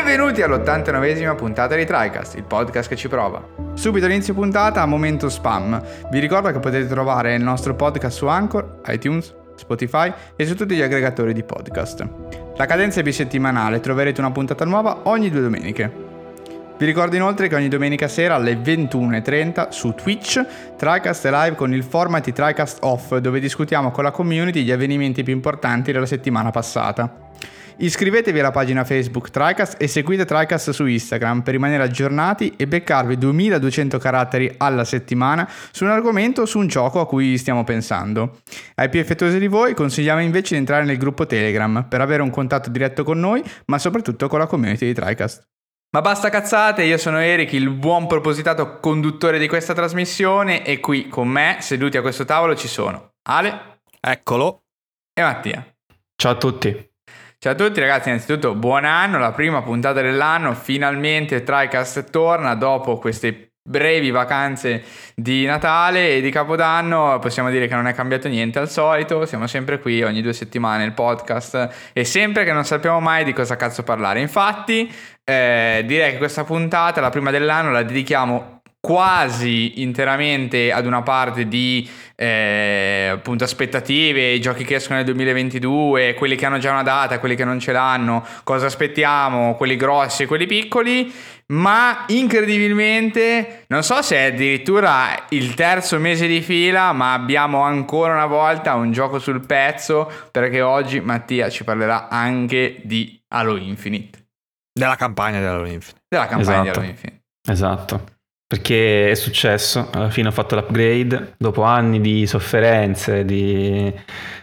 Benvenuti all'89esima puntata di TriCast, il podcast che ci prova. Subito all'inizio puntata, momento spam. Vi ricordo che potete trovare il nostro podcast su Anchor, iTunes, Spotify e su tutti gli aggregatori di podcast. La cadenza è bisettimanale, troverete una puntata nuova ogni 2 domeniche. Vi ricordo inoltre che ogni domenica sera alle 21:30 su Twitch TriCast è live con il format di TriCast Off, dove discutiamo con la community gli avvenimenti più importanti della settimana passata. Iscrivetevi alla pagina Facebook TriCast e seguite TriCast su Instagram per rimanere aggiornati e beccarvi 2200 caratteri alla settimana su un argomento o su un gioco a cui stiamo pensando. Ai più effettuosi di voi consigliamo invece di entrare nel gruppo Telegram per avere un contatto diretto con noi, ma soprattutto con la community di TriCast. Ma basta cazzate, io sono Eric, il buon propositato conduttore di questa trasmissione, e qui con me, seduti a questo tavolo, ci sono Ale. Eccolo. E Mattia. Ciao a tutti. Ciao a tutti ragazzi, innanzitutto buon anno, la prima puntata dell'anno, finalmente TriCast torna dopo queste brevi vacanze di Natale e di Capodanno. Possiamo dire che non è cambiato niente al solito, siamo sempre qui ogni 2 settimane il podcast e sempre che non sappiamo mai di cosa cazzo parlare. Infatti direi che questa puntata, la prima dell'anno, la dedichiamo quasi interamente ad una parte di appunto aspettative, i giochi che escono nel 2022, quelli che hanno già una data, quelli che non ce l'hanno, cosa aspettiamo, quelli grossi e quelli piccoli. Ma incredibilmente, non so se è addirittura il terzo mese di fila, ma abbiamo ancora una volta un gioco sul pezzo, perché oggi Mattia ci parlerà anche di Halo Infinite. Della campagna di Halo Infinite. Della campagna di Halo Infinite. Esatto. Perché è successo, alla fine ho fatto l'upgrade, dopo anni di sofferenze, di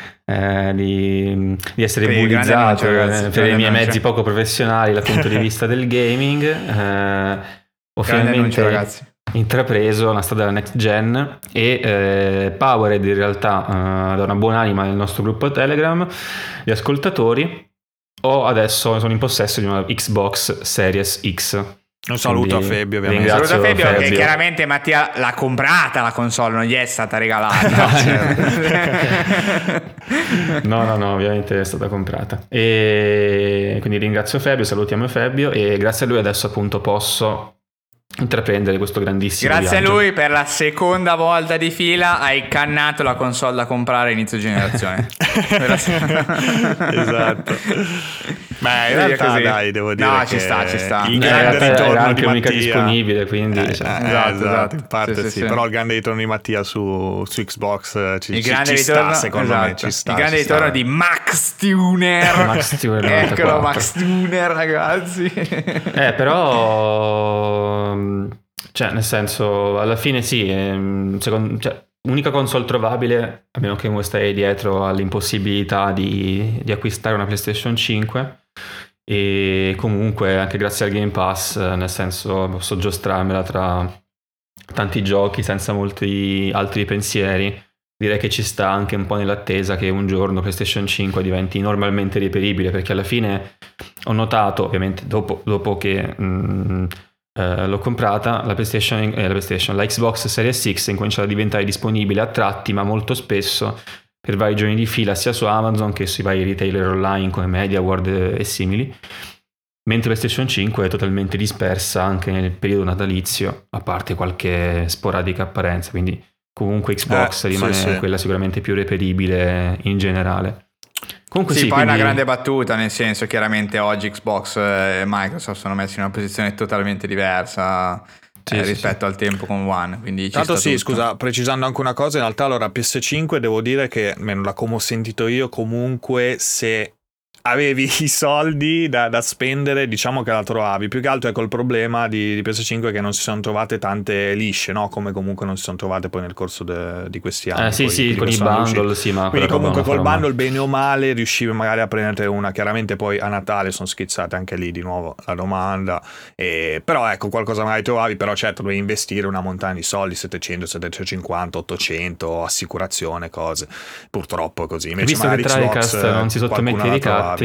essere bullizzato per i miei mezzi poco professionali dal punto di vista del gaming. Ho finalmente intrapreso la strada della next gen e powered in realtà da una buonanima del nostro gruppo Telegram, gli ascoltatori, adesso sono in possesso di una Xbox Series X. Un saluto a Fabio, ovviamente. Un saluto a Fabio, che chiaramente Mattia l'ha comprata la console, non gli è stata regalata. No, ovviamente è stata comprata. E quindi ringrazio Fabio, salutiamo Fabio, e grazie a lui adesso appunto posso intraprendere questo grandissimo grazie viaggio. A lui per la seconda volta di fila hai cannato la console da comprare inizio generazione. Esatto. Ma in realtà così. Dai, devo dire no, che ci sta il grande ritorno di Mattia mica disponibile, quindi esatto, in parte sì. Però il grande ritorno di Mattia su Xbox ci sta, secondo me ci sta. Il grande ritorno di Max Tuner. Eccolo, Max Tuner, ragazzi. Però cioè nel senso, alla fine sì, unica console trovabile, a meno che uno stai dietro all'impossibilità di acquistare una PlayStation 5, e comunque anche grazie al Game Pass, nel senso posso giostrarmela tra tanti giochi senza molti altri pensieri. Direi che ci sta anche un po' nell'attesa che un giorno PlayStation 5 diventi normalmente reperibile, perché alla fine ho notato, ovviamente dopo che l'ho comprata, la Xbox Series X è incominciata a diventare disponibile a tratti, ma molto spesso per vari giorni di fila, sia su Amazon che sui vari retailer online come MediaWorld e simili, mentre PlayStation 5 è totalmente dispersa anche nel periodo natalizio, a parte qualche sporadica apparenza, quindi comunque Xbox rimane quella sicuramente più reperibile in generale. Comunque sì, poi quindi... è una grande battuta, nel senso, chiaramente oggi Xbox e Microsoft sono messi in una posizione totalmente diversa rispetto al tempo con One, quindi tanto scusa, precisando anche una cosa, in realtà allora PS5 devo dire che, almeno da come ho sentito io, comunque se avevi i soldi da spendere, diciamo che la trovavi. Più che altro ecco il problema di PS5 è che non si sono trovate tante lisce, no? Come comunque non si sono trovate poi nel corso di questi anni. Sì, con i bundle, sì, ma quindi comunque col bundle bene o male riuscivi magari a prendere una. Chiaramente poi a Natale sono schizzate anche lì di nuovo la domanda, però ecco qualcosa magari trovavi, però certo dovevi investire una montagna di soldi, 700, 750, 800, assicurazione, cose. Purtroppo è così. Invece visto che TriCast non si sottomette ai ricatti,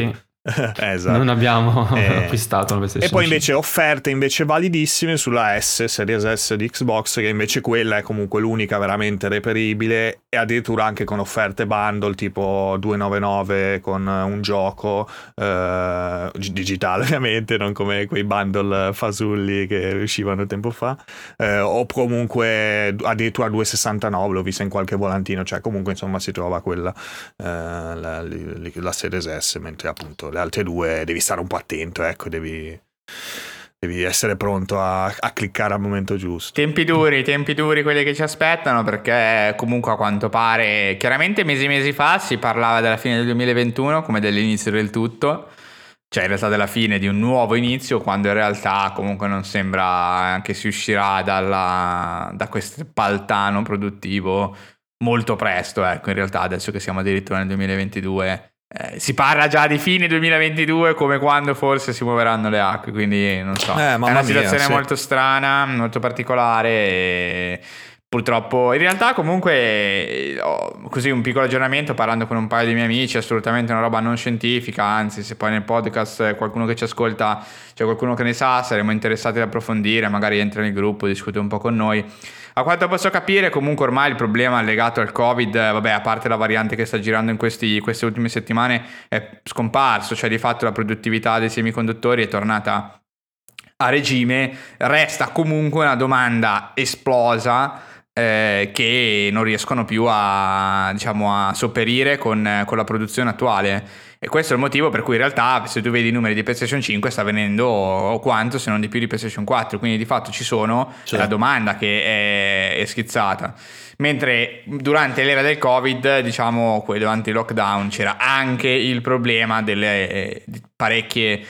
Esatto. Non abbiamo acquistato una PlayStation E poi 5. invece offerte invece validissime sulla Series S di Xbox, che invece quella è comunque l'unica veramente reperibile, e addirittura anche con offerte bundle tipo 299 con un gioco digitale ovviamente, non come quei bundle fasulli che uscivano tempo fa, o comunque addirittura 269, l'ho vista in qualche volantino, cioè comunque insomma si trova quella la Series S, mentre appunto le altre due devi stare un po' attento, ecco, devi essere pronto a cliccare al momento giusto. Tempi duri quelli che ci aspettano, perché comunque a quanto pare, chiaramente mesi fa si parlava della fine del 2021 come dell'inizio del tutto, cioè in realtà della fine di un nuovo inizio, quando in realtà comunque non sembra che si uscirà da questo paltano produttivo molto presto, ecco. In realtà adesso che siamo addirittura nel 2022 si parla già di fine 2022 come quando forse si muoveranno le acque, quindi non so, è una situazione molto strana, molto particolare, e purtroppo in realtà comunque così un piccolo aggiornamento parlando con un paio di miei amici, assolutamente una roba non scientifica, anzi se poi nel podcast qualcuno che ci ascolta, c'è qualcuno che ne sa, saremo interessati ad approfondire, magari entra nel gruppo, discute un po' con noi. A quanto posso capire comunque ormai il problema legato al Covid, vabbè, a parte la variante che sta girando in queste ultime settimane, è scomparso, cioè di fatto la produttività dei semiconduttori è tornata a regime, resta comunque una domanda esplosa che non riescono più a sopperire con la produzione attuale. E questo è il motivo per cui in realtà se tu vedi i numeri di PlayStation 5 sta venendo quanto se non di più di PlayStation 4, quindi di fatto ci sono, c'è la domanda che è schizzata. Mentre durante l'era del Covid, diciamo durante il lockdown, c'era anche il problema delle parecchie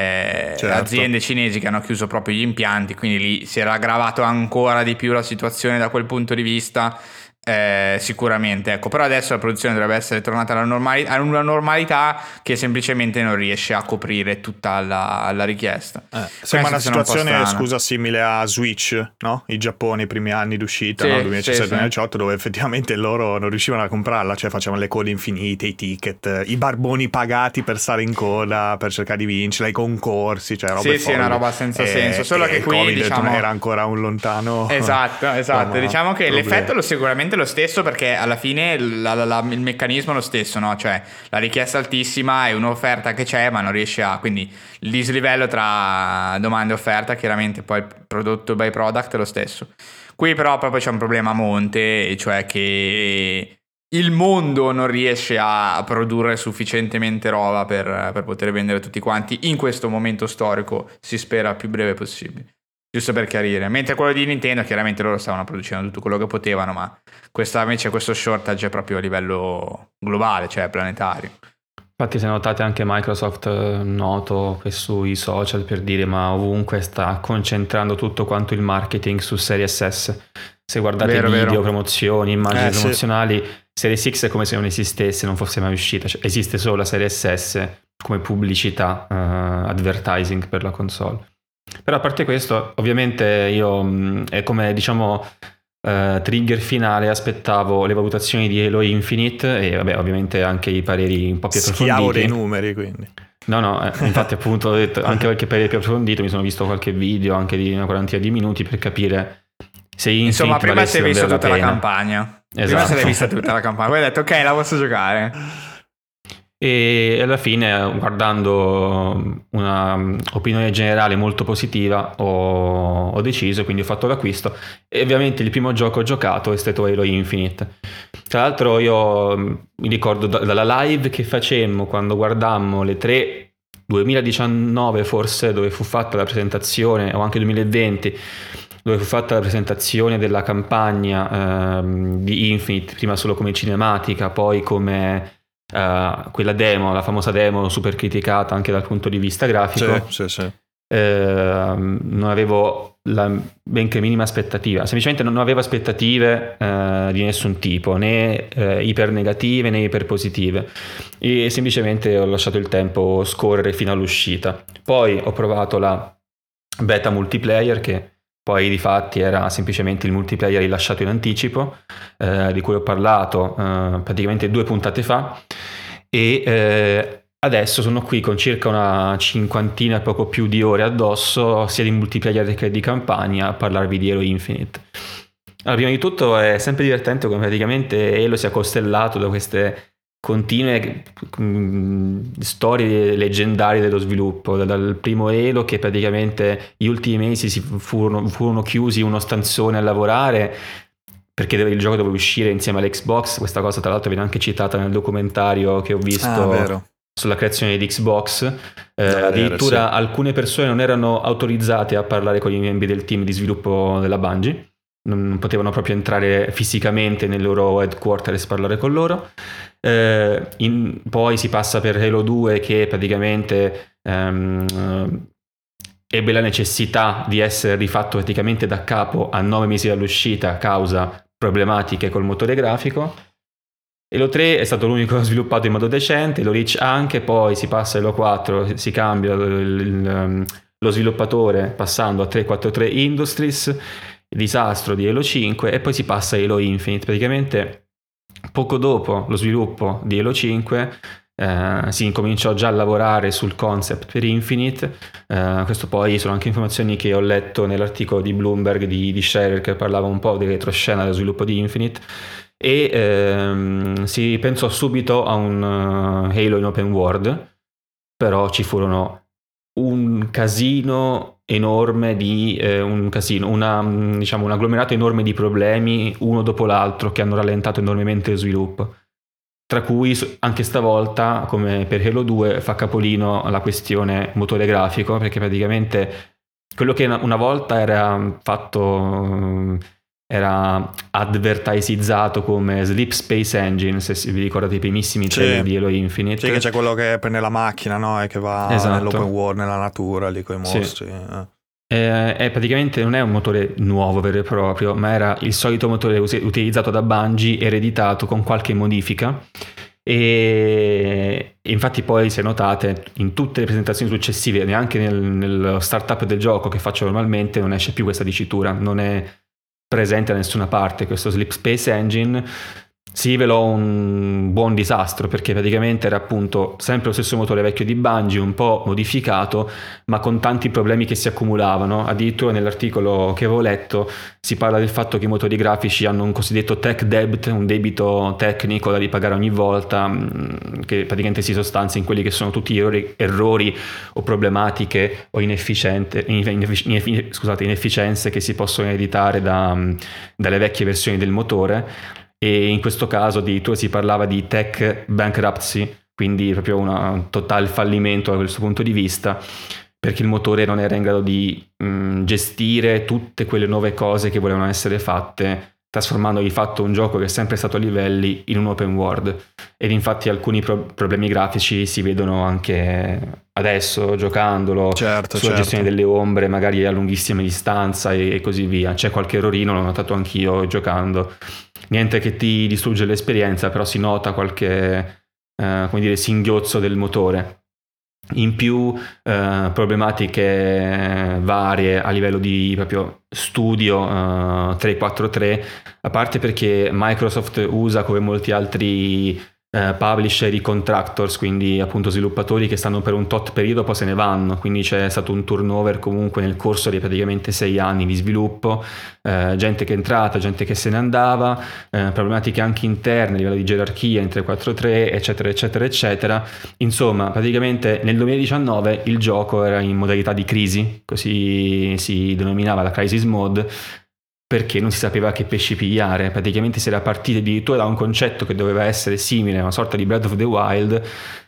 aziende cinesi che hanno chiuso proprio gli impianti, quindi lì si era aggravato ancora di più la situazione da quel punto di vista. Sicuramente, ecco, però adesso la produzione dovrebbe essere tornata a una normalità che semplicemente non riesce a coprire tutta la richiesta. Sembra una situazione, scusa, simile a Switch, no? I Giappone, i primi anni d'uscita, sì, no? 2017-2018, dove effettivamente loro non riuscivano a comprarla, cioè facevano le code infinite, i ticket, i barboni pagati per stare in coda, per cercare di vincerla, i concorsi, cioè roba sì, è una roba senza senso, solo che qui COVID, diciamo era ancora un lontano esatto, diciamo che l'effetto è sicuramente lo stesso, perché alla fine il meccanismo è lo stesso, no? Cioè la richiesta altissima è un'offerta che c'è ma non riesce quindi il dislivello tra domanda e offerta, chiaramente poi il prodotto by product è lo stesso. Qui però proprio c'è un problema a monte, e cioè che il mondo non riesce a produrre sufficientemente roba per poter vendere tutti quanti in questo momento storico, si spera più breve possibile. Giusto per chiarire, mentre quello di Nintendo chiaramente loro stavano producendo tutto quello che potevano, ma invece questo shortage è proprio a livello globale, cioè planetario. Infatti, se notate, anche Microsoft noto che sui social, per dire, ma ovunque sta concentrando tutto quanto il marketing su Series S. Se guardate video, promozioni, immagini promozionali, Series X è come se non esistesse, non fosse mai uscita, cioè, esiste solo la Series S come pubblicità, advertising per la console. Però a parte questo, ovviamente io è come trigger finale aspettavo le valutazioni di Halo Infinite e vabbè, ovviamente anche i pareri un po' più approfonditi. Schiavo dei numeri, quindi. No, infatti appunto ho detto anche qualche parere più approfondito, mi sono visto qualche video anche di una quarantina di minuti per capire se Infinite insomma prima si è visto tutta la campagna. Esatto. Prima se l'hai vista tutta la campagna, poi hai detto ok, la posso giocare. E alla fine, guardando una opinione generale molto positiva, ho deciso, quindi ho fatto l'acquisto. E ovviamente il primo gioco giocato è stato Halo Infinite. Tra l'altro io mi ricordo dalla live che facemmo quando guardammo le 3 2019 forse, dove fu fatta la presentazione, o anche 2020, dove fu fatta la presentazione della campagna di Infinite, prima solo come cinematica, poi come quella demo, la famosa demo super criticata anche dal punto di vista grafico. Sì. Non avevo la benché minima aspettativa, semplicemente non avevo aspettative di nessun tipo, né iper negative né iper positive, e semplicemente ho lasciato il tempo scorrere fino all'uscita. Poi ho provato la beta multiplayer, che poi di fatti era semplicemente il multiplayer rilasciato in anticipo, di cui ho parlato praticamente 2 puntate fa, e adesso sono qui con circa una cinquantina, poco più di ore addosso, sia di multiplayer che di campagna, a parlarvi di Halo Infinite. Allora, prima di tutto è sempre divertente come praticamente Halo sia costellato da queste continue storie leggendarie dello sviluppo, dal primo Halo che praticamente gli ultimi mesi furono chiusi in uno stanzone a lavorare perché il gioco doveva uscire insieme all'Xbox. Questa cosa tra l'altro viene anche citata nel documentario che ho visto sulla creazione di Xbox. Addirittura alcune persone non erano autorizzate a parlare con i membri del team di sviluppo della Bungie, non potevano proprio entrare fisicamente nel loro headquarters e parlare con loro. Poi si passa per Halo 2 che praticamente ebbe la necessità di essere rifatto praticamente da capo a 9 mesi dall'uscita a causa problematiche col motore grafico. Halo 3 è stato l'unico sviluppato in modo decente, Halo Reach anche, poi si passa a Halo 4, si cambia lo sviluppatore passando a 343 Industries, il disastro di Halo 5, e poi si passa a Halo Infinite. Praticamente poco dopo lo sviluppo di Halo 5 si incominciò già a lavorare sul concept per Infinite. Questo poi sono anche informazioni che ho letto nell'articolo di Bloomberg di Scherer, che parlava un po' di retroscena dello sviluppo di Infinite, e si pensò subito a un Halo in open world, però ci furono un casino enorme un agglomerato enorme di problemi uno dopo l'altro che hanno rallentato enormemente lo sviluppo, tra cui anche stavolta, come per Halo 2, fa capolino la questione motore grafico, perché praticamente quello che una volta era fatto, era advertisizzato come Sleep Space Engine, se vi ricordate i primissimi trailer di Halo Infinite. Sì, che c'è quello che prende la macchina, no? E che va nell'open world, nella natura, lì con i mostri. Sì. Praticamente non è un motore nuovo vero e proprio, ma era il solito motore utilizzato da Bungie, ereditato con qualche modifica, e infatti poi, se notate, in tutte le presentazioni successive, neanche nello startup del gioco che faccio normalmente, non esce più questa dicitura, non è presente da nessuna parte. Questo Sleep Space Engine si rivelò un buon disastro, perché praticamente era appunto sempre lo stesso motore vecchio di Bungie, un po' modificato, ma con tanti problemi che si accumulavano. Addirittura nell'articolo che avevo letto si parla del fatto che i motori grafici hanno un cosiddetto tech debt, un debito tecnico da ripagare ogni volta, che praticamente si sostanzia in quelli che sono tutti gli errori o problematiche o inefficienze che si possono ereditare dalle vecchie versioni del motore. E in questo caso addirittura si parlava di tech bankruptcy, quindi proprio un totale fallimento da questo punto di vista, perché il motore non era in grado di gestire tutte quelle nuove cose che volevano essere fatte, trasformando di fatto un gioco che è sempre stato a livelli in un open world. Ed infatti alcuni problemi grafici si vedono anche adesso giocandolo, sulla gestione delle ombre magari a lunghissima distanza e così via. C'è qualche errorino, l'ho notato anch'io giocando. Niente che ti distrugge l'esperienza, però si nota qualche singhiozzo del motore. In più problematiche varie a livello di proprio studio 343, a parte perché Microsoft usa, come molti altri publisher, i contractors, quindi appunto sviluppatori che stanno per un tot periodo poi se ne vanno, quindi c'è stato un turnover comunque nel corso di praticamente 6 anni di sviluppo, gente che è entrata, gente che se ne andava, problematiche anche interne a livello di gerarchia in 343, eccetera eccetera eccetera. Insomma, praticamente nel 2019 il gioco era in modalità di crisi, così si denominava la crisis mode, perché non si sapeva che pesci pigliare. Praticamente si era partiti addirittura da un concetto che doveva essere simile a una sorta di Breath of the Wild,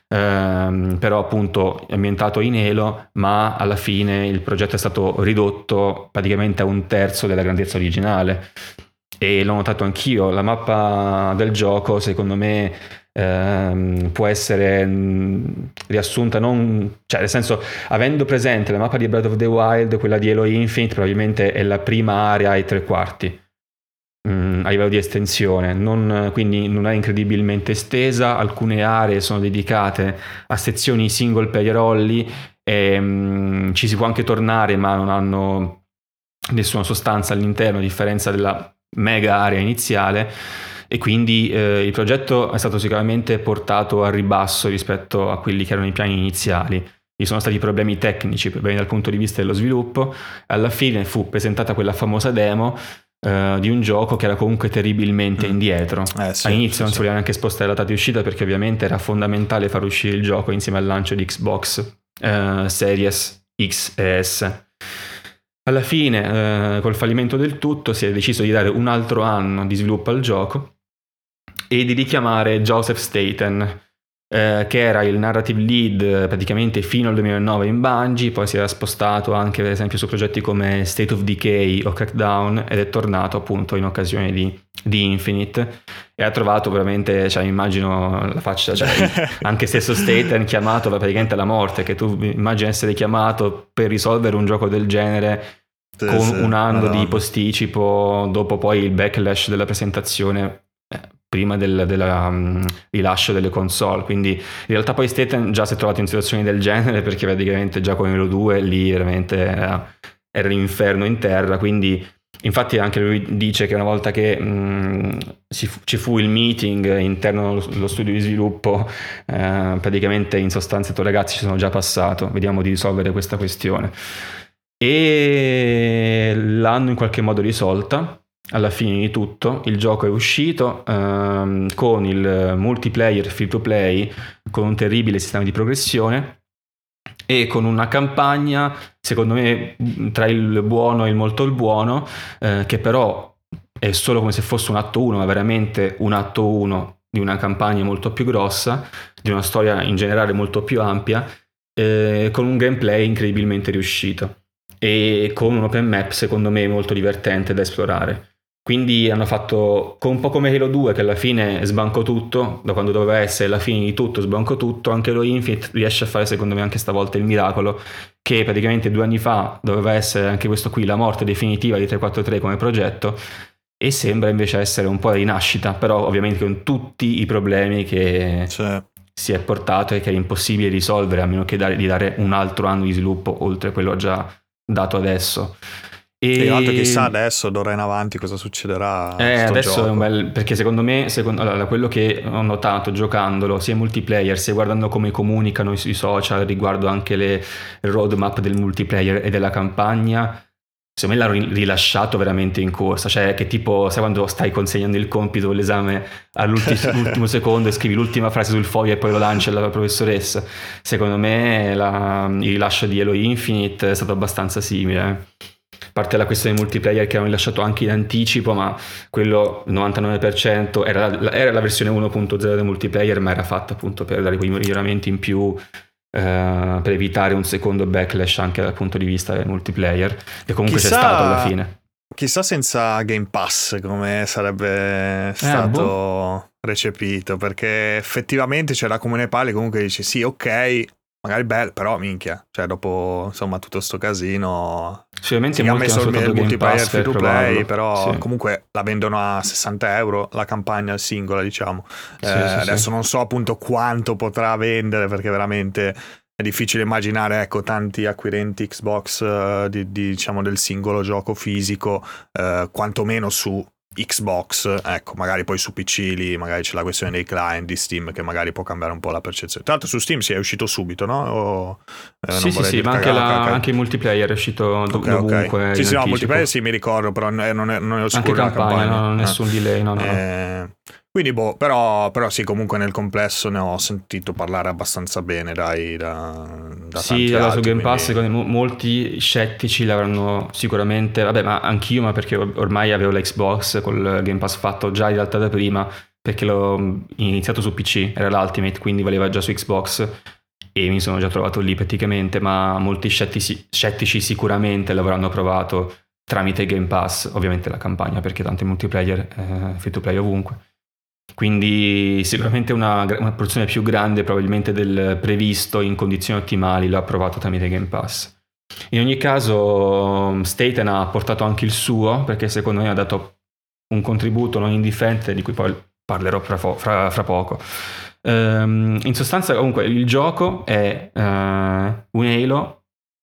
però appunto ambientato in Halo, ma alla fine il progetto è stato ridotto praticamente a un terzo della grandezza originale. E l'ho notato anch'io, la mappa del gioco secondo me può essere riassunta nel senso, avendo presente la mappa di Breath of the Wild, quella di Halo Infinite probabilmente è la prima area ai 3/4 a livello di estensione, quindi non è incredibilmente estesa. Alcune aree sono dedicate a sezioni single player only e ci si può anche tornare, ma non hanno nessuna sostanza all'interno, a differenza della mega area iniziale. e quindi il progetto è stato sicuramente portato a ribasso rispetto a quelli che erano i piani iniziali. Ci sono stati problemi tecnici, problemi dal punto di vista dello sviluppo. Alla fine fu presentata quella famosa demo di un gioco che era comunque terribilmente indietro. All'inizio non si voleva neanche spostare la data di uscita, perché ovviamente era fondamentale far uscire il gioco insieme al lancio di Xbox Series X e S. Alla fine, col fallimento del tutto, si è deciso di dare un altro anno di sviluppo al gioco e di richiamare Joseph Staten, che era il narrative lead praticamente fino al 2009 in Bungie. Poi si era spostato anche per esempio su progetti come State of Decay o Crackdown, ed è tornato appunto in occasione di Infinite, e ha trovato veramente, cioè immagino la faccia, cioè, anche stesso Staten chiamato praticamente alla morte, che tu immagini essere chiamato per risolvere un gioco del genere con un anno di posticipo, dopo poi il backlash della presentazione prima del rilascio delle console. Quindi in realtà poi Staten già si è trovato in situazioni del genere, perché praticamente già con Halo 2 lì veramente era l'inferno in terra. Quindi infatti anche lui dice che una volta che ci fu il meeting interno allo studio di sviluppo, praticamente in sostanza ha detto: ragazzi, ci sono già passato, vediamo di risolvere questa questione, e l'hanno in qualche modo risolta. Alla fine di tutto il gioco è uscito con il multiplayer free to play, con un terribile sistema di progressione e con una campagna secondo me tra il buono e il molto il buono, che però è solo come se fosse un atto 1, ma veramente un atto 1 di una campagna molto più grossa, di una storia in generale molto più ampia, con un gameplay incredibilmente riuscito e con un open map secondo me molto divertente da esplorare. Quindi hanno fatto un po' come Halo 2, che alla fine sbancò tutto, da quando doveva essere la fine di tutto sbancò tutto. Anche Halo Infinite riesce a fare secondo me anche stavolta il miracolo, che praticamente 2 anni fa doveva essere anche questo qui la morte definitiva di 343 come progetto, e sembra invece essere un po' la rinascita, però ovviamente con tutti i problemi che si è portato e che è impossibile risolvere, a meno che di dare un altro anno di sviluppo oltre a quello già dato adesso. E altro chissà adesso, d'ora in avanti, cosa succederà. Adesso gioco. È un bel, perché secondo me allora, quello che ho notato giocandolo sia in multiplayer sia guardando come comunicano sui social riguardo anche le roadmap del multiplayer e della campagna, secondo me l'hanno rilasciato veramente in corsa. Cioè che tipo, sai quando stai consegnando il compito o l'esame all'ultimo secondo e scrivi l'ultima frase sul foglio e poi lo lanci alla professoressa? Secondo me il rilascio di Halo Infinite è stato abbastanza simile. A parte la questione multiplayer che hanno rilasciato anche in anticipo, ma quello il 99% era la versione 1.0 del multiplayer, ma era fatta appunto per dare quei miglioramenti in più, per evitare un secondo backlash anche dal punto di vista del multiplayer, e comunque c'è stato alla fine. Chissà senza Game Pass come sarebbe stato recepito, perché effettivamente c'è la comune pale comunque dice sì, ok, magari bello, però minchia, cioè dopo insomma tutto sto casino sicuramente ha messo il multiplayer free to play, però sì. Comunque la vendono a €60 la campagna singola, diciamo. Adesso non so appunto quanto potrà vendere, perché veramente è difficile immaginare, ecco, tanti acquirenti Xbox diciamo del singolo gioco fisico, quantomeno su Xbox, ecco, magari poi su PC lì magari c'è la questione dei client di Steam che magari può cambiare un po' la percezione. Tra l'altro su Steam si è uscito subito, no? Sì, ma anche il multiplayer è uscito dovunque. Sì, no, multiplayer sì, mi ricordo, però non ero sicuro anche della campagna. No, nessun delay, no. Quindi però sì, comunque nel complesso ne ho sentito parlare abbastanza bene, dai, da sì, tanti altri, su Game Pass quindi... molti scettici l'avranno sicuramente, vabbè, ma anch'io, ma perché ormai avevo la Xbox col Game Pass fatto già in realtà da prima, perché l'ho iniziato su PC, era l'Ultimate, quindi valeva già su Xbox e mi sono già trovato lì praticamente, ma molti scettici sicuramente l'avranno provato tramite Game Pass, ovviamente la campagna, perché tanto in multiplayer free to play ovunque. Quindi sicuramente una porzione più grande probabilmente del previsto in condizioni ottimali l'ha provato tramite Game Pass. In ogni caso Staten ha portato anche il suo, perché secondo me ha dato un contributo non indifferente di cui poi parlerò fra poco. In sostanza comunque il gioco è un Halo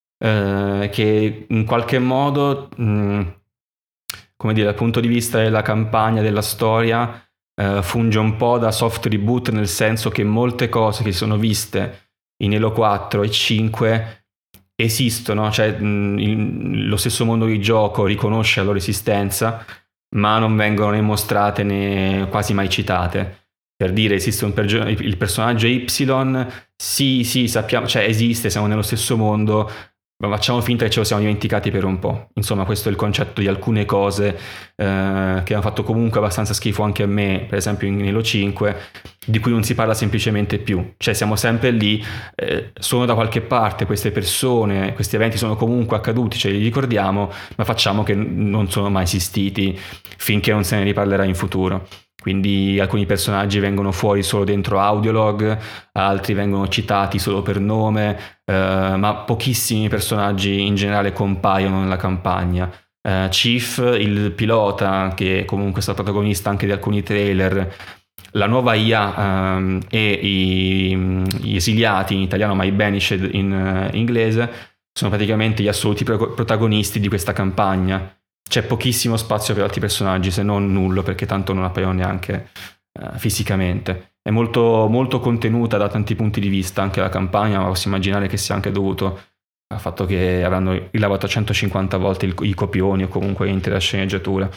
che in qualche modo come dire, dal punto di vista della campagna, della storia, funge un po' da soft reboot, nel senso che molte cose che si sono viste in Halo 4 e 5 esistono, cioè lo stesso mondo di gioco riconosce la loro esistenza, ma non vengono né mostrate né quasi mai citate. Per dire, esiste il personaggio Y, sì, sappiamo, cioè esiste, siamo nello stesso mondo, ma facciamo finta che ce lo siamo dimenticati per un po'. Insomma, questo è il concetto di alcune cose che hanno fatto comunque abbastanza schifo anche a me, per esempio in Halo 5, di cui non si parla semplicemente più. Cioè siamo sempre lì, sono da qualche parte queste persone, questi eventi sono comunque accaduti, ce li ricordiamo, ma facciamo che non sono mai esistiti finché non se ne riparlerà in futuro. Quindi alcuni personaggi vengono fuori solo dentro audiolog, altri vengono citati solo per nome, ma pochissimi personaggi in generale compaiono nella campagna. Chief, il pilota, che comunque è stato protagonista anche di alcuni trailer, la nuova IA e gli esiliati in italiano, ma i banished in inglese, sono praticamente gli assoluti protagonisti di questa campagna. C'è pochissimo spazio per altri personaggi, se non nullo, perché tanto non appaiono neanche fisicamente. È molto, molto contenuta da tanti punti di vista anche la campagna, ma posso immaginare che sia anche dovuto al fatto che avranno rilavato 150 volte i copioni o comunque l'intera sceneggiatura.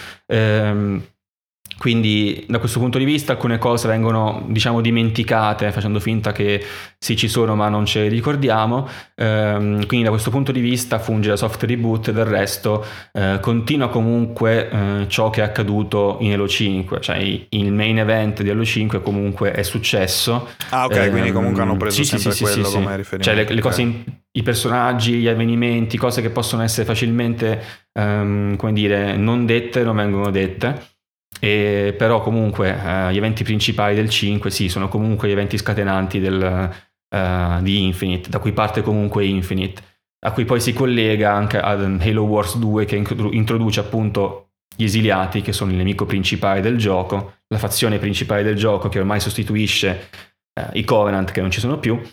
Quindi da questo punto di vista alcune cose vengono, diciamo, dimenticate, facendo finta che sì, ci sono ma non ce le ricordiamo. Quindi da questo punto di vista funge da soft reboot. Del resto continua comunque ciò che è accaduto in Halo 5, cioè il main event di Halo 5 comunque è successo. Quindi comunque hanno preso sempre quello come riferimento. Cioè le cose, i personaggi, gli avvenimenti, cose che possono essere facilmente come dire, non dette, non vengono dette. Però comunque gli eventi principali del 5 sì, sono comunque gli eventi scatenanti di Infinite, da cui parte comunque Infinite, a cui poi si collega anche ad Halo Wars 2, che introduce appunto gli esiliati, che sono il nemico principale del gioco, la fazione principale del gioco, che ormai sostituisce i Covenant, che non ci sono più,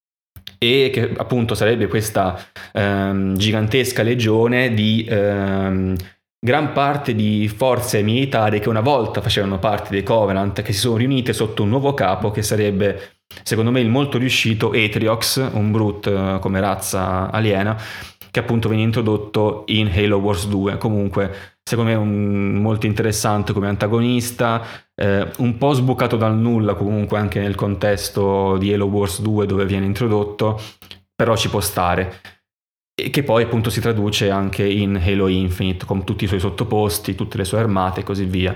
e che appunto sarebbe questa gigantesca legione di gran parte di forze militari che una volta facevano parte dei Covenant, che si sono riunite sotto un nuovo capo, che sarebbe, secondo me, il molto riuscito Atriox, un brute come razza aliena, che appunto viene introdotto in Halo Wars 2. Comunque, secondo me, molto interessante come antagonista, un po' sbucato dal nulla comunque anche nel contesto di Halo Wars 2 dove viene introdotto, però ci può stare. E che poi appunto si traduce anche in Halo Infinite con tutti i suoi sottoposti, tutte le sue armate e così via.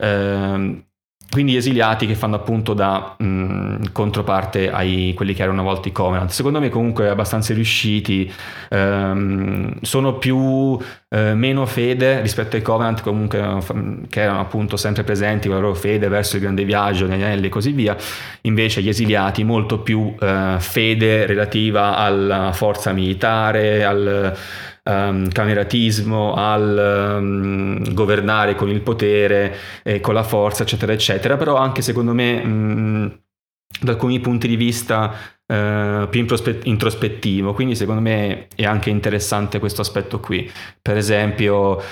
Quindi esiliati che fanno appunto da controparte ai quelli che erano una volta i Covenant. Secondo me comunque abbastanza riusciti, sono più meno fede rispetto ai Covenant, comunque, che erano appunto sempre presenti con la loro fede verso il grande viaggio, gli anelli e così via. Invece gli esiliati molto più fede relativa alla forza militare, al cameratismo, al governare con il potere, con la forza, eccetera eccetera. Però anche secondo me da alcuni punti di vista più introspettivo, quindi secondo me è anche interessante questo aspetto qui. Per esempio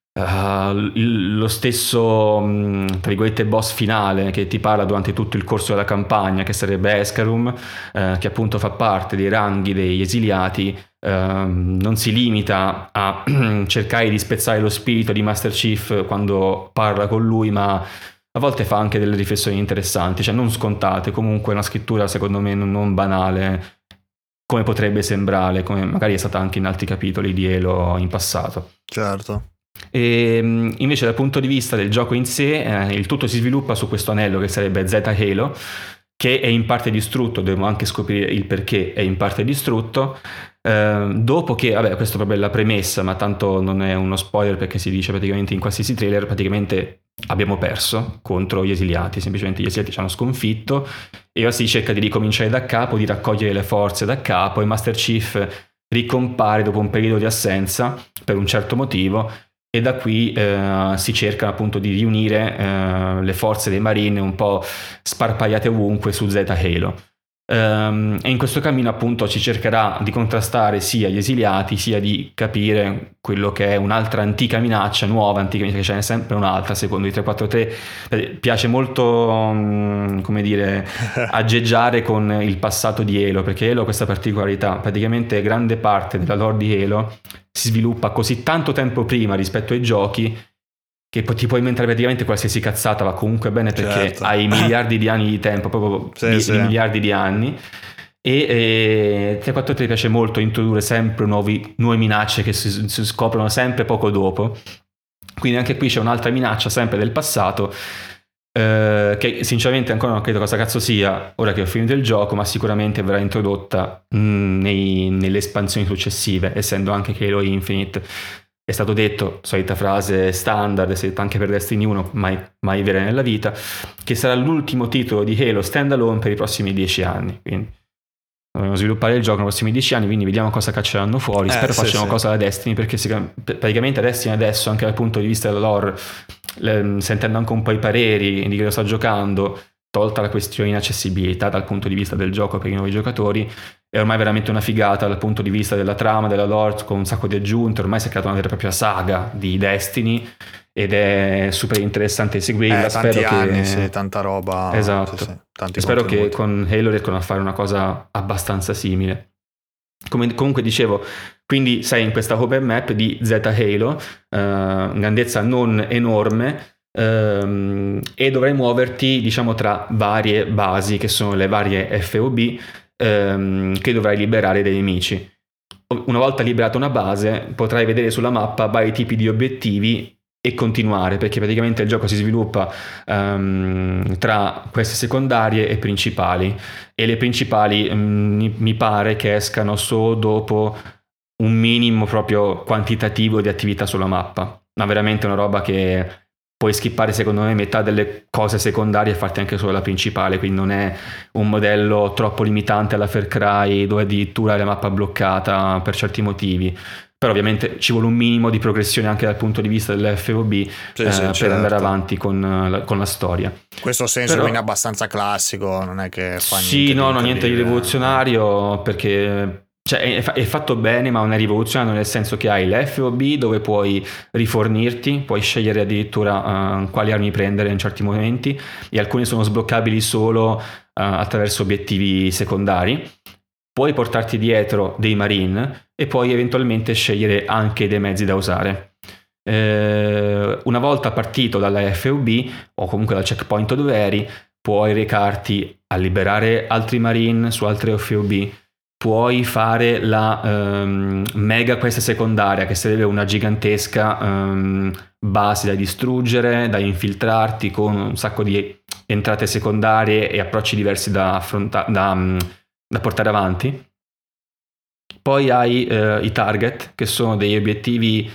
lo stesso tra virgolette boss finale che ti parla durante tutto il corso della campagna, che sarebbe Escarum, che appunto fa parte dei ranghi degli esiliati, non si limita a cercare di spezzare lo spirito di Master Chief quando parla con lui, ma a volte fa anche delle riflessioni interessanti, cioè non scontate. Comunque una scrittura secondo me non banale come potrebbe sembrare, come magari è stata anche in altri capitoli di Halo in passato. Certo. E invece dal punto di vista del gioco in sé, il tutto si sviluppa su questo anello che sarebbe Zeta Halo, che è in parte distrutto. Dobbiamo anche scoprire il perché è in parte distrutto, dopo che, vabbè, questo proprio è la premessa, ma tanto non è uno spoiler perché si dice praticamente in qualsiasi trailer, praticamente abbiamo perso contro gli esiliati, semplicemente gli esiliati ci hanno sconfitto e ora si cerca di ricominciare da capo, di raccogliere le forze da capo, e Master Chief ricompare dopo un periodo di assenza per un certo motivo, e da qui si cerca appunto di riunire le forze dei Marine un po' sparpagliate ovunque su Zeta Halo. E in questo cammino appunto ci cercherà di contrastare sia gli esiliati, sia di capire quello che è un'altra antica minaccia, nuova antica minaccia, che ce n'è sempre un'altra secondo i 343. Piace molto, come dire, aggeggiare con il passato di Halo, perché Halo ha questa particolarità: praticamente grande parte della lore di Halo si sviluppa così tanto tempo prima rispetto ai giochi che ti puoi inventare praticamente qualsiasi cazzata, va comunque bene, perché hai miliardi di anni di tempo, proprio di miliardi di anni. E 343 piace molto introdurre sempre nuove minacce che si scoprono sempre poco dopo. Quindi anche qui c'è un'altra minaccia sempre del passato, che sinceramente ancora non credo cosa cazzo sia ora che ho finito il gioco, ma sicuramente verrà introdotta nelle espansioni successive, essendo anche che Halo Infinite è stato detto, solita frase standard, è detto anche per Destiny 1, mai vera nella vita, che sarà l'ultimo titolo di Halo standalone per i prossimi 10 anni. Quindi dobbiamo sviluppare il gioco nei prossimi 10 anni, quindi vediamo cosa cacceranno fuori. Spero facciano cosa da Destiny, perché praticamente Destiny adesso, anche dal punto di vista della lore, sentendo anche un po' i pareri di chi lo sta giocando, tolta la questione di inaccessibilità dal punto di vista del gioco per i nuovi giocatori, è ormai veramente una figata dal punto di vista della trama, della lore, con un sacco di aggiunte. Ormai si è creata una vera e propria saga di Destiny ed è super interessante seguirla. Tanti anni, tanta roba. Esatto. Spero che con Halo riescano a fare una cosa abbastanza simile. Comunque dicevo, quindi sei in questa open map di Z Halo, grandezza non enorme, e dovrai muoverti, diciamo, tra varie basi che sono le varie FOB, che dovrai liberare dai nemici. Una volta liberata una base potrai vedere sulla mappa vari tipi di obiettivi e continuare, perché praticamente il gioco si sviluppa tra queste secondarie e principali, e le principali mi pare che escano solo dopo un minimo proprio quantitativo di attività sulla mappa, ma veramente una roba che puoi skippare secondo me metà delle cose secondarie e farti anche solo la principale, quindi non è un modello troppo limitante alla Far Cry dove addirittura hai la mappa bloccata per certi motivi. Però ovviamente ci vuole un minimo di progressione anche dal punto di vista delle FOB per andare avanti con la storia. Questo senso però, quindi è abbastanza classico, non è che fa niente di rivoluzionario, perché cioè, è fatto bene, ma non è rivoluzionario nel senso che hai le FOB dove puoi rifornirti, puoi scegliere addirittura quali armi prendere in certi momenti, e alcune sono sbloccabili solo attraverso obiettivi secondari. Puoi portarti dietro dei marine e puoi eventualmente scegliere anche dei mezzi da usare. Una volta partito dalla FOB o comunque dal checkpoint dove eri, puoi recarti a liberare altri marine su altre FOB, puoi fare la mega quest secondaria, che sarebbe una gigantesca base da distruggere, da infiltrarti, con un sacco di entrate secondarie e approcci diversi da portare avanti. Poi hai i target, che sono degli obiettivi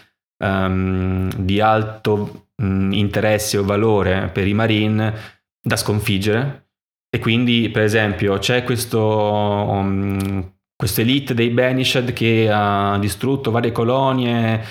di alto interesse o valore per i marine da sconfiggere, e quindi per esempio c'è questo elite dei Banished che ha distrutto varie colonie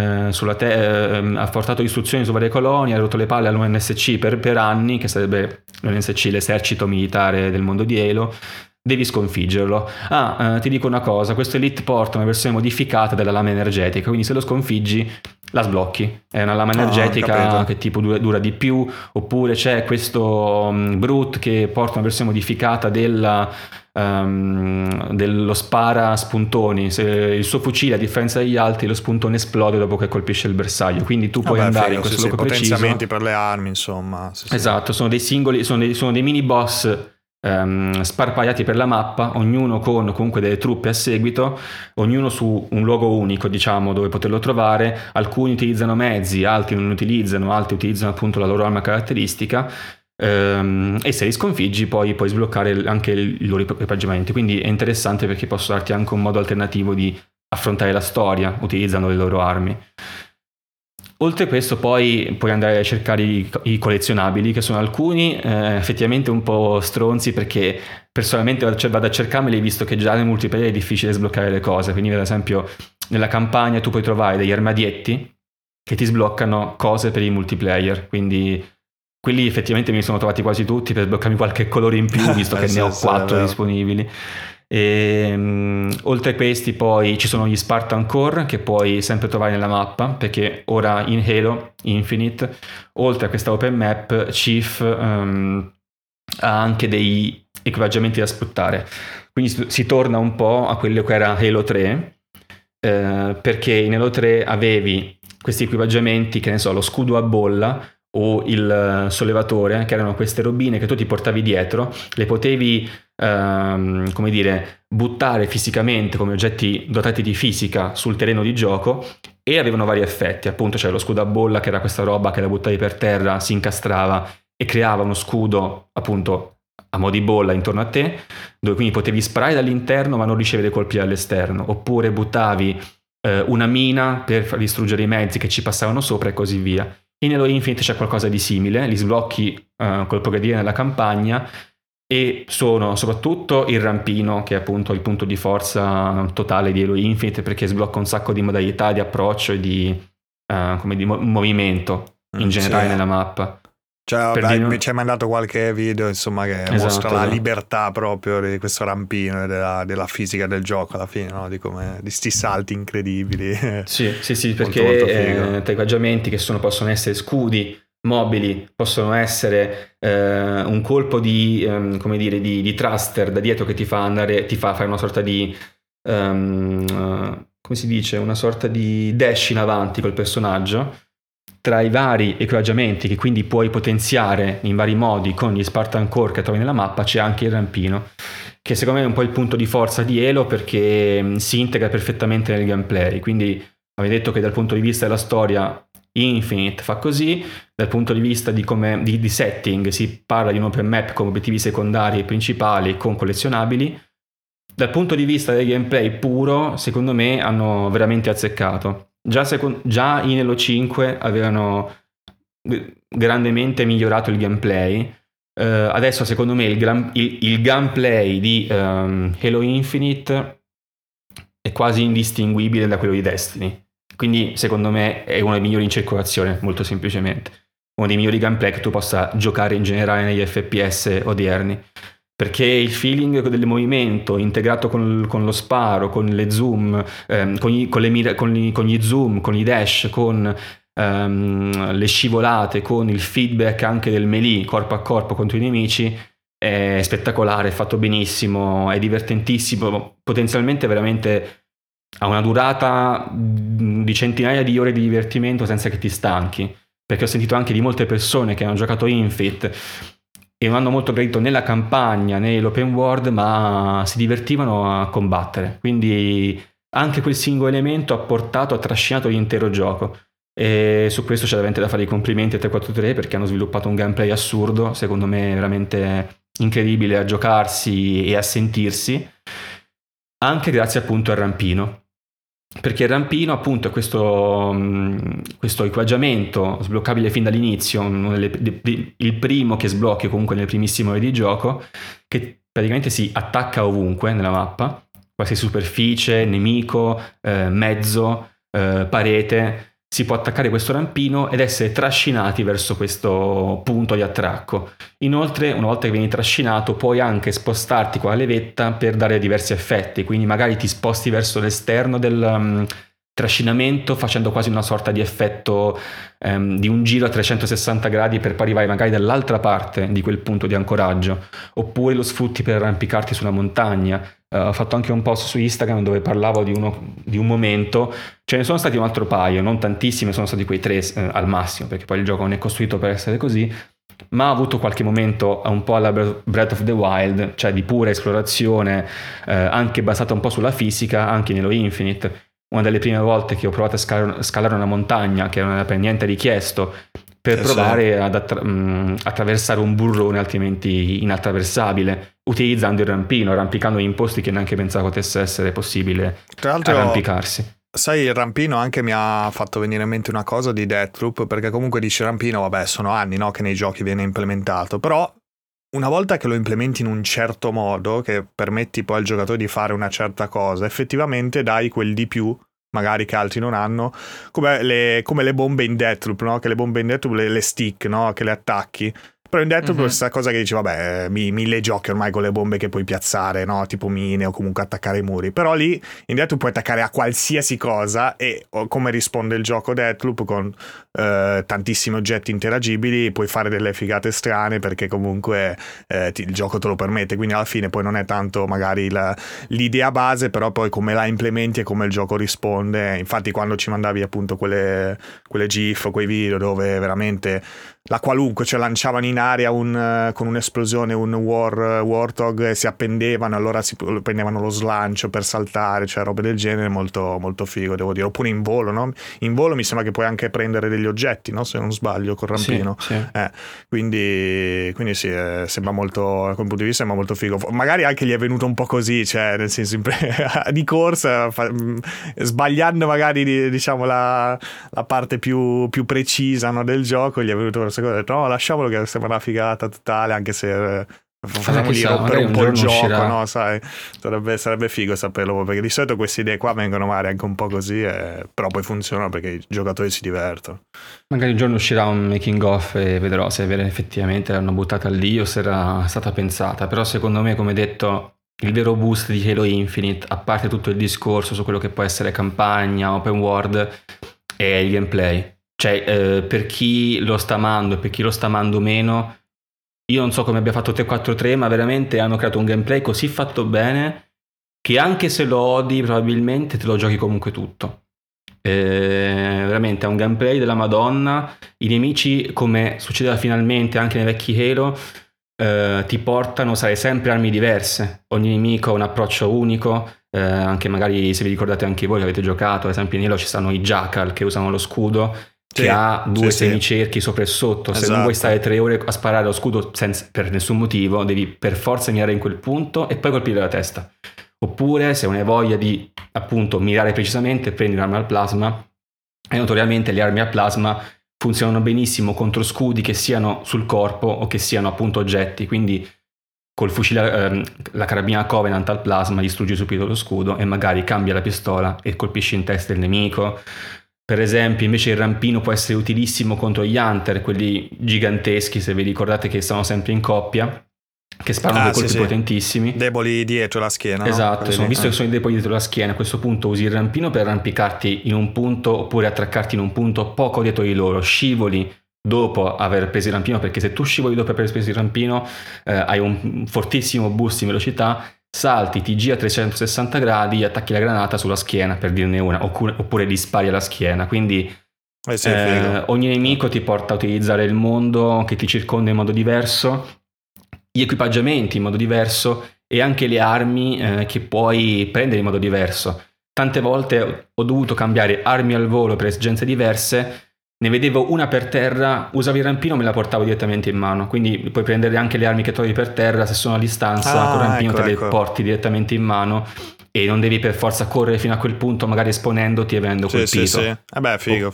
ha portato distruzioni su varie colonie, ha rotto le palle all'UNSC per anni, che sarebbe l'UNSC, l'esercito militare del mondo di Halo. Devi sconfiggerlo. Ti dico una cosa, questo elite porta una versione modificata della lama energetica, quindi se lo sconfiggi la sblocchi. È una lama energetica che tipo dura di più. Oppure c'è questo Brute che porta una versione modificata dello spara spuntoni. Se il suo fucile, a differenza degli altri, lo spuntone esplode dopo che colpisce il bersaglio, quindi tu puoi andare in questo luogo preciso. Potenziamenti per le armi, insomma. Esatto, sono dei singoli, sono dei mini boss sparpagliati per la mappa, ognuno con comunque delle truppe a seguito, ognuno su un luogo unico, diciamo, dove poterlo trovare. Alcuni utilizzano mezzi, altri non utilizzano, altri utilizzano appunto la loro arma caratteristica, e se li sconfiggi poi puoi sbloccare anche i loro equipaggiamenti. Quindi è interessante perché posso darti anche un modo alternativo di affrontare la storia utilizzando le loro armi. Oltre a questo poi puoi andare a cercare i collezionabili, che sono alcuni effettivamente un po' stronzi, perché personalmente vado a cercarmeli visto che già nel multiplayer è difficile sbloccare le cose. Quindi ad esempio nella campagna tu puoi trovare degli armadietti che ti sbloccano cose per il multiplayer, quindi quelli effettivamente mi sono trovati quasi tutti per sbloccarmi qualche colore in più, visto che ne ho 4 disponibili. E, oltre a questi poi ci sono gli Spartan Core che puoi sempre trovare nella mappa, perché ora in Halo Infinite, oltre a questa open map, Chief ha anche dei equipaggiamenti da sfruttare, quindi si torna un po' a quello che era Halo 3, perché in Halo 3 avevi questi equipaggiamenti, che ne so, lo scudo a bolla o il sollevatore, che erano queste robine che tu ti portavi dietro, le potevi come dire, buttare fisicamente come oggetti dotati di fisica sul terreno di gioco, e avevano vari effetti. Appunto c'è lo scudo a bolla, che era questa roba che la buttavi per terra, si incastrava e creava uno scudo appunto a mo' di bolla intorno a te, dove quindi potevi sparare dall'interno ma non ricevere colpi dall'esterno, oppure buttavi una mina per far distruggere i mezzi che ci passavano sopra e così via. In Halo Infinite c'è qualcosa di simile, li sblocchi col progredire nella campagna, e sono soprattutto il rampino, che è appunto il punto di forza totale di Halo Infinite, perché sblocca un sacco di modalità di approccio e di, movimento in generale nella mappa. Cioè, ci hai mandato qualche video, insomma, che mostra la libertà proprio di questo rampino e della fisica del gioco alla fine, no? Di sti salti incredibili. Sì, perché tra equipaggiamenti che possono essere scudi mobili, possono essere un colpo di come dire di thruster da dietro che ti fa fare una sorta di come si dice, una sorta di dash in avanti col personaggio. Tra i vari equipaggiamenti che quindi puoi potenziare in vari modi con gli Spartan Core che trovi nella mappa, c'è anche il rampino, che secondo me è un po' il punto di forza di Halo, perché si integra perfettamente nel gameplay. Quindi avevo detto che dal punto di vista della storia Infinite fa così, dal punto di vista di setting si parla di un open map con obiettivi secondari e principali con collezionabili. Dal punto di vista del gameplay puro, secondo me hanno veramente azzeccato. Già in Halo 5 avevano grandemente migliorato il gameplay. Adesso secondo me il gameplay di Halo Infinite è quasi indistinguibile da quello di Destiny. Quindi secondo me è uno dei migliori in circolazione, molto semplicemente. Uno dei migliori gameplay che tu possa giocare in generale negli FPS odierni. Perché il feeling del movimento integrato con lo sparo, con le zoom, con gli zoom, con i dash, con le scivolate, con il feedback anche del melee corpo a corpo contro i nemici, è spettacolare, è fatto benissimo, è divertentissimo, potenzialmente veramente ha una durata di centinaia di ore di divertimento senza che ti stanchi, perché ho sentito anche di molte persone che hanno giocato Infinite e non hanno molto gradito né la campagna né l'open world, ma si divertivano a combattere. Quindi anche quel singolo elemento ha trascinato l'intero gioco, e su questo c'è veramente da fare i complimenti a 343, perché hanno sviluppato un gameplay assurdo, secondo me veramente incredibile a giocarsi e a sentirsi, anche grazie appunto al rampino. Perché il rampino appunto è questo equipaggiamento sbloccabile fin dall'inizio, il primo che sblocchi comunque nelle primissime ore di gioco, che praticamente si attacca ovunque nella mappa, qualsiasi superficie, nemico, mezzo, parete. Si può attaccare questo rampino ed essere trascinati verso questo punto di attracco. Inoltre, una volta che vieni trascinato, puoi anche spostarti con la levetta per dare diversi effetti. Quindi magari ti sposti verso l'esterno del trascinamento, facendo quasi una sorta di effetto di un giro a 360 gradi per poi arrivare magari dall'altra parte di quel punto di ancoraggio. Oppure lo sfrutti per arrampicarti sulla montagna. Ho fatto anche un post su Instagram dove parlavo di un momento. Ce ne sono stati un altro paio, non tantissimi, sono stati quei 3 al massimo, perché poi il gioco non è costruito per essere così, ma ho avuto qualche momento un po' alla Breath of the Wild, cioè di pura esplorazione, anche basata un po' sulla fisica, anche in Halo Infinite. Una delle prime volte che ho provato a scalare una montagna, che non era per niente richiesto, per provare ad attraversare un burrone altrimenti inattraversabile, utilizzando il rampino, arrampicando in posti che neanche pensavo potesse essere possibile arrampicarsi. Sai, il rampino anche mi ha fatto venire in mente una cosa di Deathloop, perché comunque dice rampino, vabbè, sono anni, no, che nei giochi viene implementato, però una volta che lo implementi in un certo modo, che permetti poi al giocatore di fare una certa cosa, effettivamente dai quel di più, magari che altri non hanno, come le bombe in Deathloop, no? Che le bombe in Deathloop, le stick, no? Che le attacchi. Però in Deathloop questa cosa che dici, vabbè, mille giochi ormai con le bombe che puoi piazzare, no? Tipo mine o comunque attaccare i muri. Però lì in Deathloop puoi attaccare a qualsiasi cosa e come risponde il gioco Deathloop con tantissimi oggetti interagibili, puoi fare delle figate strane perché comunque il gioco te lo permette. Quindi alla fine poi non è tanto magari l'idea base, però poi come la implementi e come il gioco risponde. Infatti quando ci mandavi appunto quelle gif o quei video dove veramente la qualunque, cioè lanciavano in aria con un'esplosione un Warthog e si appendevano, allora prendevano lo slancio per saltare, cioè robe del genere, molto, molto figo, devo dire. Oppure in volo, no? In volo mi sembra che puoi anche prendere degli oggetti, no? Se non sbaglio, col rampino. Sì. Quindi sì, sembra molto, da quel punto di vista sembra molto figo. Magari anche gli è venuto un po' così, cioè nel senso di corsa, sbagliando magari diciamo la parte più precisa, no, del gioco, gli è venuto per secondo, ho detto no, lasciamolo che sembra una figata totale, anche se facciamogli rompere un po' il gioco, uscirà. No, sai, sarebbe figo saperlo, perché di solito queste idee qua vengono magari anche un po' così, però poi funzionano perché i giocatori si divertono. Magari un giorno uscirà un making of e vedrò se effettivamente l'hanno buttata lì o se era stata pensata. Però secondo me, come detto, il vero boost di Halo Infinite, a parte tutto il discorso su quello che può essere campagna, open world, è il gameplay. Cioè, per chi lo sta amando e per chi lo sta amando meno, io non so come abbia fatto 343, ma veramente hanno creato un gameplay così fatto bene che anche se lo odi probabilmente te lo giochi comunque tutto. Veramente è un gameplay della Madonna. I nemici, come succedeva finalmente anche nei vecchi Halo, ti portano, sai, sempre armi diverse. Ogni nemico ha un approccio unico. Anche magari se vi ricordate anche voi che avete giocato, ad esempio in Halo ci stanno i Jackal che usano lo scudo, che ha due semicerchi sopra e sotto. Se non vuoi stare 3 ore a sparare lo scudo per nessun motivo, devi per forza mirare in quel punto e poi colpire la testa. Oppure se non hai voglia di appunto mirare precisamente, prendi un'arma al plasma, e notoriamente le armi a plasma funzionano benissimo contro scudi che siano sul corpo o che siano appunto oggetti. Quindi col fucile, la carabina Covenant al plasma distruggi subito lo scudo e magari cambia la pistola e colpisci in testa il nemico. Per esempio, invece il rampino può essere utilissimo contro gli Hunter, quelli giganteschi, se vi ricordate, che stanno sempre in coppia, che sparano dei colpi potentissimi. Deboli dietro la schiena. Esatto, no? Visto che sono deboli dietro la schiena, a questo punto usi il rampino per arrampicarti in un punto oppure attraccarti in un punto poco dietro di loro, scivoli dopo aver preso il rampino, perché se tu scivoli dopo aver preso il rampino hai un fortissimo boost in velocità, salti, ti gira a 360 gradi, attacchi la granata sulla schiena, per dirne una, oppure gli spari alla schiena. Quindi ogni nemico ti porta a utilizzare il mondo che ti circonda in modo diverso, gli equipaggiamenti in modo diverso e anche le armi che puoi prendere in modo diverso. Tante volte ho dovuto cambiare armi al volo per esigenze diverse. Ne vedevo una per terra, usavi il rampino, me la portavo direttamente in mano. Quindi puoi prendere anche le armi che trovi per terra, se sono a distanza, col rampino te le porti direttamente in mano e non devi per forza correre fino a quel punto, magari esponendoti e venendo colpito. Sì. Figo.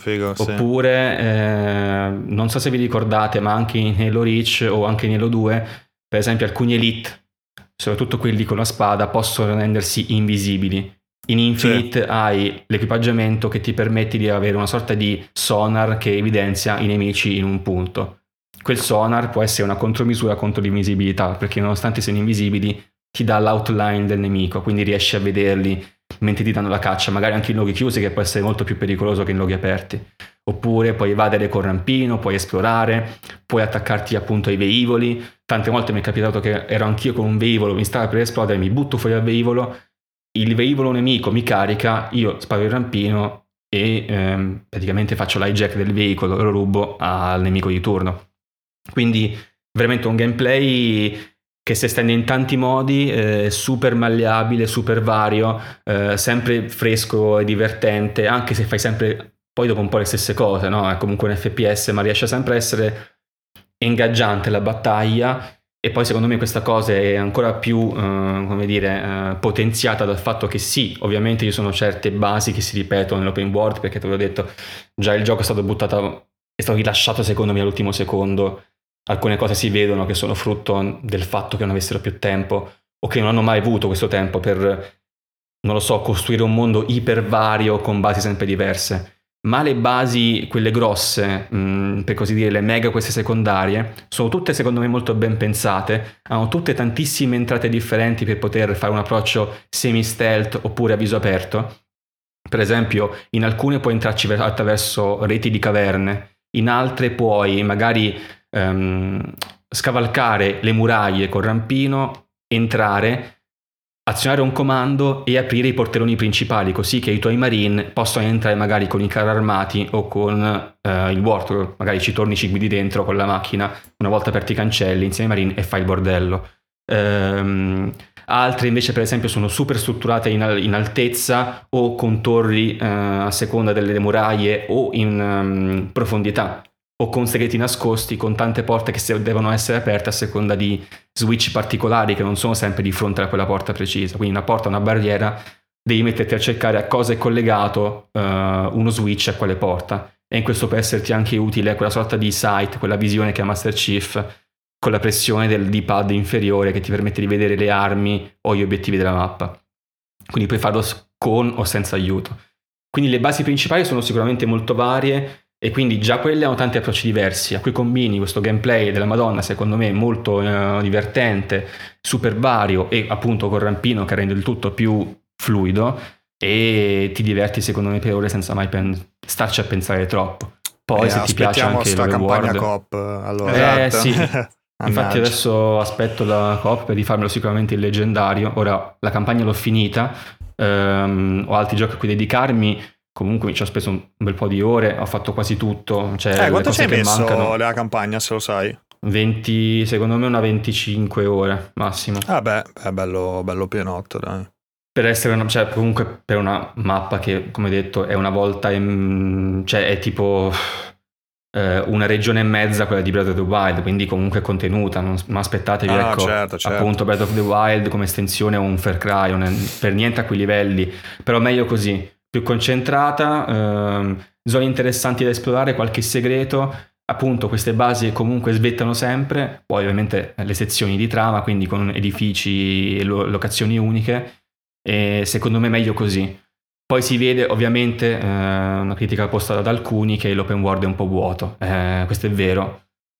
Oppure, non so se vi ricordate, ma anche in Halo Reach o anche in Halo 2, per esempio alcuni Elite, soprattutto quelli con la spada, possono rendersi invisibili. In Infinite hai l'equipaggiamento che ti permette di avere una sorta di sonar che evidenzia i nemici in un punto. Quel sonar può essere una contromisura contro l'invisibilità, perché nonostante siano invisibili ti dà l'outline del nemico, quindi riesci a vederli mentre ti danno la caccia, magari anche in luoghi chiusi, che può essere molto più pericoloso che in luoghi aperti. Oppure puoi evadere col rampino, puoi esplorare, puoi attaccarti appunto ai velivoli. Tante volte mi è capitato che ero anch'io con un velivolo, mi stava per esplodere, mi butto fuori dal velivolo, il velivolo nemico mi carica, io sparo il rampino e praticamente faccio l'hijack del veicolo e lo rubo al nemico di turno. Quindi veramente un gameplay che si estende in tanti modi, super malleabile, super vario, sempre fresco e divertente, anche se fai sempre poi dopo un po' le stesse cose, no? È comunque un FPS, ma riesce sempre a essere ingaggiante la battaglia. E poi secondo me questa cosa è ancora più, potenziata dal fatto che sì, ovviamente ci sono certe basi che si ripetono nell'open world, perché te l'ho detto, già il gioco è stato rilasciato secondo me all'ultimo secondo. Alcune cose si vedono che sono frutto del fatto che non avessero più tempo o che non hanno mai avuto questo tempo per non lo so, costruire un mondo ipervario con basi sempre diverse. Ma le basi, quelle grosse, per così dire, le mega queste secondarie, sono tutte secondo me molto ben pensate, hanno tutte tantissime entrate differenti per poter fare un approccio semi-stealth oppure a viso aperto. Per esempio, in alcune puoi entrarci attraverso reti di caverne, in altre puoi magari scavalcare le muraglie col rampino, entrare, azionare un comando e aprire i porteroni principali, così che i tuoi marine possono entrare magari con i carri armati o con il Warthog, magari ci guidi dentro con la macchina, una volta aperti i cancelli insieme ai marine e fai il bordello. Altre invece per esempio sono super strutturate in altezza o con torri a seconda delle muraglie o in profondità, o con segreti nascosti, con tante porte che devono essere aperte a seconda di switch particolari che non sono sempre di fronte a quella porta precisa. Quindi una porta, una barriera, devi metterti a cercare a cosa è collegato uno switch a quale porta, e in questo può esserti anche utile quella sorta di sight, quella visione che ha Master Chief, con la pressione del D-pad inferiore che ti permette di vedere le armi o gli obiettivi della mappa. Quindi puoi farlo con o senza aiuto. Quindi le basi principali sono sicuramente molto varie, e quindi già quelle hanno tanti approcci diversi, a cui combini questo gameplay della Madonna, secondo me molto divertente, super vario, e appunto col rampino che rende il tutto più fluido, e ti diverti secondo me per ore senza mai starci a pensare troppo. Poi se ti piace anche la campagna coop, allora. Sì. Infatti adesso aspetto la coop per rifarmelo sicuramente il leggendario. Ora la campagna l'ho finita, ho altri giochi a cui dedicarmi. Comunque ci ho speso un bel po' di ore, ho fatto quasi tutto. Cioè, quanto ci hai messo mancano, la campagna, se lo sai? 20, secondo me una 25 ore massimo. Ah beh, è bello pienotto, dai. Per essere cioè comunque per una mappa che, come detto, è una volta cioè è tipo una regione e mezza quella di Breath of the Wild, quindi comunque contenuta, non aspettatevi certo. appunto Breath of the Wild come estensione o un Far Cry, non è per niente a quei livelli, però meglio così, più concentrata, zone interessanti da esplorare, qualche segreto, appunto queste basi comunque svettano sempre, poi ovviamente le sezioni di trama, quindi con edifici e locazioni uniche, e secondo me meglio così. Poi si vede ovviamente una critica posta da alcuni che l'open world è un po' vuoto, questo è vero,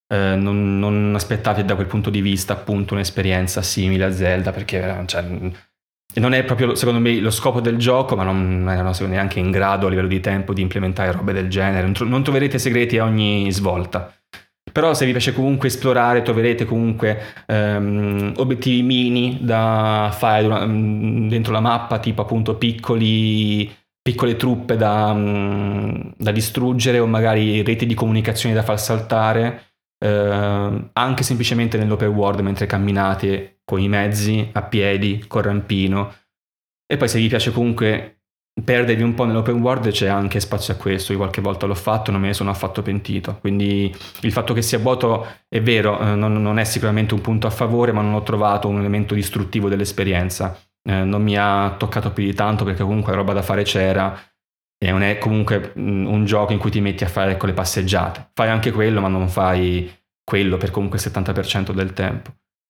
non aspettate da quel punto di vista appunto un'esperienza simile a Zelda, perché non è proprio secondo me lo scopo del gioco, ma non erano neanche in grado a livello di tempo di implementare robe del genere, non troverete segreti a ogni svolta. Però se vi piace comunque esplorare, troverete comunque obiettivi mini da fare dentro la mappa, tipo appunto piccole truppe da distruggere, o magari reti di comunicazione da far saltare, anche semplicemente nell'open world mentre camminate con i mezzi, a piedi, col rampino. E poi se vi piace comunque perdervi un po' nell'open world, c'è anche spazio a questo. Io qualche volta l'ho fatto, non me ne sono affatto pentito, quindi il fatto che sia vuoto è vero, non è sicuramente un punto a favore, ma non ho trovato un elemento distruttivo dell'esperienza, non mi ha toccato più di tanto, perché comunque roba da fare c'era, e non è comunque un gioco in cui ti metti a fare con le passeggiate, fai anche quello ma non fai quello per comunque il 70% del tempo.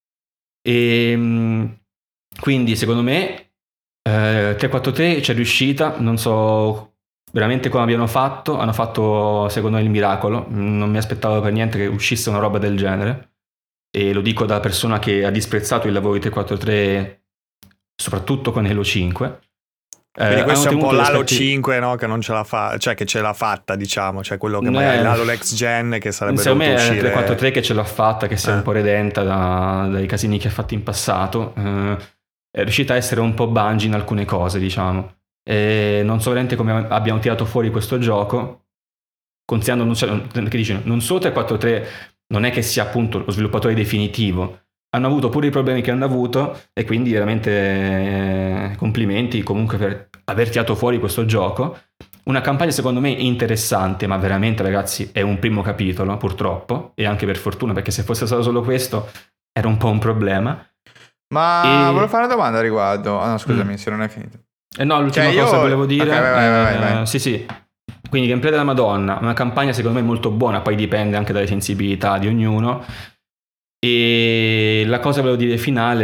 E quindi secondo me 343 c'è riuscita, non so veramente come hanno fatto secondo me il miracolo, non mi aspettavo per niente che uscisse una roba del genere, e lo dico da persona che ha disprezzato il lavoro di 343 soprattutto con Halo 5. Quindi questo è un po' l'Halo 5, no? Che non ce la fa, cioè che ce l'ha fatta, diciamo, cioè quello che magari l'Halo Next Gen che sarebbe dovuto uscire. Secondo me è 343 che ce l'ha fatta, che si è un po' redenta dai casini che ha fatto in passato, è riuscita a essere un po' Bungie in alcune cose, diciamo, e non so veramente come abbiamo tirato fuori questo gioco, considerando che dice, non solo 343 non è che sia appunto lo sviluppatore definitivo, hanno avuto pure i problemi che hanno avuto, e quindi veramente complimenti comunque per aver tirato fuori questo gioco. Una campagna secondo me interessante, ma veramente ragazzi è un primo capitolo purtroppo, e anche per fortuna, perché se fosse stato solo questo era un po' un problema. Ma volevo fare una domanda a riguardo. No, scusami, se non è finito. No, l'ultima cosa che volevo dire. Okay, vai. Sì. Quindi gameplay della Madonna, una campagna secondo me molto buona, poi dipende anche dalle sensibilità di ognuno. E la cosa che volevo dire finale,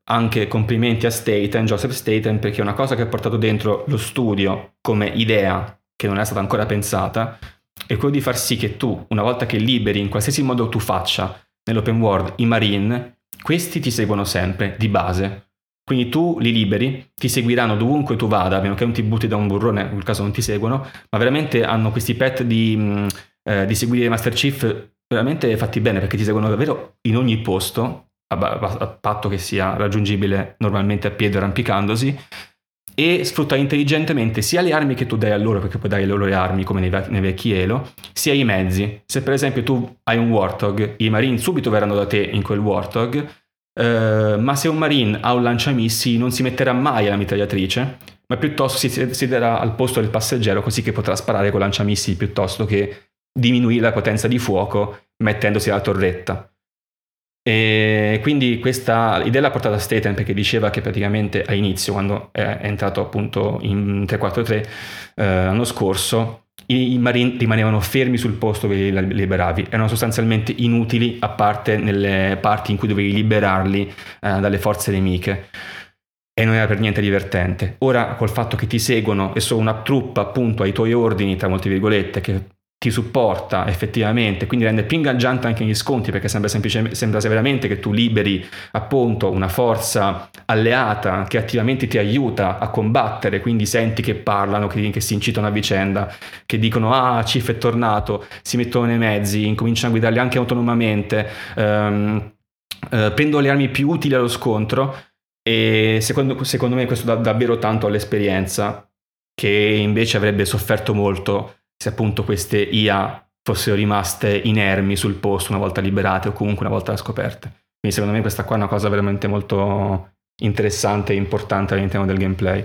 anche complimenti a Staten, Joseph Staten, perché una cosa che ha portato dentro lo studio come idea, che non è stata ancora pensata, è quello di far sì che tu, una volta che liberi in qualsiasi modo tu faccia nell'open world i Marine, questi ti seguono sempre, di base. Quindi tu li liberi, ti seguiranno dovunque tu vada, a meno che non ti butti da un burrone, in quel caso non ti seguono, ma veramente hanno questi pet di seguire Master Chief veramente fatti bene, perché ti seguono davvero in ogni posto, a patto che sia raggiungibile normalmente a piedi arrampicandosi, e sfrutta intelligentemente sia le armi che tu dai a loro, perché puoi dare loro le armi come nei vecchi Halo, sia i mezzi. Se per esempio tu hai un Warthog, i Marine subito verranno da te in quel Warthog, ma se un Marine ha un lanciamissili non si metterà mai alla mitragliatrice, ma piuttosto si siederà al posto del passeggero, così che potrà sparare con lanciamissili piuttosto che diminuire la potenza di fuoco mettendosi alla torretta. E quindi questa idea l'ha portata Staten, perché diceva che praticamente all'inizio, quando è entrato appunto in 343 l'anno scorso, i Marine rimanevano fermi sul posto dove li liberavi, erano sostanzialmente inutili a parte nelle parti in cui dovevi liberarli dalle forze nemiche, e non era per niente divertente. Ora, col fatto che ti seguono e sono una truppa appunto ai tuoi ordini, tra molte virgolette, che ti supporta effettivamente, quindi rende più ingaggiante anche gli scontri, perché sembra veramente che tu liberi appunto una forza alleata che attivamente ti aiuta a combattere, quindi senti che parlano, che si incitano a vicenda, che dicono Chief è tornato, si mettono nei mezzi, incominciano a guidarli anche autonomamente, prendono le armi più utili allo scontro, e secondo me questo dà davvero tanto all'esperienza, che invece avrebbe sofferto molto se appunto queste IA fossero rimaste inermi sul posto una volta liberate o comunque una volta scoperte. Quindi secondo me questa qua è una cosa veramente molto interessante e importante all'interno del gameplay.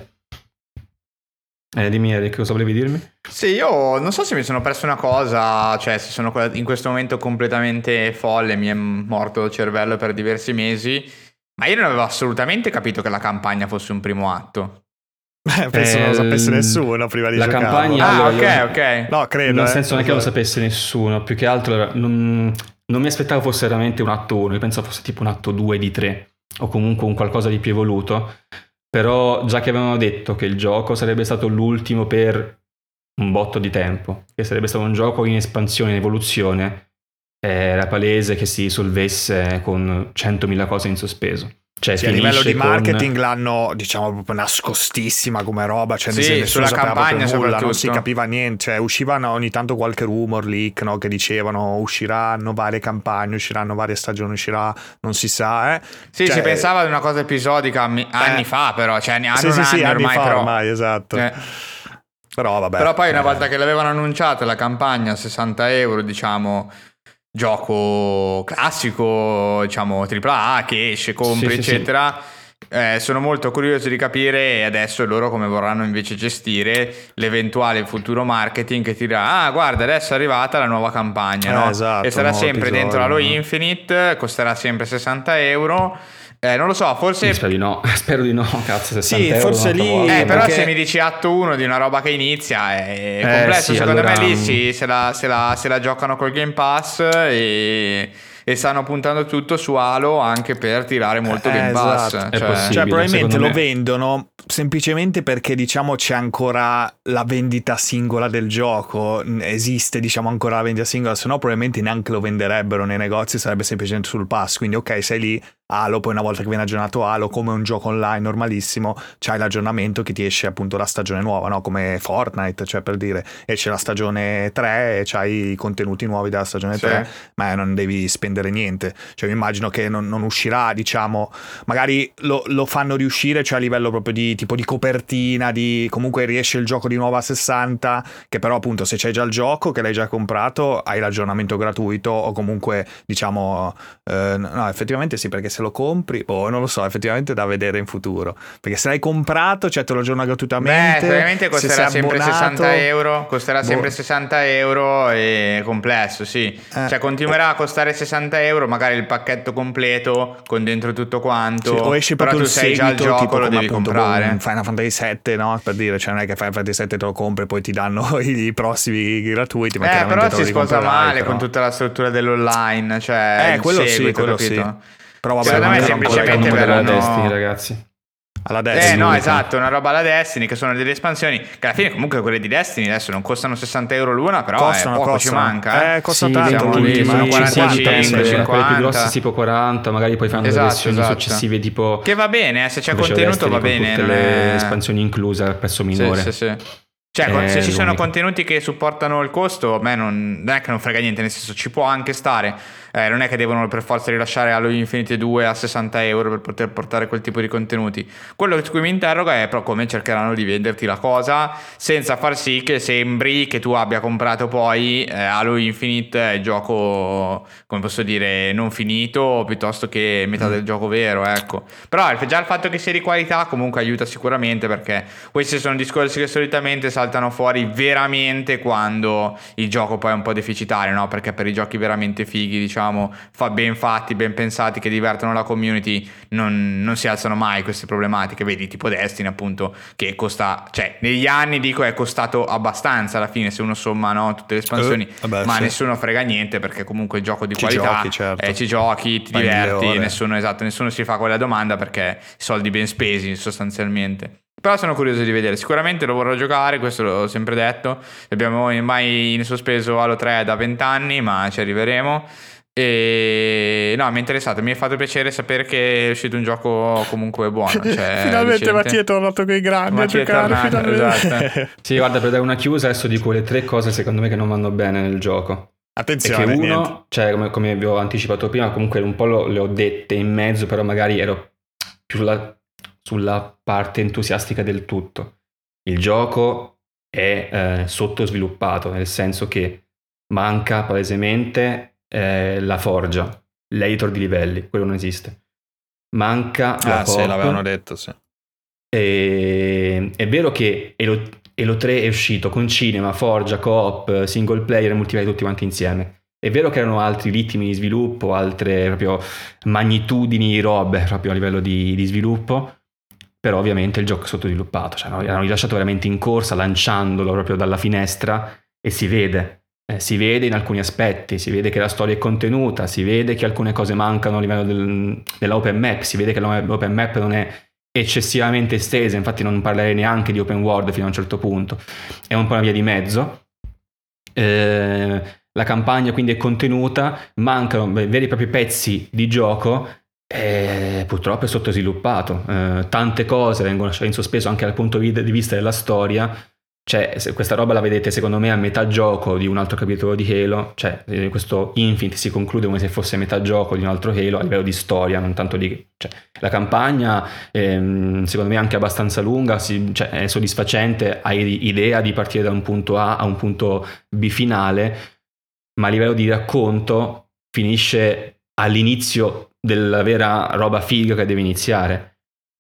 Dimmi Eric, cosa volevi dirmi? Sì, io non so se mi sono perso una cosa, cioè se sono in questo momento completamente folle, mi è morto il cervello per diversi mesi, ma io non avevo assolutamente capito che la campagna fosse un primo atto. Penso non lo sapesse nessuno prima di la giocarlo. campagna, ok. No, credo. Nel senso non è che lo sapesse nessuno, più che altro non mi aspettavo fosse veramente un atto 1, io pensavo fosse tipo un atto 2 di 3, o comunque un qualcosa di più evoluto, però già che avevano detto che il gioco sarebbe stato l'ultimo per un botto di tempo, che sarebbe stato un gioco in espansione, in evoluzione, era palese che si risolvesse con 100.000 cose in sospeso. Cioè, sì, a livello di marketing l'hanno, diciamo, proprio nascostissima come roba, cioè sì, sulla campagna nulla, non si capiva niente, cioè uscivano ogni tanto qualche rumor leak, no, che dicevano usciranno varie campagne, usciranno varie stagioni, uscirà non si sa, Sì, si pensava ad una cosa episodica anni fa, però, cioè anni ormai, fa, però ormai, esatto. Però vabbè. Però poi una volta che l'avevano annunciata la campagna a €60, diciamo, gioco classico, diciamo AAA, che esce, compri, eccetera. Sono molto curioso di capire adesso loro come vorranno invece gestire l'eventuale futuro marketing, che ti dirà guarda, adesso è arrivata la nuova campagna, no? Esatto, e sarà sempre dentro Halo Infinite, costerà sempre €60. Non lo so, forse spero di no, cazzo, 60 sì, euro forse lì però perché... se mi dici atto 1 di una roba che inizia è complesso, sì, secondo allora... me lì se la giocano col Game Pass e stanno puntando tutto su Halo, anche per tirare molto Game Pass. Esatto. Cioè probabilmente lo vendono semplicemente perché, diciamo, c'è ancora la vendita singola del gioco, esiste, diciamo, ancora la vendita singola, se no probabilmente neanche lo venderebbero nei negozi, sarebbe semplicemente sul pass. Quindi ok, sei lì Halo, poi una volta che viene aggiornato Halo, come un gioco online normalissimo, c'hai l'aggiornamento che ti esce appunto la stagione nuova, no? Come Fortnite, cioè, per dire, esce la stagione 3 e c'hai i contenuti nuovi della stagione 3, ma non devi spendere niente. Cioè mi immagino che non uscirà, diciamo, magari lo fanno riuscire, cioè a livello proprio di tipo di copertina, di comunque riesce il gioco di nuovo a 60, che però appunto se c'hai già il gioco, che l'hai già comprato, hai l'aggiornamento gratuito, o comunque diciamo no, effettivamente sì, perché se lo compri, non lo so, effettivamente da vedere in futuro, perché se l'hai comprato, cioè te lo aggiorna gratuitamente, probabilmente costerà sempre €60, costerà sempre €60 e complesso, sì, cioè continuerà a costare €60, magari il pacchetto completo con dentro tutto quanto, o esce però proprio tu sei già il gioco, tipo lo devi comprare. Final Fantasy VII, no? Per dire, cioè non è che Final Fantasy VII te lo compri e poi ti danno i prossimi gratuiti, ma però si sposa male con tutta la struttura dell'online, cioè quello seguito, quello capito? Però vabbè, Secondo me manca un po' la semplicemente un modello verranno- Destiny, ragazzi. alla destra. no, l'unica. esatto, una roba alla Destiny, che sono delle espansioni che alla fine comunque quelle di Destiny adesso non costano 60 euro l'una, però poco ci manca. Costa Sì, tanto. siamo lì, l'ultima, sono 25, 45, 50, quelli più 50. grossi tipo 40, magari poi fanno Esatto, le versioni esatto. successive tipo Che va bene, se c'è invece contenuto Destiny va con bene. tutte non le è- espansioni incluse al prezzo minore. Sì, sì, sì. Cioè, È se ci sono l'unica. contenuti che supportano il costo, a me non è che non frega niente, nel senso ci può anche stare. Non è che devono per forza rilasciare Halo Infinite 2 a 60 euro per poter portare quel tipo di contenuti. Quello su cui mi interroga è però come cercheranno di venderti la cosa senza far sì che sembri che tu abbia comprato poi Halo Infinite, il gioco, come posso dire, non finito, piuttosto che metà del gioco vero, ecco. Però già il fatto che sia di qualità comunque aiuta sicuramente, perché questi sono discorsi che solitamente saltano fuori veramente quando il gioco poi è un po' deficitario, no? Perché per i giochi veramente fighi, diciamo, ben fatti, ben pensati, che divertono la community, non si alzano mai queste problematiche. Vedi, tipo Destiny, appunto, che costa, cioè negli anni dico è costato abbastanza alla fine, se uno somma, no, tutte le espansioni, vabbè, ma sì. nessuno frega niente, perché comunque è gioco di Ci qualità, giochi, certo. ci giochi, ti Fai 1000 diverti, ore. nessuno si fa quella domanda, perché soldi ben spesi sostanzialmente. Però sono curioso di vedere, sicuramente lo vorrò giocare, questo l'ho sempre detto. Abbiamo mai in sospeso Halo 3 da 20 anni, ma ci arriveremo. E no, mi è interessato, mi ha fatto piacere sapere che è uscito un gioco comunque buono, cioè Finalmente decente. Mattia è tornato con i grandi a Mattia è giocare. tornato, finalmente. esatto. Sì, guarda, per dare una chiusa adesso dico le 3 cose secondo me che non vanno bene nel gioco. E Attenzione, che uno, niente. cioè come vi ho anticipato prima, comunque un po' le ho dette in mezzo, però magari ero più sulla parte entusiastica del tutto. Il gioco è sottosviluppato, nel senso che manca palesemente la forgia, l'editor di livelli, quello non esiste. Manca la Sì, coop. l'avevano detto, sì. È vero che Halo 3 è uscito con cinema, forgia, co-op, single player e multiplayer tutti quanti insieme. È vero che erano altri ritmi di sviluppo, altre proprio magnitudini di robe proprio a livello di sviluppo, però ovviamente il gioco è sottosviluppato, cioè l'hanno rilasciato veramente in corsa, lanciandolo proprio dalla finestra, e si vede in alcuni aspetti, si vede che la storia è contenuta, si vede che alcune cose mancano a livello dell'open map, si vede che l'open map non è eccessivamente estesa, infatti non parlerei neanche di open world fino a un certo punto, è un po' una via di mezzo. La campagna quindi è contenuta, mancano veri e propri pezzi di gioco, purtroppo è sottosviluppato, tante cose vengono lasciate in sospeso anche dal punto di vista della storia. Cioè, se questa roba la vedete secondo me a metà gioco di un altro capitolo di Halo, cioè questo Infinite si conclude come se fosse metà gioco di un altro Halo a livello di storia, non tanto di... Cioè, la campagna secondo me è anche abbastanza lunga, cioè, è soddisfacente, hai idea di partire da un punto A a un punto B finale, ma a livello di racconto finisce all'inizio della vera roba figa che deve iniziare.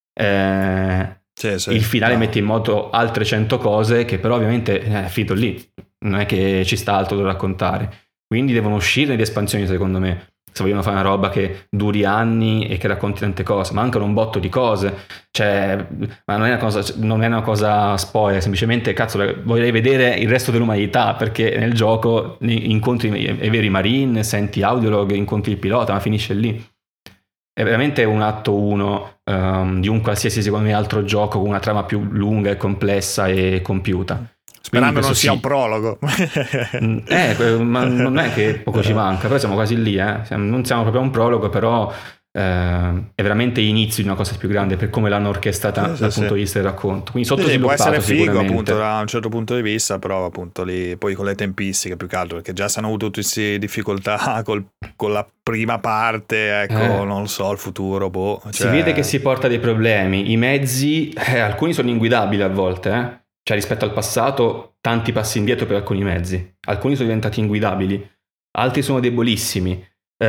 Sì, Il finale mette in moto altre 100 cose che però ovviamente è finito lì, non è che ci sta altro da raccontare, quindi devono uscire le espansioni secondo me, se vogliono fare una roba che duri anni e che racconti tante cose. Mancano un botto di cose, cioè, ma non è una cosa spoiler, semplicemente cazzo vorrei vedere il resto dell'umanità, perché nel gioco incontri i veri marine, senti audiolog, incontri il pilota, ma finisce lì. È veramente un atto 1 di un qualsiasi secondo me altro gioco con una trama più lunga e complessa e compiuta. Sperando non sia sì. un prologo. Ma non è che poco ci manca, però siamo quasi lì, non siamo proprio a un prologo, però è veramente l'inizio di una cosa più grande per come l'hanno orchestrata dal punto di vista del racconto. Quindi può sottosviluppato essere figo sicuramente. appunto da un certo punto di vista, però appunto lì poi con le tempistiche più che altro, perché già si hanno avuto tutte difficoltà con la prima parte, ecco, non lo so, il futuro, Si vede che si porta dei problemi, i mezzi, alcuni sono inguidabili a volte, cioè rispetto al passato tanti passi indietro per alcuni mezzi, alcuni sono diventati inguidabili, altri sono debolissimi,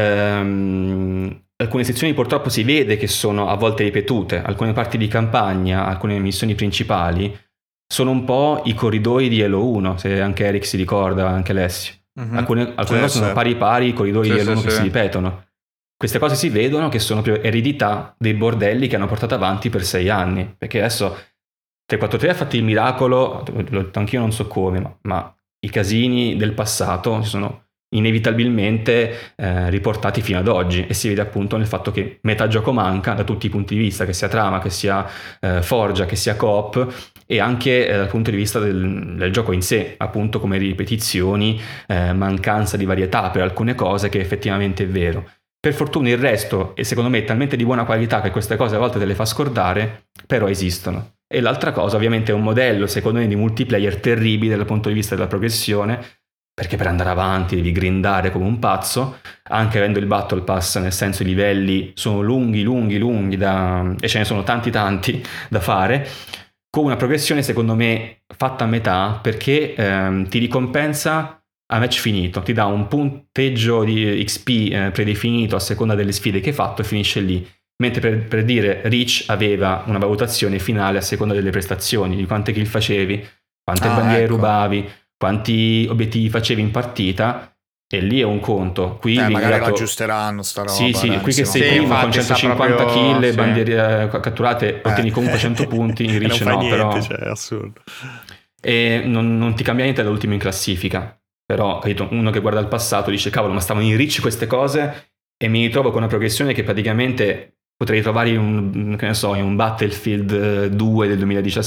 alcune sezioni purtroppo si vede che sono a volte ripetute, alcune parti di campagna, alcune missioni principali sono un po' i corridoi di Halo 1, se anche Eric si ricorda, anche Alessio. Alcune cose sono pari i corridoi di Halo 1 che si ripetono. Queste cose si vedono che sono più eredità dei bordelli che hanno portato avanti per 6 anni, perché adesso 343 ha fatto il miracolo, anch'io non so come, ma i casini del passato si sono inevitabilmente riportati fino ad oggi, e si vede appunto nel fatto che metà gioco manca da tutti i punti di vista, che sia trama, che sia forgia, che sia coop, e anche dal punto di vista del gioco in sé, appunto come ripetizioni, mancanza di varietà per alcune cose, che effettivamente è vero. Per fortuna il resto, e secondo me è talmente di buona qualità che queste cose a volte te le fa scordare, però esistono. E l'altra cosa ovviamente è un modello secondo me di multiplayer terribile dal punto di vista della progressione, perché per andare avanti devi grindare come un pazzo, anche avendo il Battle Pass, nel senso i livelli sono lunghi e ce ne sono tanti da fare, con una progressione secondo me fatta a metà, perché ti ricompensa a match finito, ti dà un punteggio di XP predefinito a seconda delle sfide che hai fatto e finisce lì. Mentre per dire Reach aveva una valutazione finale a seconda delle prestazioni, di quante kill facevi, quante bandiere rubavi, quanti obiettivi facevi in partita, e lì è un conto. Qui magari lo aggiusteranno sta roba. Sì, qui che sei primo con 150 kill e bandiere catturate, ottieni comunque 100 punti, in Reach no, niente, però cioè, è assurdo. E non ti cambia niente dall'ultimo in classifica. Però, capito, uno che guarda il passato dice cavolo, ma stavano in Reach queste cose, e mi ritrovo con una progressione che praticamente potrei trovare in un Battlefield 2 del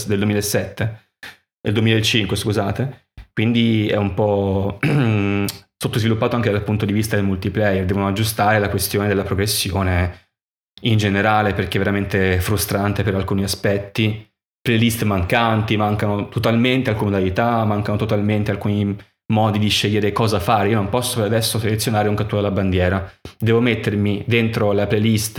2005, scusate. Quindi è un po' sottosviluppato anche dal punto di vista del multiplayer. Devono aggiustare la questione della progressione in generale, perché è veramente frustrante per alcuni aspetti. Playlist mancanti, mancano totalmente alcune modalità, mancano totalmente alcuni modi di scegliere cosa fare. Io non posso adesso selezionare un cattura alla bandiera, devo mettermi dentro la playlist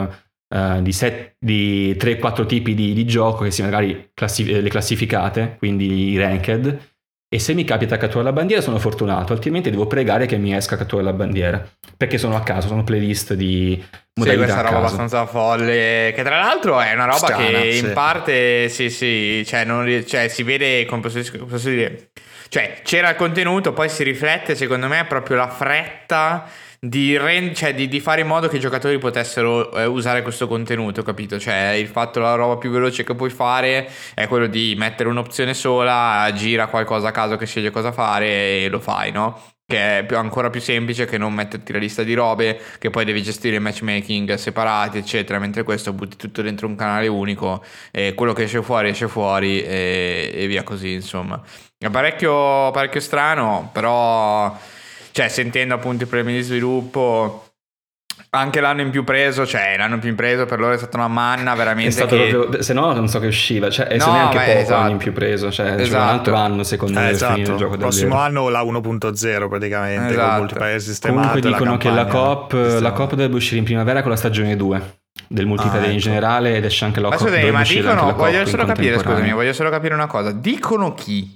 di 3-4 tipi di gioco, che sia magari le classificate, quindi i ranked, e se mi capita cattura alla bandiera sono fortunato, altrimenti devo pregare che mi esca cattura alla bandiera, perché sono a caso, sono playlist di modalità. Sì, questa roba abbastanza folle, che tra l'altro è una roba che in parte sì, cioè si vede, come posso dire, cioè c'era il contenuto, poi si riflette secondo me proprio la fretta di fare in modo che i giocatori potessero usare questo contenuto, capito? Cioè il fatto, la roba più veloce che puoi fare è quello di mettere un'opzione sola, gira qualcosa a caso che sceglie cosa fare e lo fai, no? Che è ancora più semplice che non metterti la lista di robe che poi devi gestire il matchmaking separati eccetera, mentre questo butti tutto dentro un canale unico e quello che esce fuori e via così, insomma. È parecchio strano, però cioè sentendo appunto i problemi di sviluppo, anche l'anno in più preso per loro è stata una manna veramente, è stato proprio, se no non so che usciva, cioè no, neanche poco esatto. L'anno in più preso, cioè un altro anno secondo me per finire il gioco. Il prossimo anno la 1.0 praticamente, con multiplayer sistemato. Comunque dicono che la coop dovrebbe uscire in primavera con la stagione 2 del multiplayer in generale, ed esce anche la coop. Ma dicono, voglio solo capire una cosa, dicono chi?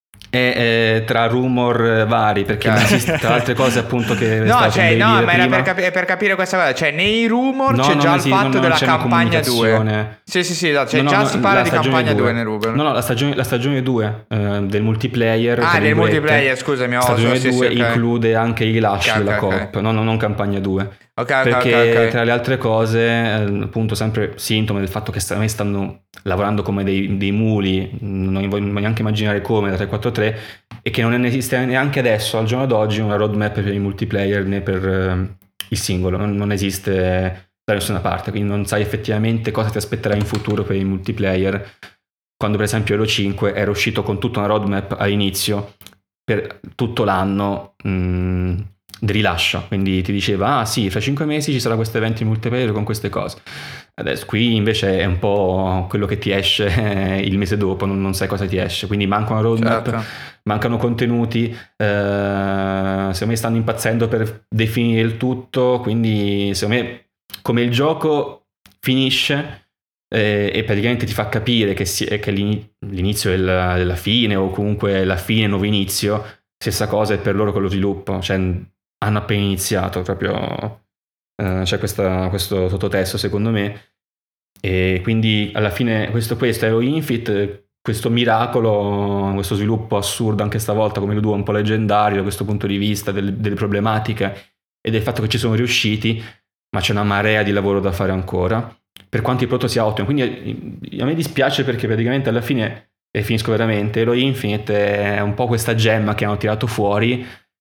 Tra rumor vari, perché non esiste, tra altre cose appunto che ma era per capire questa cosa, cioè nei rumor c'è già il fatto della campagna 2. Sì, si parla di campagna 2 nei rumor. No, la stagione 2 del multiplayer. Del multiplayer, scusami. La stagione 2 include anche i rilasci della coop, non campagna 2. Perché tra le altre cose, appunto, sempre sintomo del fatto che stanno lavorando come dei muli, non voglio neanche immaginare come, da 343, e che non esiste neanche adesso, al giorno d'oggi, una roadmap per il multiplayer né per il singolo, non esiste da nessuna parte, quindi non sai effettivamente cosa ti aspetterà in futuro per il multiplayer, quando per esempio Halo 5 era uscito con tutta una roadmap all'inizio per tutto l'anno di rilascio, quindi ti diceva sì, fra 5 mesi ci sarà questo evento in multiplayer con queste cose. Adesso qui invece è un po' quello che ti esce il mese dopo, non sai cosa ti esce, quindi manca una roadmap, mancano contenuti, secondo me stanno impazzendo per definire il tutto, quindi secondo me come il gioco finisce e praticamente ti fa capire che l'inizio è la fine, o comunque la fine è il nuovo inizio, stessa cosa è per loro con lo sviluppo, cioè hanno appena iniziato, proprio c'è questo sottotesto secondo me, e quindi alla fine questo Halo Infinite, questo miracolo, questo sviluppo assurdo anche stavolta come lo 2, un po' leggendario da questo punto di vista delle problematiche e del fatto che ci sono riusciti, ma c'è una marea di lavoro da fare ancora, per quanto il prodotto sia ottimo. Quindi a me dispiace, perché praticamente alla fine, e finisco veramente, Halo Infinite è un po' questa gemma che hanno tirato fuori,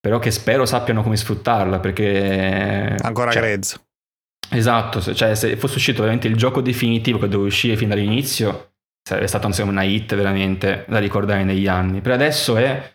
però che spero sappiano come sfruttarla, perché... Ancora grezzo. Esatto, cioè se fosse uscito veramente il gioco definitivo che doveva uscire fin dall'inizio, sarebbe stata una hit veramente da ricordare negli anni. Per adesso è...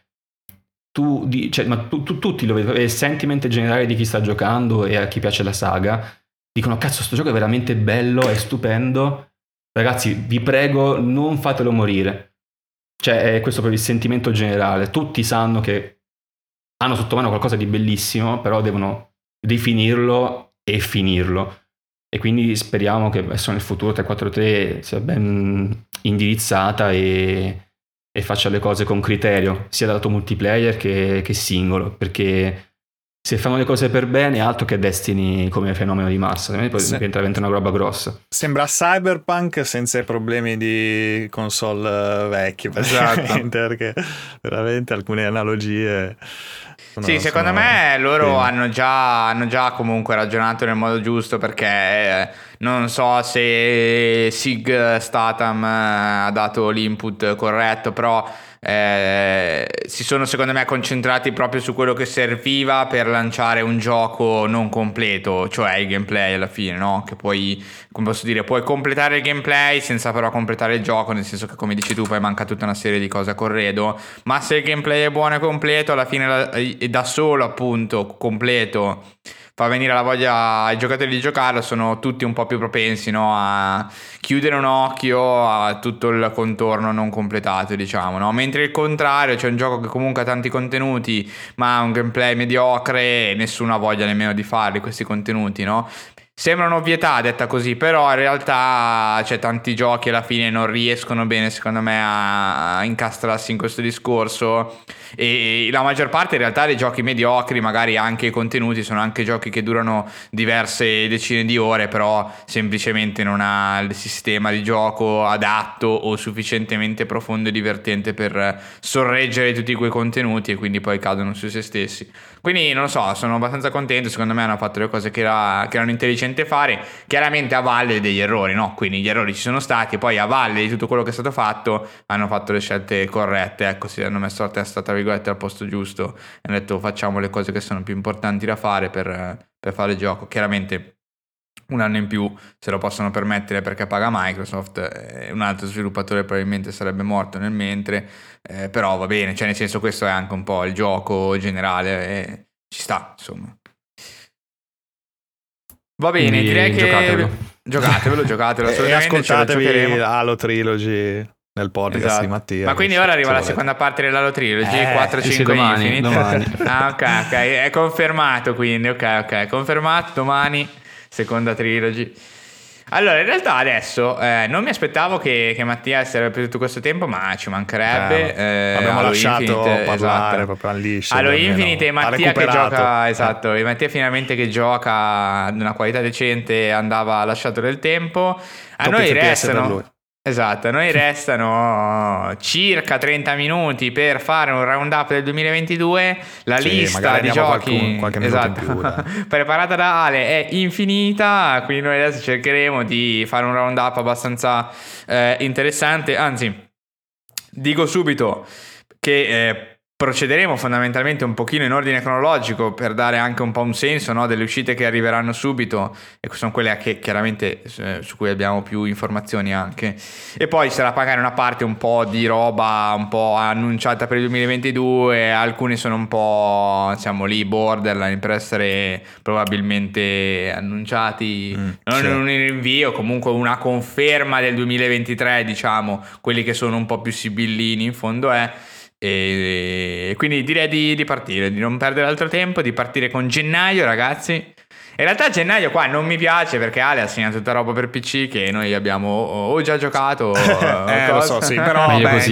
tutti lo vedono, è il sentiment generale di chi sta giocando e a chi piace la saga, dicono cazzo sto gioco è veramente bello, è stupendo, ragazzi vi prego non fatelo morire. Cioè è questo proprio il sentimento generale, tutti sanno che hanno sotto mano qualcosa di bellissimo, però devono definirlo e finirlo, e quindi speriamo che adesso nel futuro 343 sia ben indirizzata e faccia le cose con criterio, sia dal lato multiplayer che singolo, perché se fanno le cose per bene, altro che Destiny come fenomeno di massa, poi diventa veramente una roba grossa. Sembra Cyberpunk senza i problemi di console vecchie, perché veramente alcune analogie. Sì, secondo me loro hanno già comunque ragionato nel modo giusto, perché non so se Sig Statham ha dato l'input corretto, però si sono secondo me concentrati proprio su quello che serviva per lanciare un gioco non completo, cioè il gameplay alla fine, no? Che poi, come posso dire, puoi completare il gameplay senza però completare il gioco, nel senso che come dici tu poi manca tutta una serie di cose a corredo, ma se il gameplay è buono e completo, alla fine e da solo appunto completo fa venire la voglia ai giocatori di giocarlo, sono tutti un po' più propensi, no, a chiudere un occhio a tutto il contorno non completato, diciamo, no? Mentre il contrario, c'è un gioco che comunque ha tanti contenuti ma ha un gameplay mediocre e nessuno ha voglia nemmeno di farli questi contenuti, no? Sembra un'ovvietà detta così, però in realtà c'è tanti giochi alla fine non riescono bene secondo me a incastrarsi in questo discorso, e la maggior parte in realtà dei giochi mediocri, magari anche i contenuti sono anche giochi che durano diverse decine di ore, però semplicemente non ha il sistema di gioco adatto o sufficientemente profondo e divertente per sorreggere tutti quei contenuti, e quindi poi cadono su se stessi. Quindi non lo so, sono abbastanza contento, secondo me hanno fatto le cose che erano intelligenti fare, chiaramente a valle degli errori, no? Quindi gli errori ci sono stati, e poi a valle di tutto quello che è stato fatto hanno fatto le scelte corrette, ecco, si hanno messo la testa tra virgolette al posto giusto e hanno detto facciamo le cose che sono più importanti da fare per fare il gioco. Chiaramente un anno in più se lo possono permettere perché paga Microsoft, un altro sviluppatore probabilmente sarebbe morto nel mentre, però va bene, cioè nel senso questo è anche un po' il gioco generale e ci sta, insomma. Va bene, quindi direi che giocatevelo e ascoltatevi Halo Trilogy nel podcast di Mattia. Ma quindi ora arriva la seconda parte dell'Halo Trilogy, 4-5 Infinite. Ah, ok, è confermato, quindi ok, confermato, domani seconda Trilogy. Allora, in realtà adesso non mi aspettavo che Mattia sarebbe per tutto questo tempo, ma ci mancherebbe. Abbiamo lasciato Infinite, parlare proprio all'iscio. Allo Infinite e Mattia che gioca, esatto, e Mattia finalmente che gioca ad una qualità decente andava lasciato del tempo. A noi restano... Esatto, a noi restano circa 30 minti per fare un roundup del 2022. La lista di giochi qualche esatto, in più, preparata da Ale è infinita, quindi noi adesso cercheremo di fare un roundup abbastanza interessante. Anzi, dico subito che procederemo fondamentalmente un pochino in ordine cronologico per dare anche un po' un senso, no, delle uscite che arriveranno subito, e sono quelle che chiaramente su cui abbiamo più informazioni anche, e poi sarà magari una parte un po' di roba un po' annunciata per il 2022, alcuni sono un po' siamo lì borderline per essere probabilmente annunciati, non un rinvio, comunque una conferma del 2023, diciamo, quelli che sono un po' più sibillini in fondo e quindi direi di partire, di non perdere altro tempo, di partire con gennaio, ragazzi. In realtà gennaio qua non mi piace perché Ale ha segnato tutta roba per PC che noi abbiamo già giocato. Lo so, sì, però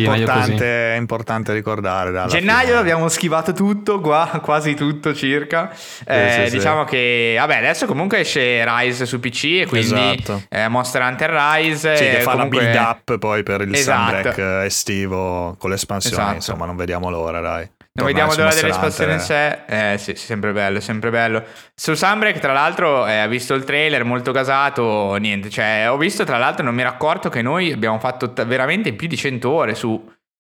è importante ricordare. Gennaio abbiamo schivato tutto, quasi tutto circa. Diciamo che vabbè, adesso comunque esce Rise su PC e quindi Monster Hunter Rise. Sì, che fa comunque... la build up poi per il Sunbreak estivo con l'espansione, insomma non vediamo l'ora, dai. Non vediamo l'ora dell'espansione in sé. Sì, sempre bello, sempre bello. Su Sunbreak, tra l'altro, ha visto il trailer molto gasato. Niente, cioè, ho visto, tra l'altro, non mi ero accorto che noi abbiamo fatto veramente più di 100 ore su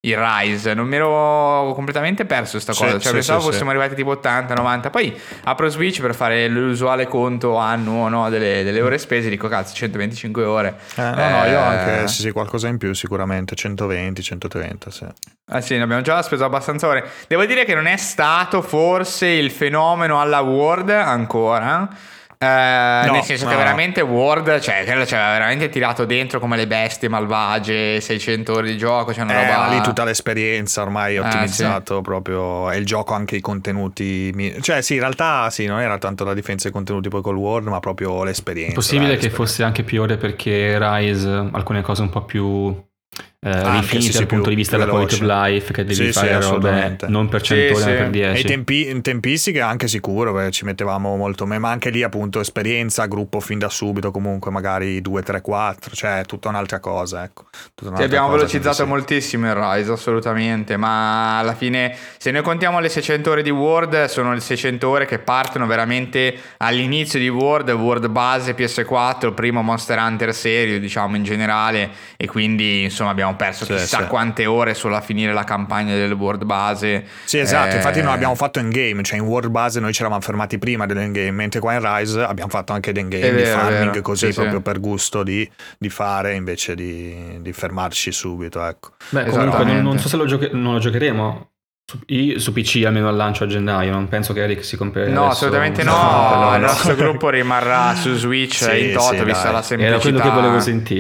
il Rise, non mi ero completamente perso sta cosa, cioè pensavo fossimo arrivati tipo 80-90, poi apro Switch per fare l'usuale conto annuo, no, delle ore spese, dico cazzo 125 ore. No, io anche sì, qualcosa in più sicuramente, 120-130, sì. Sì, ne abbiamo già speso abbastanza ore. Devo dire che non è stato forse il fenomeno alla World ancora. Nel senso che veramente World, cioè quello ci aveva veramente tirato dentro come le bestie malvagie, 600 ore di gioco, c'è una roba lì tutta l'esperienza ormai è ottimizzato, sì. Proprio, e il gioco anche i contenuti, cioè sì, in realtà sì, non era tanto la difesa dei contenuti poi col World, ma proprio l'esperienza. È possibile che fosse anche più ore perché Rise alcune cose un po' più rifinite dal punto di vista della quality of life, che devi fare robe non per 100 ore, ma per 10. E in tempistiche anche sicuro, perché ci mettevamo molto meno, ma anche lì appunto esperienza, gruppo fin da subito, comunque magari 2, 3, 4, cioè tutta un'altra cosa, ecco. Abbiamo velocizzato moltissimo il Rise, assolutamente, ma alla fine se noi contiamo le 600 ore di World, sono le 600 ore che partono veramente all'inizio di World base PS4, primo Monster Hunter serio, diciamo in generale, e quindi insomma abbiamo perso chissà quante ore solo a finire la campagna del World base. Sì, esatto, infatti non abbiamo fatto endgame, cioè in World base noi ci eravamo fermati prima dell'endgame, mentre qua in Rise abbiamo fatto anche l'endgame di farming così, proprio per gusto di fare invece di fermarci subito, ecco. Beh, comunque non so se non lo giocheremo. Su PC almeno al lancio a gennaio, non penso che Eric si comprerà. No, assolutamente no. Il nostro gruppo rimarrà su Switch in toto, vista la semplicità. Era quello che volevo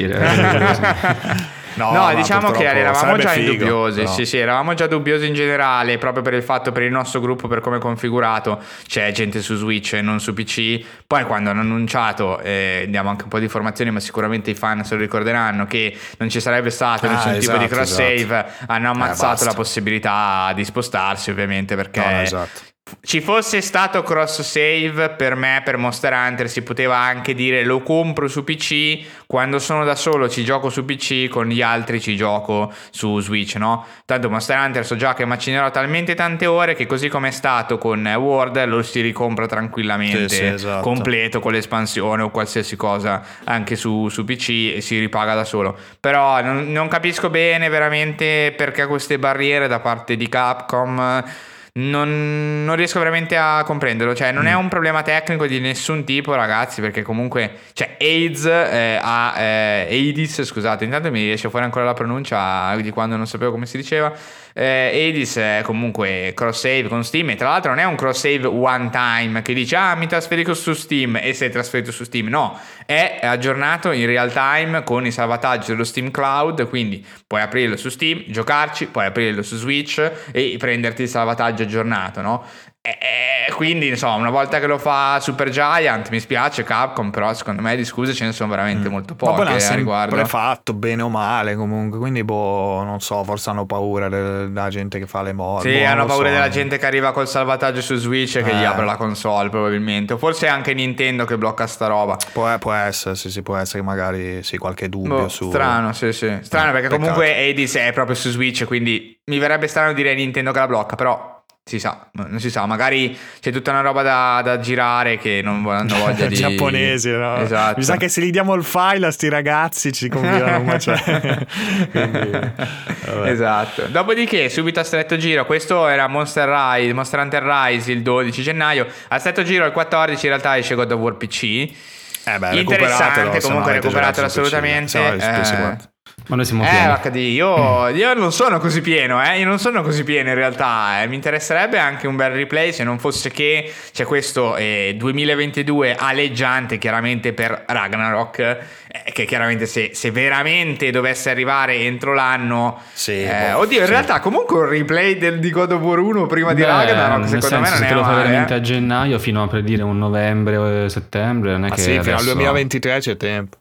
sentire. No, diciamo che eravamo già dubbiosi. Sì, eravamo già dubbiosi in generale, proprio per il fatto, per il nostro gruppo, per come è configurato, c'è gente su Switch e non su PC. Poi quando hanno annunciato, diamo anche un po' di informazioni, ma sicuramente i fan se lo ricorderanno, che non ci sarebbe stato nessun tipo di cross save, hanno ammazzato la possibilità di spostarsi, ovviamente, perché ci fosse stato cross save, per me, per Monster Hunter si poteva anche dire lo compro su PC, quando sono da solo ci gioco su PC, con gli altri ci gioco su Switch, no? Tanto Monster Hunter so già che macinerò talmente tante ore che, così come è stato con World, lo si ricompra tranquillamente, completo, con l'espansione o qualsiasi cosa anche su PC, e si ripaga da solo. Però non capisco bene veramente perché queste barriere da parte di Capcom. Non riesco veramente a comprenderlo, cioè non è un problema tecnico di nessun tipo, ragazzi, perché comunque cioè Hades, scusate, intanto mi riesce fuori ancora la pronuncia di quando non sapevo come si diceva. Hades è comunque cross save con Steam, e tra l'altro non è un cross save one time che dice mi trasferisco su Steam e sei trasferito su Steam, no, è aggiornato in real time con i salvataggi dello Steam Cloud, quindi puoi aprirlo su Steam, giocarci, puoi aprirlo su Switch e prenderti il salvataggio aggiornato, no? Quindi insomma, una volta che lo fa Supergiant, mi spiace Capcom, però secondo me di scuse ce ne sono veramente molto poche a riguardo. Ma fatto bene o male comunque, quindi non so, forse hanno paura della gente che fa le mod. Sì, hanno paura della gente che arriva col salvataggio su Switch e che gli apre la console, probabilmente. O forse anche Nintendo che blocca sta roba. Può essere, sì, può essere che magari qualche dubbio su. Strano, sì. Strano, perché comunque Hades è proprio su Switch, quindi mi verrebbe strano dire Nintendo che la blocca, però non si sa, magari c'è tutta una roba da girare che non hanno voglia di giapponesi, no? Esatto. Mi sa che se gli diamo il file a sti ragazzi ci conviene un macello. Esatto. Dopodiché subito a stretto giro, questo era Monster Hunter Rise il 12 gennaio, a stretto giro il 14 in realtà esce God of War PC. Interessante, comunque recuperatelo assolutamente. Ma noi siamo pieni. HD, io non sono così pieno, io non sono così pieno in realtà, mi interesserebbe anche un bel replay, se non fosse che c'è questo 2022 aleggiante chiaramente per Ragnarok, che chiaramente se veramente dovesse arrivare entro l'anno, oddio, in realtà comunque un replay di God of War 1 prima di Ragnarok secondo me non è se te lo male, fa veramente a gennaio fino a, per dire, un novembre o settembre, non è che sì, adesso... fino al 2023 c'è tempo.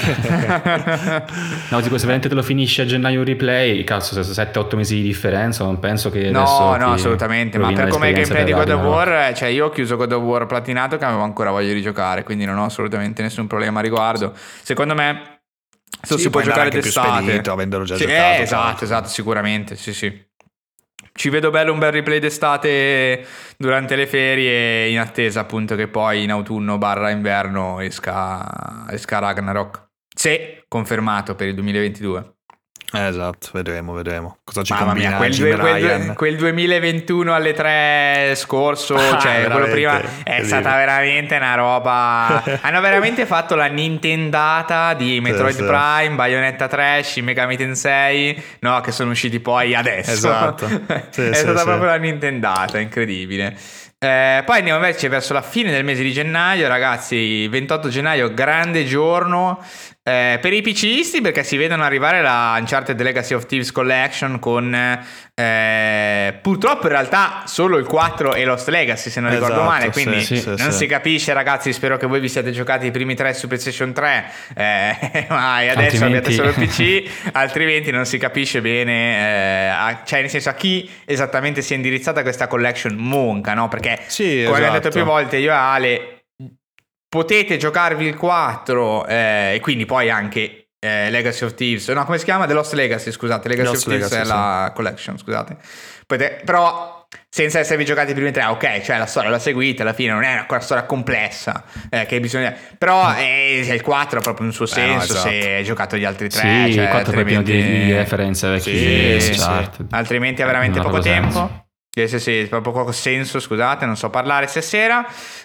No, tipo se veramente te lo finisci a gennaio un replay, cazzo, 7-8 mesi di differenza, non penso che no, assolutamente, ma per come il gameplay di God of War, cioè io ho chiuso God of War platinato che avevo ancora voglia di giocare, quindi non ho assolutamente nessun problema a riguardo. Secondo me si può giocare d'estate, avendolo già giocato. Esatto, sicuramente, sì. Ci vedo bello un bel replay d'estate durante le ferie, in attesa appunto che poi in autunno / inverno esca Ragnarok. Se confermato per il 2022. Esatto, vedremo cosa ci Mamma mia, combina Jimmy Ryan. quel 2021 alle 3 scorso, cioè quello prima, è stata veramente una roba. Hanno veramente fatto la Nintendata di Metroid Prime, Bayonetta 3, Shin Megami Tensei, no, che sono usciti poi adesso. Esatto. È stata proprio la Nintendata, incredibile. Poi andiamo invece verso la fine del mese di gennaio, ragazzi. 28 gennaio, grande giorno per i PCisti, perché si vedono arrivare la Uncharted Legacy of Thieves Collection con purtroppo in realtà solo il 4 e Lost Legacy, se non ricordo male, quindi non si capisce, ragazzi. Spero che voi vi siate giocati i primi 3 su PlayStation 3 ma adesso abbiate solo il PC, altrimenti non si capisce bene cioè nel senso a chi esattamente si è indirizzata questa collection monca, no? Perché come abbiamo detto più volte io e Ale, potete giocarvi il 4 e quindi poi anche Legacy of Thieves, no, come si chiama? The Lost Legacy, scusate, Legacy of Thieves è la collection, scusate. Però senza esservi giocati i primi 3, ok, cioè la storia la seguite, alla fine non è una storia complessa che bisogna, però il 4 ha proprio un suo senso, se hai giocato gli altri 3, sì, cioè, il 4 è pieno di referenze vecchie, altrimenti ha veramente poco tempo. Sì, proprio poco senso, scusate, non so parlare stasera.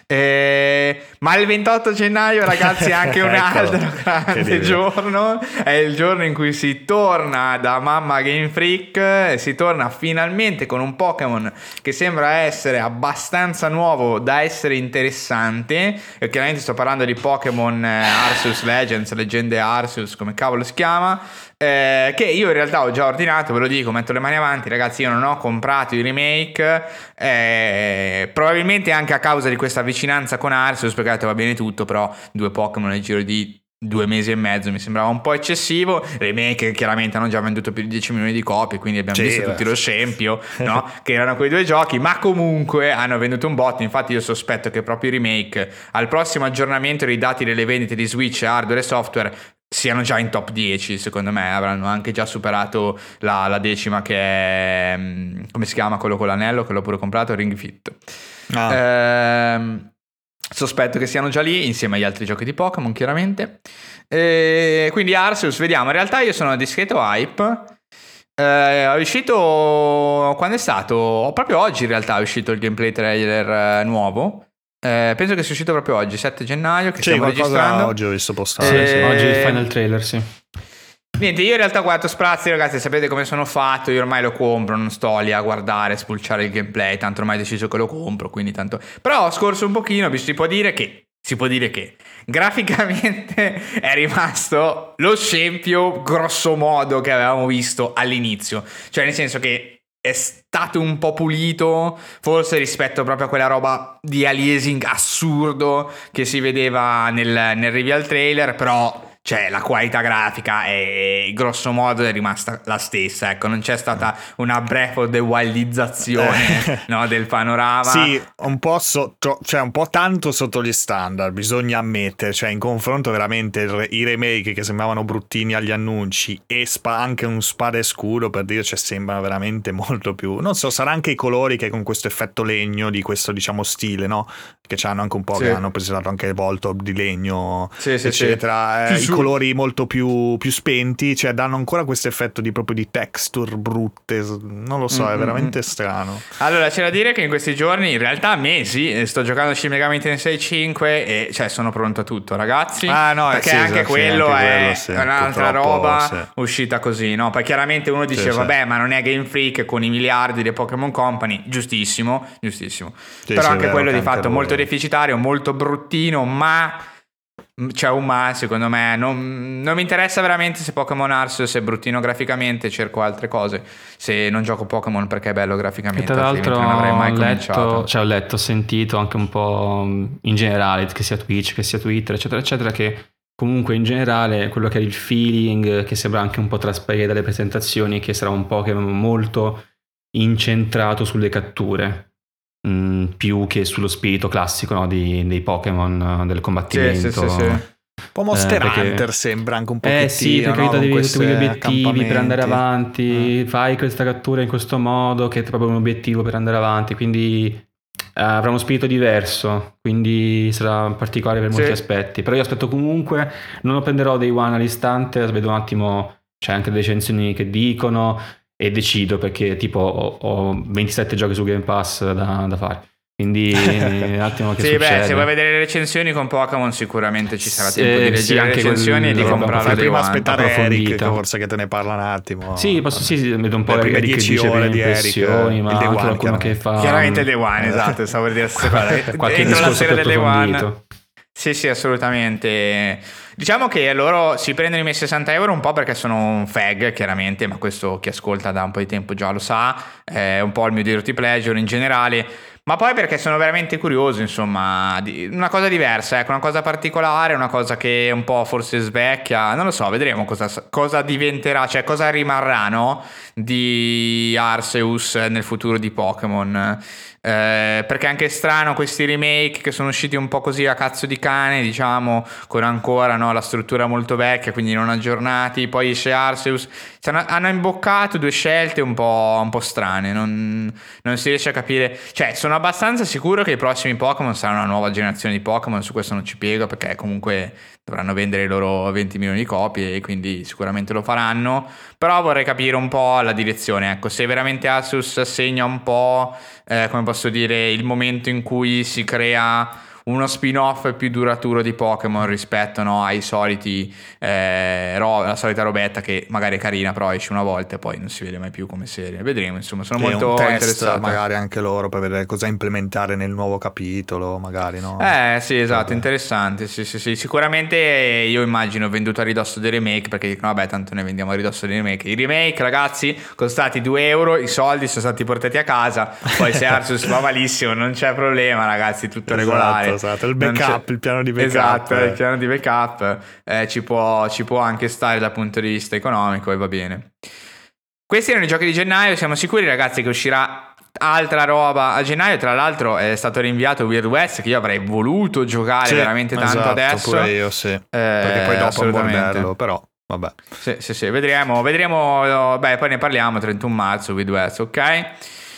Ma il 28 gennaio, ragazzi, è anche un altro grande giorno. È il giorno in cui si torna da mamma Game Freak e si torna finalmente con un Pokémon che sembra essere abbastanza nuovo da essere interessante. E chiaramente sto parlando di Pokémon Arceus Legends, Leggende Arceus, come cavolo si chiama. Che io in realtà ho già ordinato, ve lo dico, metto le mani avanti, ragazzi. Io non ho comprato i remake, probabilmente anche a causa di questa vicinanza con Arceus, perché ho detto va bene tutto, però 2 Pokémon nel giro di 2 mesi e mezzo mi sembrava un po' eccessivo. Remake chiaramente hanno già venduto più di 10 milioni di copie, quindi abbiamo visto tutti lo scempio, no? Che erano quei 2 giochi, ma comunque hanno venduto un botto. Infatti io sospetto che proprio i remake al prossimo aggiornamento dei dati delle vendite di Switch, hardware e software siano già in top 10, secondo me avranno anche già superato la decima, che è come si chiama quello con l'anello, che l'ho pure comprato, Ring Fit. Sospetto che siano già lì insieme agli altri giochi di Pokémon, chiaramente. Quindi Arceus, vediamo. In realtà io sono a discreto hype. È uscito, quando è stato? Proprio oggi in realtà è uscito il gameplay trailer nuovo. Penso che sia uscito proprio oggi, 7 gennaio, che stiamo registrando. Oggi ho visto postare. Oggi il final trailer, sì. Niente, io in realtà ho guardato sprazzi, ragazzi, sapete come sono fatto, io ormai lo compro, non sto lì a guardare, spulciare il gameplay, tanto ormai ho deciso che lo compro, quindi tanto. Però ho scorso un pochino, si può dire che graficamente è rimasto lo scempio grosso modo che avevamo visto all'inizio, cioè nel senso che è stato un po' pulito, forse rispetto proprio a quella roba di aliasing assurdo che si vedeva nel reveal trailer, però cioè la qualità grafica è grosso modo è rimasta la stessa, ecco, non c'è stata una Breath of the Wildizzazione no, del panorama. Sì, un po' cioè un po' tanto sotto gli standard, bisogna ammettere, cioè in confronto veramente i remake che sembravano bruttini agli annunci e anche un Spada e Scudo, per dire, cioè sembrano veramente molto più, non so, sarà anche i colori che con questo effetto legno di questo diciamo stile, no? Che c'hanno anche un po', che hanno presentato anche il volto di legno, eccetera. I colori molto più spenti, cioè danno ancora questo effetto di proprio di texture brutte, non lo so, è veramente strano. Allora c'è da dire che in questi giorni, in realtà mesi, sto giocando Shin Megami Tensei 5 e cioè sono pronto a tutto, ragazzi. Perché anche quello è un'altra roba uscita così, no? Poi chiaramente uno dice vabbè, ma non è Game Freak con i miliardi di Pokémon Company, giustissimo. Però anche quello di fatto molto deficitario, molto bruttino, ma c'è un ma, secondo me non mi interessa veramente se Pokémon Arceus è bruttino graficamente, cerco altre cose se non gioco Pokémon perché è bello graficamente, e tra l'altro non avrei mai cominciato. Ho letto, sentito anche un po' in generale, che sia Twitch, che sia Twitter, eccetera eccetera, che comunque in generale quello che è il feeling che sembra anche un po' trasparire dalle presentazioni, che sarà un Pokémon molto incentrato sulle catture più che sullo spirito classico, no, dei Pokémon, del combattimento. Sì. Un po' Monster Hunter sembra anche un pochettino. Sì, perché no? devi quegli obiettivi per andare avanti, fai questa cattura in questo modo che è proprio un obiettivo per andare avanti, quindi avrà uno spirito diverso, quindi sarà particolare per molti aspetti. Però io aspetto comunque, non lo prenderò day one all'istante, vedo un attimo c'è anche le recensioni che dicono e decido, perché tipo ho 27 giochi su Game Pass da fare. Quindi un attimo che succede. Se vuoi vedere le recensioni con Pokémon sicuramente ci sarà tempo di leggere le recensioni e di comprarle. Prima aspettare Eric, forse, che te ne parla un attimo. Sì, vedo un po' Eric 10 ore di impressioni, ma anche qualcuno che fa... Chiaramente Day One, esatto, stavo per dire la stessa cosa. Qualche discorso più approfondito. Sì, assolutamente. Diciamo che loro si prendono i miei 60 euro un po' perché sono un fag, chiaramente, ma questo chi ascolta da un po' di tempo già lo sa, è un po' il mio guilty pleasure in generale. Ma poi perché sono veramente curioso, insomma, di una cosa diversa, ecco, una cosa particolare, una cosa che un po' forse svecchia, non lo so, vedremo cosa diventerà, cioè cosa rimarrà, no, di Arceus nel futuro di Pokémon. Perché è anche strano questi remake che sono usciti un po' così a cazzo di cane, diciamo, con ancora, no, la struttura molto vecchia, quindi non aggiornati. Poi esce Arceus, hanno imboccato due scelte un po' strane, non si riesce a capire. Cioè, sono abbastanza sicuro che i prossimi Pokémon saranno una nuova generazione di Pokémon, su questo non ci piego, perché comunque dovranno vendere i loro 20 milioni di copie e quindi sicuramente lo faranno. Però vorrei capire un po' la direzione, ecco, se veramente Arceus segna un po', come posso dire, il momento in cui si crea uno spin-off più duraturo di Pokémon rispetto, no, ai soliti la solita robetta che magari è carina, però esce una volta e poi non si vede mai più come serie. Vedremo, insomma, sono molto un test, interessato. Magari anche loro per vedere cosa implementare nel nuovo capitolo, magari, no? Sì, esatto, interessante. Sì. Sicuramente io immagino venduto a ridosso dei remake, perché dicono vabbè, tanto ne vendiamo a ridosso dei remake. I remake, ragazzi, costati 2 euro, i soldi sono stati portati a casa. Poi se Arceus va malissimo non c'è problema, ragazzi, tutto regolare. Esatto, il backup, il piano di backup. Esatto, il piano di backup ci può anche stare dal punto di vista economico e va bene. Questi erano i giochi di gennaio, siamo sicuri, ragazzi, che uscirà altra roba a gennaio. Tra l'altro è stato rinviato Weird West, che io avrei voluto giocare veramente tanto, esatto, adesso. Pure io, sì. Perché poi dopo è un bordello, però vabbè. Sì, vedremo, beh, poi ne parliamo 31 marzo Weird West, ok?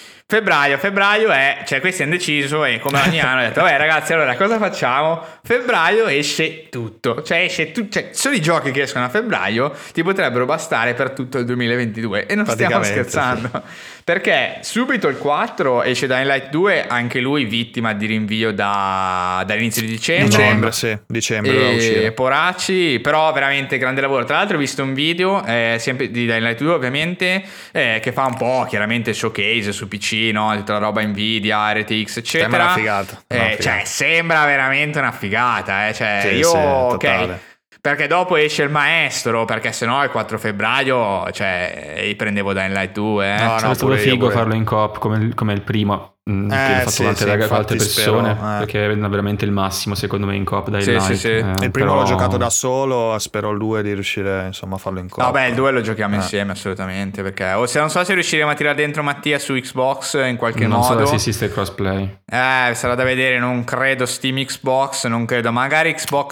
Febbraio è, cioè questo è indeciso e come ogni anno ho detto vabbè ragazzi, allora cosa facciamo? Febbraio esce tutto, cioè solo i giochi che escono a febbraio ti potrebbero bastare per tutto il 2022 e non stiamo scherzando, sì. Perché subito il 4 esce Dying Light 2, anche lui vittima di rinvio dall'inizio di dicembre. Dicembre doveva uscire. Poracci, però veramente grande lavoro. Tra l'altro ho visto un video sempre di Dying Light 2 ovviamente, che fa un po' chiaramente showcase su PC, no? Tutta la roba Nvidia, RTX eccetera. Sembra una figata. Cioè sembra veramente una figata, cioè sì, io ok, perché dopo esce il maestro, perché sennò il 4 febbraio cioè prendevo Dying Light 2 no, è stato figo farlo in coop come il primo, che l'ho fatto con altre persone, perché è veramente il massimo secondo me in coop Dying Light. Sì. Il primo l'ho giocato da solo, spero il 2 di riuscire insomma a farlo in coop. No, beh, il 2 lo giochiamo insieme assolutamente, perché non so se riusciremo a tirare dentro Mattia su Xbox in qualche modo. Non so se esiste crossplay. Sarà da vedere, non credo Steam Xbox, non credo, magari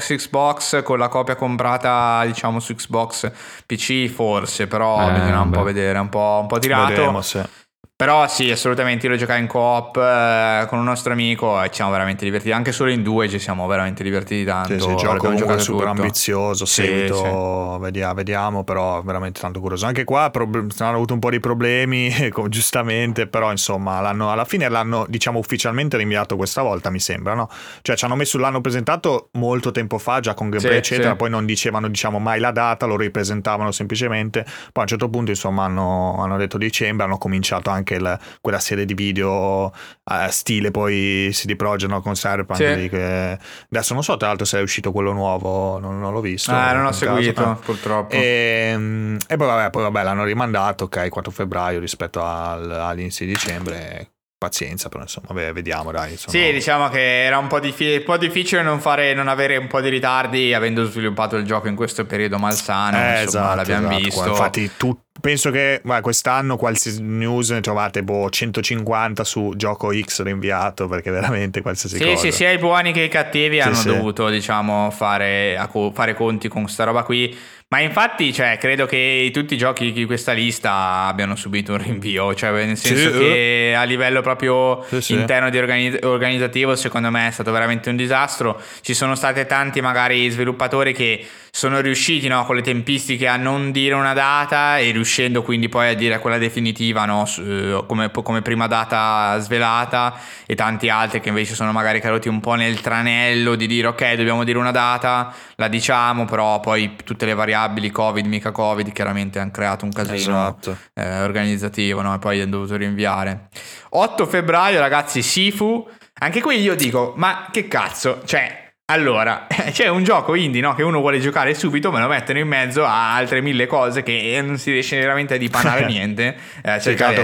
Xbox con la copia comprata diciamo su Xbox PC forse, però bisogna un po' vedere, un po' tirato. Vedremo, sì. Però sì, assolutamente, io lo giocai in coop con un nostro amico e ci siamo veramente divertiti. Anche solo in 2 ci siamo veramente divertiti tanto. Sì, gioco comunque super tutto. Ambizioso, seguito, vediamo, però veramente tanto curioso. Anche qua hanno avuto un po' di problemi, giustamente, però insomma alla fine l'hanno diciamo ufficialmente rinviato questa volta, mi sembra, no? Cioè l'hanno presentato molto tempo fa, già con gameplay eccetera, poi non dicevano diciamo mai la data, lo ripresentavano semplicemente. Poi a un certo punto insomma hanno detto dicembre, hanno cominciato anche quella serie di video stile poi CD Projekt, no, con Cyberpunk lì, che adesso non so tra l'altro se è uscito quello nuovo, non l'ho visto, non ho seguito purtroppo, e poi vabbè l'hanno rimandato 4 febbraio rispetto all'inizio di dicembre. Pazienza, però insomma vediamo, dai. Sì, diciamo che era un po' difficile non avere un po' di ritardi avendo sviluppato il gioco in questo periodo malsano, insomma, l'abbiamo visto. Infatti penso che quest'anno qualsiasi news ne trovate 150 su gioco X rinviato, perché veramente qualsiasi cosa. Sì, sia i buoni che i cattivi hanno dovuto diciamo fare conti con sta roba qui, Ma infatti, cioè, credo che tutti i giochi di questa lista abbiano subito un rinvio, cioè nel senso che a livello proprio interno di organizzativo, secondo me è stato veramente un disastro. Ci sono stati tanti magari sviluppatori che sono riusciti, no, con le tempistiche a non dire una data e riuscendo quindi poi a dire quella definitiva, no, come prima data svelata, e tanti altri che invece sono magari caduti un po' nel tranello di dire ok, dobbiamo dire una data, la diciamo, però poi tutte le variabili Covid, mica Covid, chiaramente hanno creato un casino organizzativo, no? E poi hanno dovuto rinviare. 8 febbraio, ragazzi, Sifu. Anche qui io dico, ma che cazzo, cioè... Allora, c'è un gioco indie, no, che uno vuole giocare subito, me lo mettono in mezzo a altre 1000 cose che non si riesce veramente a dipanare niente. Cercato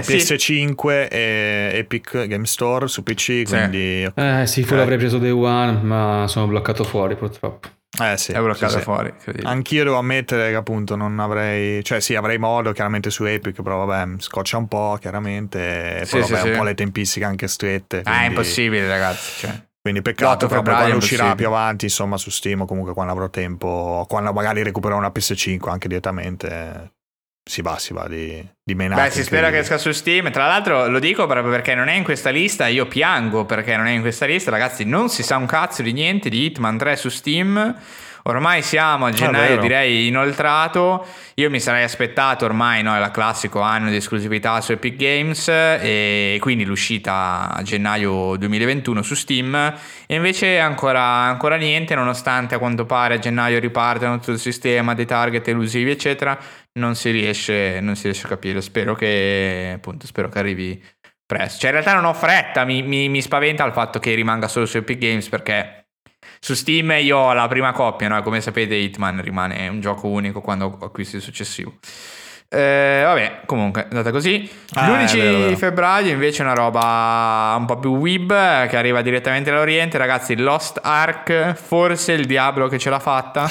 PS5 e Epic Game Store su PC, quindi... Sì, l'avrei preso Day One, ma sono bloccato fuori purtroppo. Sì, è bloccato fuori. Anch'io devo ammettere che appunto non avrei... Cioè sì, avrei modo chiaramente su Epic, però vabbè, scoccia un po' chiaramente. E poi un po' le tempistiche anche strette. Quindi... è impossibile, ragazzi, cioè... Quindi peccato, però quando uscirà più avanti, insomma, su Steam, o comunque quando avrò tempo, quando magari recupererò una PS5 anche direttamente, si va di menare. Beh, si spera che esca su Steam. Tra l'altro lo dico proprio perché non è in questa lista, io piango perché non è in questa lista, ragazzi, non si sa un cazzo di niente di Hitman 3 su Steam. Ormai siamo a gennaio, direi inoltrato. Io mi sarei aspettato ormai, no, il classico anno di esclusività su Epic Games, e quindi l'uscita a gennaio 2021 su Steam, e invece ancora niente, nonostante a quanto pare a gennaio ripartano tutto il sistema dei target elusivi eccetera. Non si riesce a capire. Spero che arrivi presto. Cioè in realtà non ho fretta, mi spaventa il fatto che rimanga solo su Epic Games, perché su Steam io ho la prima coppia, no? Come sapete Hitman rimane un gioco unico quando acquisti il successivo. Vabbè, comunque è andata così. L'11 febbraio invece una roba un po' più weeb che arriva direttamente dall'Oriente, ragazzi. Lost Ark, forse il diavolo che ce l'ha fatta.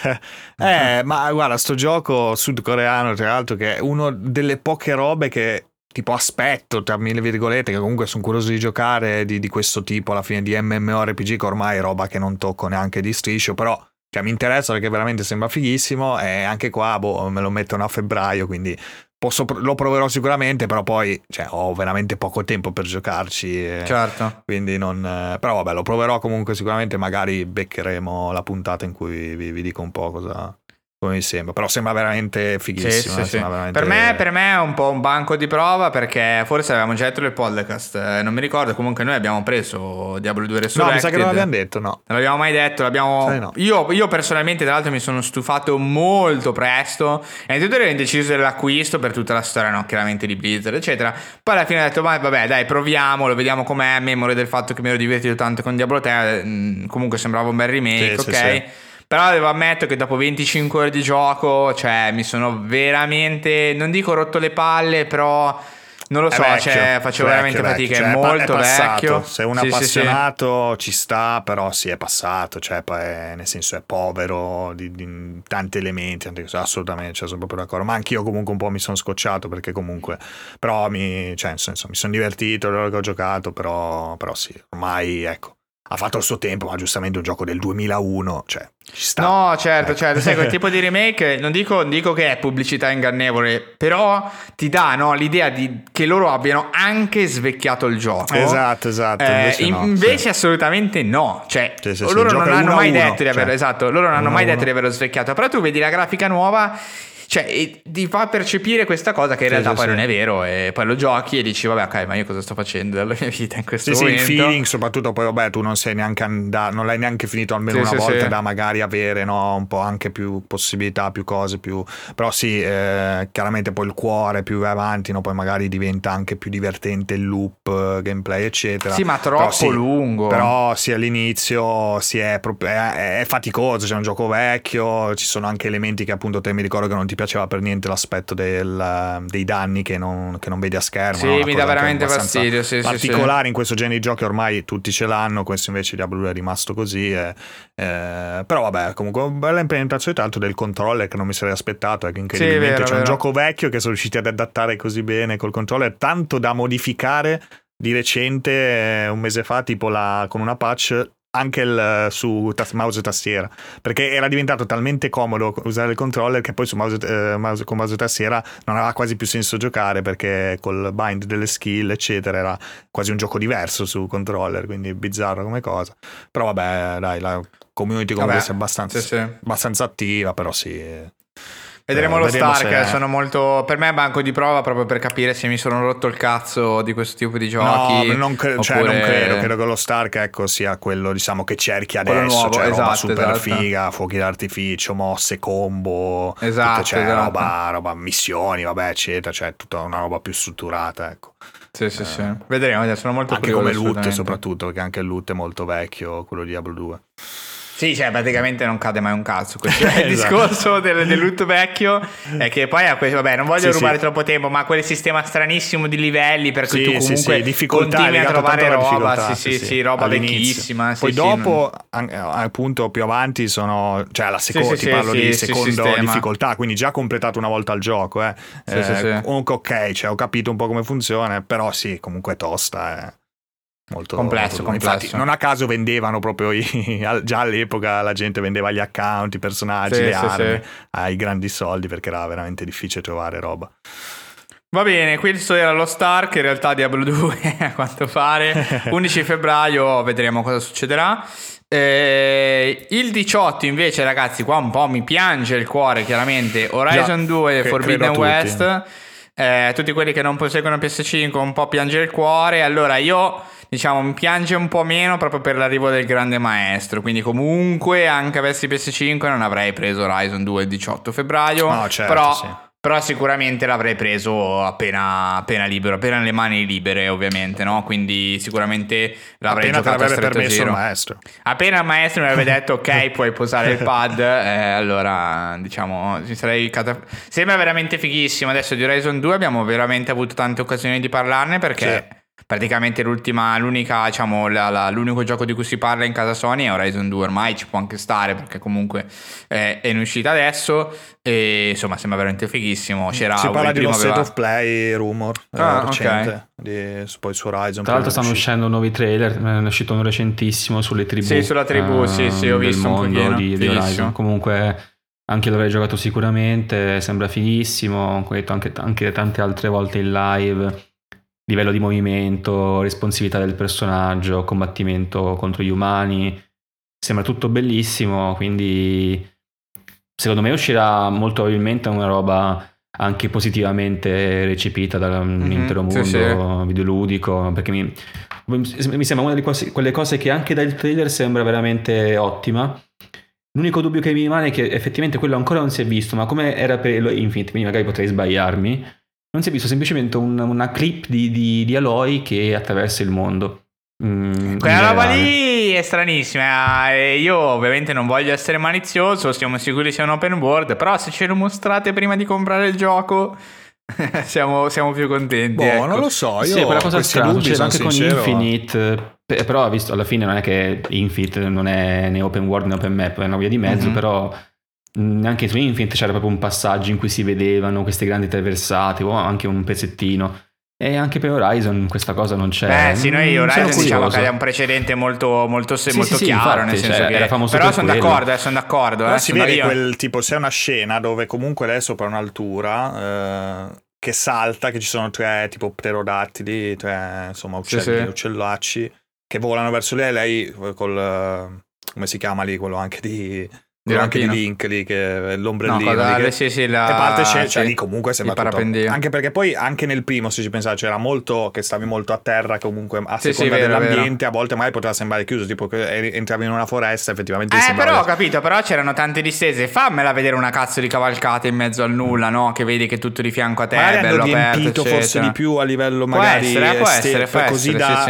Ma guarda, sto gioco sudcoreano, tra l'altro, che è una delle poche robe che tipo aspetto, tra mille virgolette, che comunque sono curioso di giocare di questo tipo alla fine, di MMORPG, che ormai è roba che non tocco neanche di striscio, però cioè, mi interessa perché veramente sembra fighissimo, e anche qua me lo mettono a febbraio, quindi lo proverò sicuramente, però poi ho veramente poco tempo per giocarci, certo, quindi non, però vabbè, lo proverò comunque sicuramente, magari beccheremo la puntata in cui vi dico un po' cosa mi sembra, però sembra veramente fighissimo. Sì. Veramente... Per me è un po' un banco di prova, perché forse avevamo già detto nel podcast, non mi ricordo, comunque noi abbiamo preso Diablo 2 Resurrected. No, mi sa che non l'abbiamo detto, no. Non l'abbiamo mai detto, no. Io personalmente tra l'altro mi sono stufato molto presto, e innanzitutto ero indeciso dell'acquisto per tutta la storia, no, chiaramente di Blizzard eccetera, poi alla fine ho detto vabbè dai, proviamolo, vediamo com'è, a memoria del fatto che mi ero divertito tanto con Diablo 3, comunque sembrava un bel remake, ok? Sì. Però devo ammettere che dopo 25 ore di gioco, mi sono veramente, non dico rotto le palle, però non lo so, facevo veramente fatica, è molto vecchio. Se uno è appassionato ci sta, però è passato, nel senso è povero di tanti elementi, assolutamente, sono proprio d'accordo, ma anch'io comunque un po' mi sono scocciato, perché comunque, però nel senso, mi sono divertito l'ora che ho giocato, però sì, ormai ha fatto il suo tempo, ma giustamente un gioco del 2001, ci sta. No, certo, sai, quel tipo di remake, non dico che è pubblicità ingannevole, però ti dà, no, l'idea che loro abbiano anche svecchiato il gioco. Esatto. Invece assolutamente no, loro non hanno mai detto di averlo, loro non hanno mai detto di averlo svecchiato, però tu vedi la grafica nuova, ti fa percepire questa cosa che in realtà poi non è vero, e poi lo giochi e dici vabbè, ok, ma io cosa sto facendo della mia vita in questo momento? Sì, il feeling, soprattamente poi vabbè, tu non sei neanche non l'hai neanche finito almeno una volta da magari avere, no, un po' anche più possibilità, più cose, però chiaramente poi il cuore più vai avanti, no, poi magari diventa anche più divertente il loop, gameplay eccetera. Sì, ma troppo lungo. Però all'inizio è faticoso, c'è un gioco vecchio, ci sono anche elementi che appunto te mi ricordo che non ti piaceva per niente l'aspetto dei danni che non vedi a schermo. Sì, mi dà veramente fastidio. Particolare in questo genere di giochi, ormai tutti ce l'hanno, questo invece Diablo 2 è rimasto così. Però vabbè, comunque bella implementazione tanto del controller che non mi sarei aspettato, che incredibilmente c'è un gioco vecchio che sono riusciti ad adattare così bene col controller, tanto da modificare di recente, un mese fa, tipo con una patch, anche su mouse e tastiera, perché era diventato talmente comodo usare il controller che poi su con mouse e tastiera non aveva quasi più senso giocare, perché col bind delle skill eccetera era quasi un gioco diverso su controller, quindi bizzarro come cosa. Però vabbè, dai, la community comunque è abbastanza attiva, però sì. Vedremo lo Stark, sono molto, per me è banco di prova proprio per capire se mi sono rotto il cazzo di questo tipo di giochi. No, non credo che lo Stark, ecco, sia quello, diciamo, che cerchi adesso, nuovo, cioè roba super figa, fuochi d'artificio, mosse, combo, cioè roba, missioni, vabbè, eccetera, cioè tutta una roba più strutturata, ecco. Sì. Vedremo, sono molto anche come loot soprattutto, perché anche il loot è molto vecchio, quello di Diablo 2. Sì, cioè praticamente non cade mai un cazzo. Questo è il discorso del loot vecchio, è che poi a questo, vabbè, non voglio rubare troppo tempo, ma quel sistema stranissimo di livelli per cui tu comunque continui a trovare roba, roba vecchissima. Poi dopo, appunto, più avanti sono, cioè alla seconda, ti parlo di seconda difficoltà, quindi già completato una volta il gioco, ok, cioè ho capito un po' come funziona, però sì, comunque è tosta, molto complesso. Infatti non a caso vendevano proprio già all'epoca la gente vendeva gli account, i personaggi, le armi ai grandi soldi, perché era veramente difficile trovare roba. Va bene, questo era lo Stark, in realtà Diablo 2 a quanto pare. 11 febbraio vedremo cosa succederà. Il 18 invece, ragazzi, qua un po' mi piange il cuore, chiaramente. Horizon 2 Forbidden West, tutti quelli che non posseggono PS5 un po' piange il cuore. Allora io, diciamo, mi piange un po' meno proprio per l'arrivo del grande maestro, quindi comunque anche avessi PS5 non avrei preso Horizon 2 il 18 febbraio, però sicuramente l'avrei preso appena libero, appena le mani libere, ovviamente, no? Quindi sicuramente l'avrei giocato a stretto giro. Appena il maestro mi avrebbe detto ok, puoi posare il pad, allora diciamo sembra veramente fighissimo. Adesso di Horizon 2 abbiamo veramente avuto tante occasioni di parlarne, perché praticamente l'unica, diciamo, l'unico gioco di cui si parla in casa Sony è Horizon 2, ormai ci può anche stare perché comunque è in uscita adesso e insomma sembra veramente fighissimo. Si parla di uno State of Play rumor recente poi su Horizon. Tra l'altro stanno uscendo nuovi trailer, è uscito uno recentissimo sulle tribù. Sì, sulla tribù, ho visto un pochino di Horizon. Comunque anche l'avrei giocato sicuramente, sembra fighissimo, come ho detto anche tante altre volte in live. Livello di movimento, responsività del personaggio, combattimento contro gli umani, sembra tutto bellissimo, quindi secondo me uscirà molto probabilmente una roba anche positivamente recepita dall'intero mondo videoludico, perché mi sembra una di quelle cose che anche dal trailer sembra veramente ottima. L'unico dubbio che mi rimane è che effettivamente quello ancora non si è visto, ma come era per Infinite, quindi magari potrei sbagliarmi, non si è visto semplicemente una clip di Aloy che attraversa il mondo. Quella roba lì è stranissima. Io ovviamente non voglio essere malizioso, siamo sicuri sia un open world, però se ce lo mostrate prima di comprare il gioco siamo più contenti. Ecco. Non lo so, io sì, quella cosa strana succede anche sincero. Con Infinite, però visto alla fine non è che Infinite non è né open world né open map, è una via di mezzo, però anche su Infinite c'era proprio un passaggio in cui si vedevano queste grandi traversate o anche un pezzettino, e anche per Horizon questa cosa non c'è. Noi Horizon diciamo che è un precedente molto chiaro, infatti, nel senso che era famoso, però sono d'accordo, però si vede quel tipo, c'è una scena dove comunque lei è sopra un'altura che salta, che ci sono 3 tipo pterodattili, 3 insomma uccellacci che volano verso lei col come si chiama lì, quello anche di Link lì, che è l'ombrellino, e parte cioè lì comunque sembra tutto, anche perché poi anche nel primo, se ci pensate, c'era molto che stavi molto a terra, comunque a seconda dell'ambiente, a volte magari poteva sembrare chiuso, tipo che entravi in una foresta, effettivamente però ho capito, però c'erano tante distese, fammela vedere una cazzo di cavalcata in mezzo al nulla, no? Che vedi che tutto di fianco a te magari è bello hanno aperto, riempito forse di più a livello magari può essere, così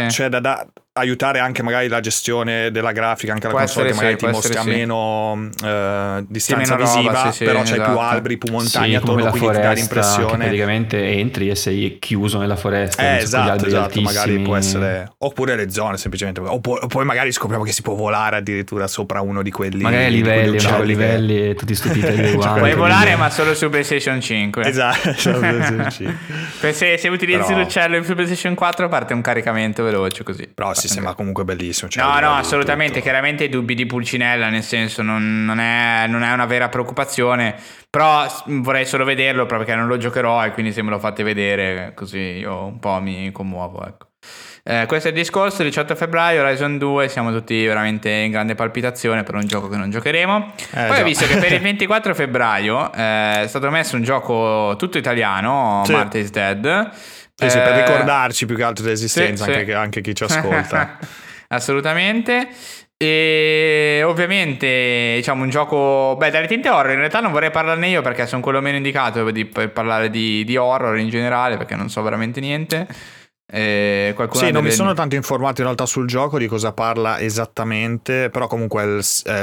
da aiutare anche magari la gestione della grafica, anche la console che magari ti mostra meno distanza visiva, però c'hai più alberi, più montagne attorno, quindi ti dà l'impressione che praticamente entri e sei chiuso nella foresta. Esatto, magari può essere, oppure le zone semplicemente, o poi magari scopriamo che si può volare addirittura sopra uno di quelli, magari a livelli tutti stupiti uguali. Puoi volare ma solo su PlayStation 5. Esatto. Se utilizzi l'uccello su PlayStation 4 parte un caricamento veloce così. Però sì, sì, sembra comunque bellissimo. Cioè, no, assolutamente, chiaramente i dubbi di Pulcinella, nel senso non è una vera preoccupazione, però vorrei solo vederlo proprio perché non lo giocherò e quindi se me lo fate vedere così io un po' mi commuovo, ecco. Questo è il discorso. 18 febbraio Horizon 2, siamo tutti veramente in grande palpitazione per un gioco che non giocheremo. Poi ho visto che per il 24 febbraio è stato messo un gioco tutto italiano, sì. Marte is Dead. Sì, per ricordarci più che altro dell'esistenza, sì. Anche chi ci ascolta. Assolutamente. E ovviamente diciamo un gioco dalle tinte horror in realtà non vorrei parlarne io perché sono quello meno indicato per parlare di horror in generale, perché non so veramente niente. Sì, non mi sono tanto informato in realtà sul gioco, di cosa parla esattamente, però comunque non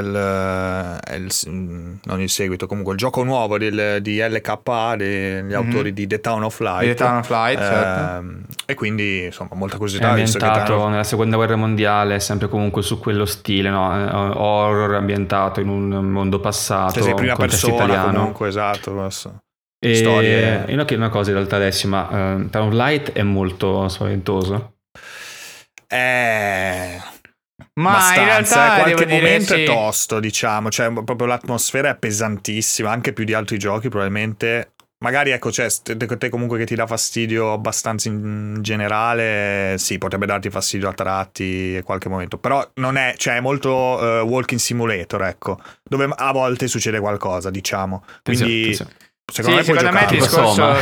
il seguito, comunque il gioco nuovo di LKA, degli autori di The Town of Light, certo. E quindi insomma molta curiosità. È ambientato nella seconda guerra mondiale, sempre comunque su quello stile, no? Horror ambientato in un mondo passato, sì, prima persona italiano. Comunque, esatto. Storie. Io una cosa in realtà adesso, ma Town of Light è molto spaventoso. Ma abbastanza, in realtà qualche momento sì. È tosto, diciamo, cioè proprio l'atmosfera è pesantissima, anche più di altri giochi probabilmente. Magari ecco, cioè, te comunque che ti dà fastidio abbastanza in generale, sì, potrebbe darti fastidio a tratti e qualche momento, però non è, cioè è molto walking simulator, ecco, dove a volte succede qualcosa, diciamo. Quindi secondo me il discorso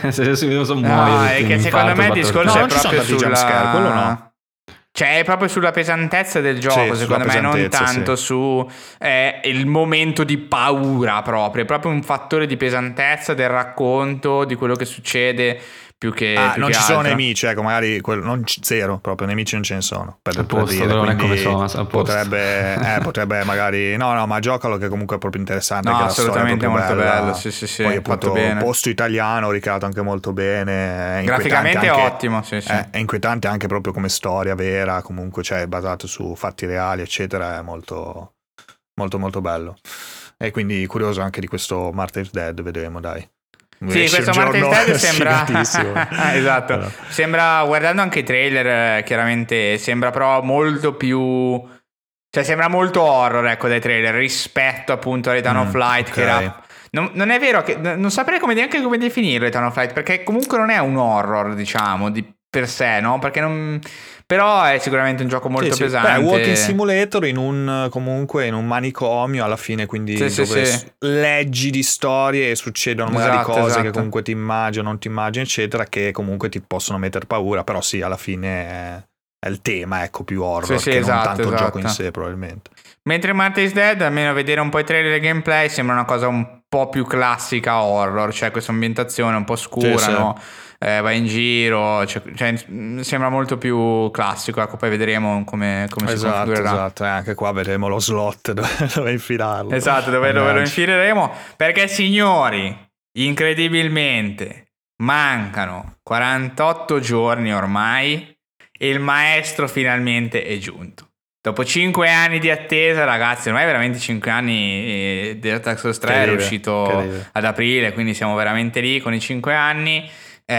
è che secondo me il discorso è proprio sulla quello no. Cioè è proprio sulla pesantezza del gioco, sì, secondo me, non tanto su il momento di paura proprio, è proprio un fattore di pesantezza del racconto, di quello che succede, più che non che ci altro. Sono nemici, ecco, magari zero, proprio nemici non ce ne sono, per posto, dire, non è come sono, potrebbe magari no, ma giocalo, che comunque è proprio interessante, no, che assolutamente la molto bella. Bello, sì, poi è fatto bene, posto italiano ricreato anche molto bene, graficamente anche, ottimo, sì. È inquietante anche proprio come storia vera, comunque, cioè basato su fatti reali eccetera, è molto molto molto bello, e quindi curioso anche di questo Marte is Dead, vedremo, dai. Sì, questo Marte is Dead sembra esatto. Però. Sembra, guardando anche i trailer, chiaramente sembra però molto più, cioè sembra molto horror, ecco, dai trailer rispetto appunto a Return of Light, che era non è vero, che non saprei neanche come definirlo Return of Light, perché comunque non è un horror, diciamo, di per sé, no? Perché non, però è sicuramente un gioco molto pesante. Beh, walking simulator comunque in un manicomio alla fine, quindi dove leggi di storie e succedono magari cose che comunque ti immagini, non ti immagini, eccetera, che comunque ti possono mettere paura, però sì, alla fine è il tema, ecco, più horror che non tanto il gioco in sé, probabilmente. Mentre Marte is Dead, almeno vedere un po' i trailer e gameplay, sembra una cosa un po' più classica horror, cioè questa ambientazione un po' scura, no? Vai in giro, cioè, sembra molto più classico, ecco, poi vedremo come si configurerà. Esatto, anche qua vedremo lo slot dove infilarlo. Esatto, dove lo infileremo, perché signori, incredibilmente mancano 48 giorni ormai e il maestro finalmente è giunto. Dopo 5 anni di attesa, ragazzi, ormai veramente 5 anni, Dark Souls 3 è uscito ad aprile, quindi siamo veramente lì con i 5 anni.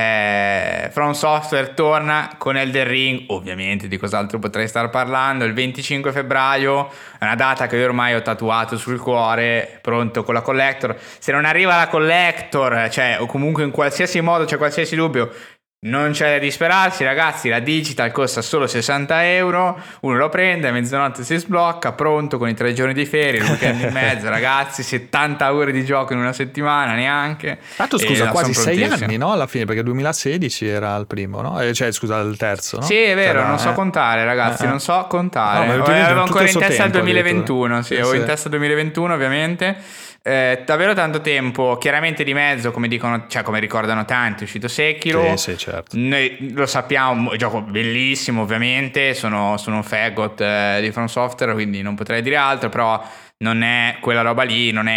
From Software torna con Elden Ring, ovviamente di cos'altro potrei star parlando, il 25 febbraio, è una data che io ormai ho tatuato sul cuore, pronto con la collector. Se non arriva la collector, cioè, o comunque in qualsiasi modo c'è qualsiasi dubbio, non c'è da disperarsi, ragazzi, la digital costa solo 60 euro, uno lo prende, a mezzanotte si sblocca, pronto con i 3 giorni di ferie, il weekend in mezzo, ragazzi, 70 ore di gioco in una settimana, neanche. Tanto scusa, quasi 6 anni, no? Alla fine, perché 2016 era il primo, no? Cioè, scusa, il terzo, no? Sì, è vero, non so contare, ragazzi, non so contare. Avevo ancora in testa il 2021, avevo in testa il 2021, ovviamente. Davvero tanto tempo, chiaramente di mezzo, come dicono, cioè come ricordano tanti, è uscito Sekiro. Sì, certo. Noi lo sappiamo, gioco bellissimo, ovviamente, sono un faggot di From Software, quindi non potrei dire altro, però non è quella roba lì, non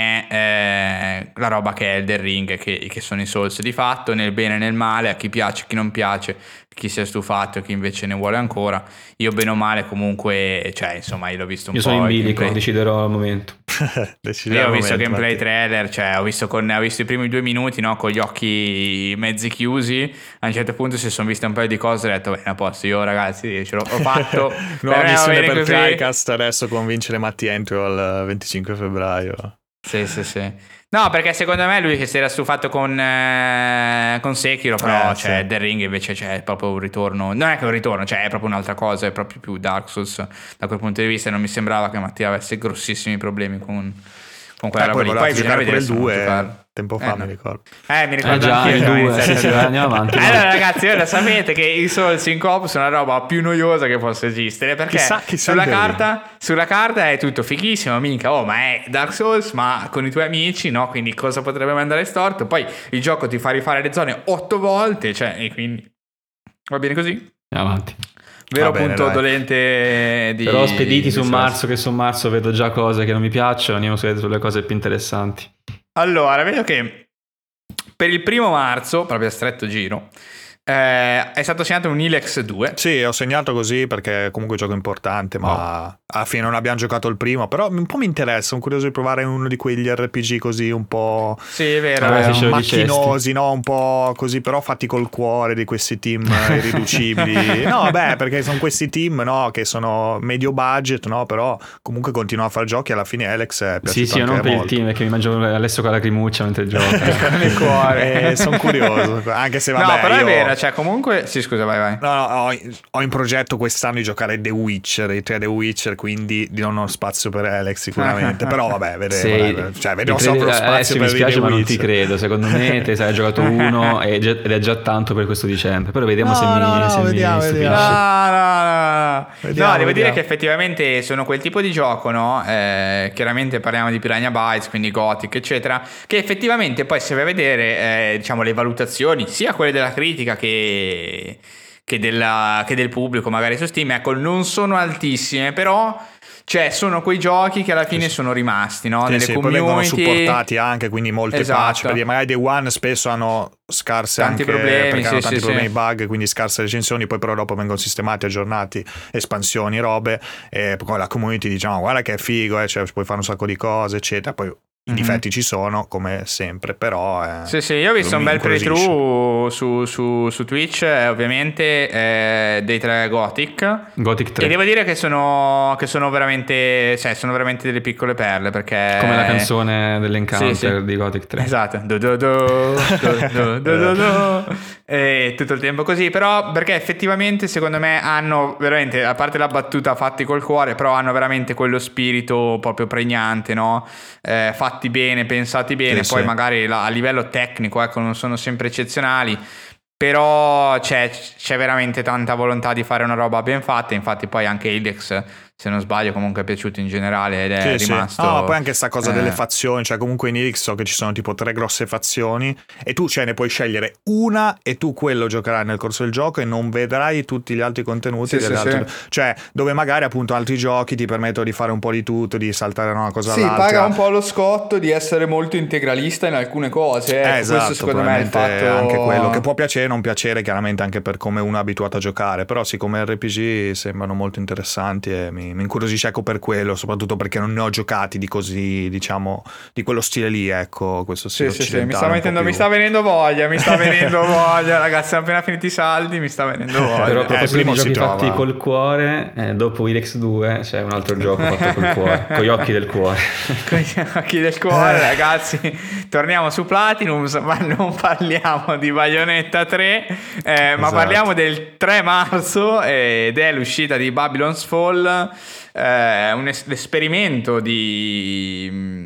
è la roba che è Elden Ring, che sono i Souls di fatto, nel bene e nel male, a chi piace, a chi non piace, chi si è stufato e chi invece ne vuole ancora. Io bene o male comunque, cioè insomma, io l'ho visto un po'. Io sono in bilico, deciderò al momento. Io ho visto gameplay trailer, cioè ho visto i primi 2 minuti, no, con gli occhi mezzi chiusi. A un certo punto si sono viste un paio di cose e ho detto bene, a posto, io ragazzi ce l'ho fatto. Nuova missione per TriCast, adesso convincere Matti Entro al 25 febbraio. Sì. No, perché secondo me lui che si era stufato con Sekiro, però cioè, The Ring invece c'è proprio un ritorno. Non è che un ritorno, cioè è proprio un'altra cosa, è proprio più Dark Souls da quel punto di vista. Non mi sembrava che Mattia avesse grossissimi problemi con quella roba lì. Poi giocare pure il 2 tempo fa, mi ricordo. Mi ricordo già il 2, sì, andiamo avanti. Allora ragazzi, ora sapete che i Souls in coop sono la roba più noiosa che possa esistere, perché sulla carta è tutto fighissimo, minchia, ma è Dark Souls ma con i tuoi amici, no? Quindi cosa potrebbe andare storto? Poi il gioco ti fa rifare le zone 8 volte, cioè, e quindi va bene così. Andiamo avanti. Vero punto dolente di... Però spediti su marzo, che su marzo vedo già cose che non mi piacciono, andiamo sulle cose più interessanti. Allora, vedo che per il 1 marzo, proprio a stretto giro, è stato segnato un Ilex 2. Sì, ho segnato così perché è comunque un gioco importante, ma alla fine non abbiamo giocato il primo, però un po' mi interessa, sono curioso di provare uno di quegli RPG così un po'... Sì, è vero, macchinosi, no? Un po' così, però fatti col cuore, di questi team irriducibili. No, vabbè, perché sono questi team, no, che sono medio budget, no, però comunque continuano a fare giochi, alla fine Alex è piaciuto. Sì, io non per molto. Il team, che mi mangio Alessio con la lacrimuccia mentre gioca. Nel cuore. Sono curioso, anche se vabbè, no, però è vero, cioè comunque... Sì, scusa, vai. No, ho in progetto quest'anno di giocare The Witcher, i 3 The Witcher, quindi non ho spazio per Alex sicuramente, però vabbè, vedremo. Cioè, vediamo se avrò spazio per mi spiace, ma non ti Witcher. credo, secondo me te hai giocato uno ed è già tanto per questo dicembre, però vediamo se mi stupisce. No, devo dire che effettivamente sono quel tipo di gioco, no? Chiaramente parliamo di Piranha Bytes, quindi Gothic, eccetera, che effettivamente poi se vai a vedere diciamo le valutazioni, sia quelle della critica che del pubblico magari su Steam, ecco, non sono altissime, però cioè sono quei giochi che alla fine sono rimasti, no? Nelle community poi vengono supportati anche, quindi molte patch, perché magari Day One spesso hanno scarse tanti anche problemi, perché hanno tanti problemi, sì. Bug, quindi scarse recensioni, poi però dopo vengono sistemati, aggiornati, espansioni, robe, e poi la community diciamo guarda che è figo, cioè puoi fare un sacco di cose eccetera, poi i difetti ci sono come sempre, però sì, io ho visto un bel playthrough su Twitch, ovviamente dei 3 Gothic 3, e devo dire che sono veramente, cioè sono veramente delle piccole perle, perché come la canzone dell'Encounter di Gothic 3 esatto, e tutto il tempo così, però perché effettivamente secondo me hanno veramente, a parte la battuta fatti col cuore, però hanno veramente quello spirito proprio pregnante, no? Fatti bene, pensati bene, poi magari a livello tecnico, ecco, non sono sempre eccezionali, però c'è veramente tanta volontà di fare una roba ben fatta. Infatti poi anche Ilex, se non sbaglio, comunque è piaciuto in generale ed è rimasto... No, poi anche sta cosa delle fazioni, cioè comunque in Ilex so che ci sono tipo 3 grosse fazioni e tu ne puoi scegliere una e tu quello giocherai nel corso del gioco e non vedrai tutti gli altri contenuti delle altre. Cioè dove magari appunto altri giochi ti permettono di fare un po' di tutto, di saltare una cosa all'altra. Sì, paga un po' lo scotto di essere molto integralista in alcune cose. Esatto, questo secondo me è il fatto... anche quello che può piacere, non piacere chiaramente anche per come uno è abituato a giocare, però siccome RPG sembrano molto interessanti e mi incuriosisce, ecco, per quello, soprattutto perché non ne ho giocati di così, diciamo, di quello stile lì, ecco, questo stile occidentale. Mi sta venendo voglia, ragazzi, sono appena finiti i saldi, mi sta venendo voglia. Però a proposito di giochi fatti col cuore, dopo Ilex 2 c'è un altro gioco fatto col cuore, con gli occhi del cuore. Con gli occhi del cuore, ragazzi, torniamo su Platinum, ma non parliamo di Bayonetta 3, ma parliamo del 3 marzo ed è l'uscita di Babylon's Fall, un esperimento di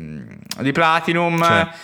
Platinum,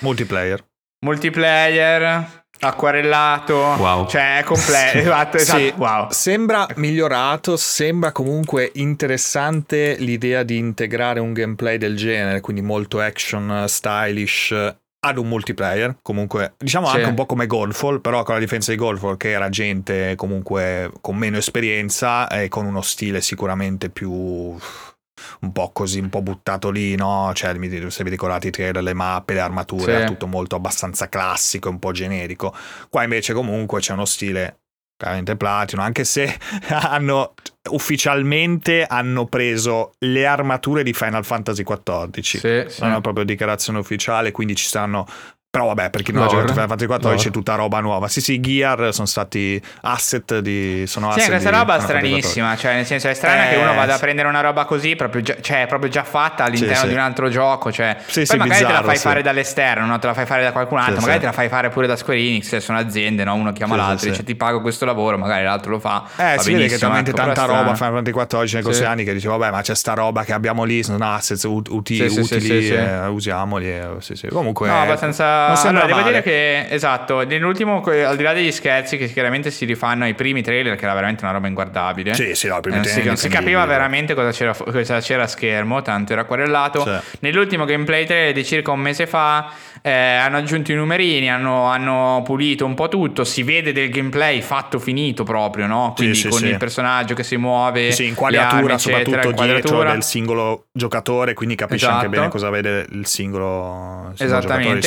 multiplayer acquarellato, wow. Cioè è completo. Esatto. Sì, wow. Sembra migliorato, sembra comunque interessante l'idea di integrare un gameplay del genere, quindi molto action, stylish, ad un multiplayer, comunque diciamo anche un po' come Godfall, però con la differenza di Godfall che era gente comunque con meno esperienza e con uno stile sicuramente più un po' così, un po' buttato lì, no? Cioè, se vi ricordate i trailer, le mappe, le armature, era tutto molto abbastanza classico, un po' generico. Qua invece comunque c'è uno stile chiaramente Platinum, anche se hanno ufficialmente hanno preso le armature di Final Fantasy XIV. Sì. Non è proprio dichiarazione ufficiale, quindi ci stanno. Però vabbè, per chi non ha giocato Final Fantasy XIV c'è tutta roba nuova. Sì, Gear sono stati asset di... Sono asset questa di roba Final Fantasy stranissima, cioè nel senso è strana che uno vada a prendere una roba così proprio già fatta all'interno di un altro gioco, cioè poi magari te la fai fare dall'esterno, no? Te la fai fare da qualcun altro, magari te la fai fare pure da Square Enix, sono aziende, no? Uno chiama l'altro e dice ti pago questo lavoro, magari l'altro lo fa. Si vede che è talmente tanta roba Final Fantasy XIV nei corsi anni che dice vabbè, ma c'è sta roba che abbiamo lì, sono assets utili, usiamoli. Comunque no, abbastanza. Allora, devo dire che esatto, nell'ultimo, al di là degli scherzi che chiaramente si rifanno ai primi trailer, che era veramente una roba inguardabile. No, i primi trailer non si capiva veramente cosa c'era a schermo, tanto era quarellato. Nell'ultimo gameplay trailer di circa un mese fa hanno aggiunto i numerini, hanno pulito un po' tutto, si vede del gameplay fatto finito proprio, no? Quindi il personaggio che si muove, inquadratura soprattutto dietro del singolo giocatore, quindi capisci anche bene cosa vede il singolo esattamente,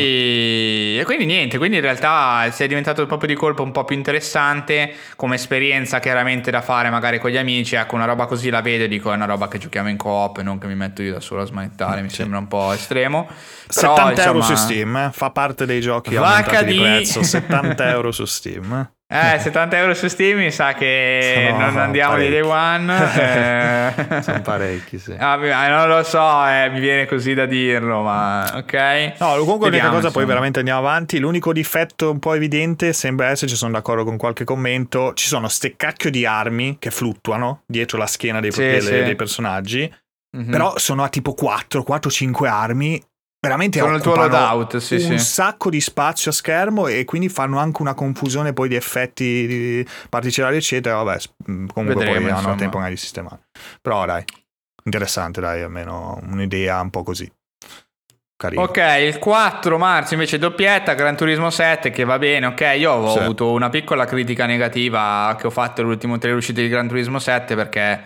quindi niente, quindi in realtà si è diventato proprio di colpo un po' più interessante come esperienza, chiaramente da fare magari con gli amici. Ecco, una roba così la vedo e dico è una roba che giochiamo in coop, non che mi metto io da solo a smanettare, mi sembra un po' estremo. Però, 70 euro su Steam, fa parte dei giochi aumentati di prezzo. 70 euro su Steam. 70 euro su Steam, mi sa che non andiamo di day one. Sono parecchi, sì. Non lo so, mi viene così da dirlo, ma ok. No, comunque l'unica cosa, poi veramente andiamo avanti. L'unico difetto un po' evidente sembra essere, ci sono d'accordo con qualche commento, ci sono ste cacchio di armi che fluttuano dietro la schiena dei personaggi, però sono a tipo 4-5 armi. Veramente con il tuo loadout, un sacco di spazio a schermo e quindi fanno anche una confusione poi di effetti di particolari eccetera. Vabbè, comunque vedremo, poi hanno tempo magari di sistemare. Però dai, interessante, dai, almeno un'idea un po' così carina. Ok, il 4 marzo invece doppietta Gran Turismo 7, che va bene, ok. Io ho avuto una piccola critica negativa che ho fatto all'ultimo trailer uscito di Gran Turismo 7 perché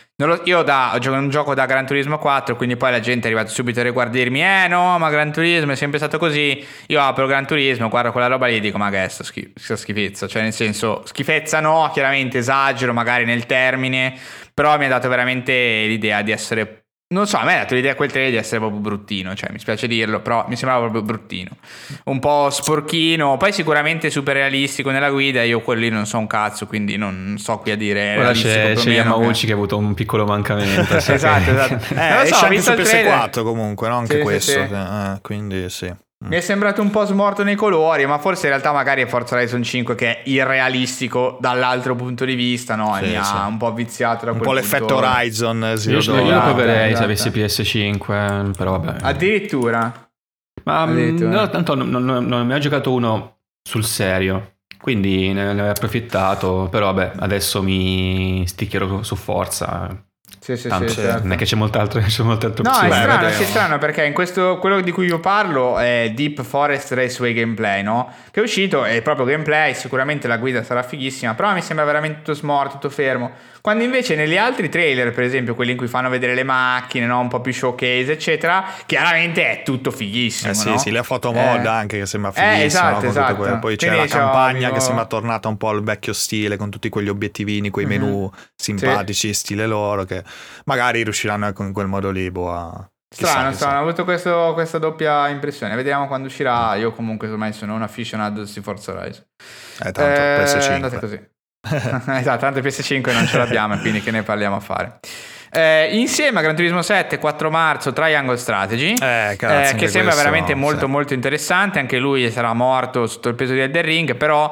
io ho giocato un gioco da Gran Turismo 4, quindi poi la gente è arrivata subito a riguardirmi no, ma Gran Turismo è sempre stato così. Io apro Gran Turismo, guardo quella roba lì e dico ma che è sta schifezza, cioè nel senso schifezza no, chiaramente esagero magari nel termine, però mi ha dato veramente l'idea di essere, non so, a me ha dato l'idea quel trailer di essere proprio bruttino, cioè mi spiace dirlo, però mi sembrava proprio bruttino, un po' sporchino, poi sicuramente super realistico nella guida. Io quello lì non so un cazzo, quindi non so qui a dire. Ora c'è Yamauchi che ha avuto un piccolo mancamento. esatto. Non lo so, esce anche su PS4 comunque, no? Anche questo. Quindi sì. Mi è sembrato un po' smorto nei colori, ma forse in realtà magari è Forza Horizon 5 che è irrealistico dall'altro punto di vista, no? E mi ha un po' viziato da quel un po' l'effetto Horizon. Io lo proverei se avessi PS5, però vabbè. Addirittura? Ma no, tanto non mi ha giocato uno sul serio, quindi ne ho approfittato, però vabbè, adesso mi sticcherò su Forza. Tanto, certo. Non è che c'è molta altra opzione. No, è strano perché in questo, quello di cui io parlo è Deep Forest Raceway Gameplay, no? Che è uscito, è proprio gameplay, sicuramente la guida sarà fighissima, però mi sembra veramente tutto smorto, tutto fermo. Quando invece negli altri trailer, per esempio quelli in cui fanno vedere le macchine, no? Un po' più showcase eccetera, chiaramente è tutto fighissimo, no? Sì, la fotomod anche che sembra fighissima, esatto. Poi c'è la campagna che sembra tornata un po' al vecchio stile, con tutti quegli obiettivini, quei menu simpatici, stile loro, che magari riusciranno in quel modo lì Strano, ho avuto questa doppia impressione. Vediamo quando uscirà. Io comunque ormai sono un aficionato di Forza Horizon. Tanto PS5 andate così. Esatto, tanto PS5 non ce l'abbiamo, quindi che ne parliamo a fare. Insieme a Gran Turismo 7 4 marzo Triangle Strategy, che sembra veramente molto interessante. Anche lui sarà morto sotto il peso di Elden Ring, però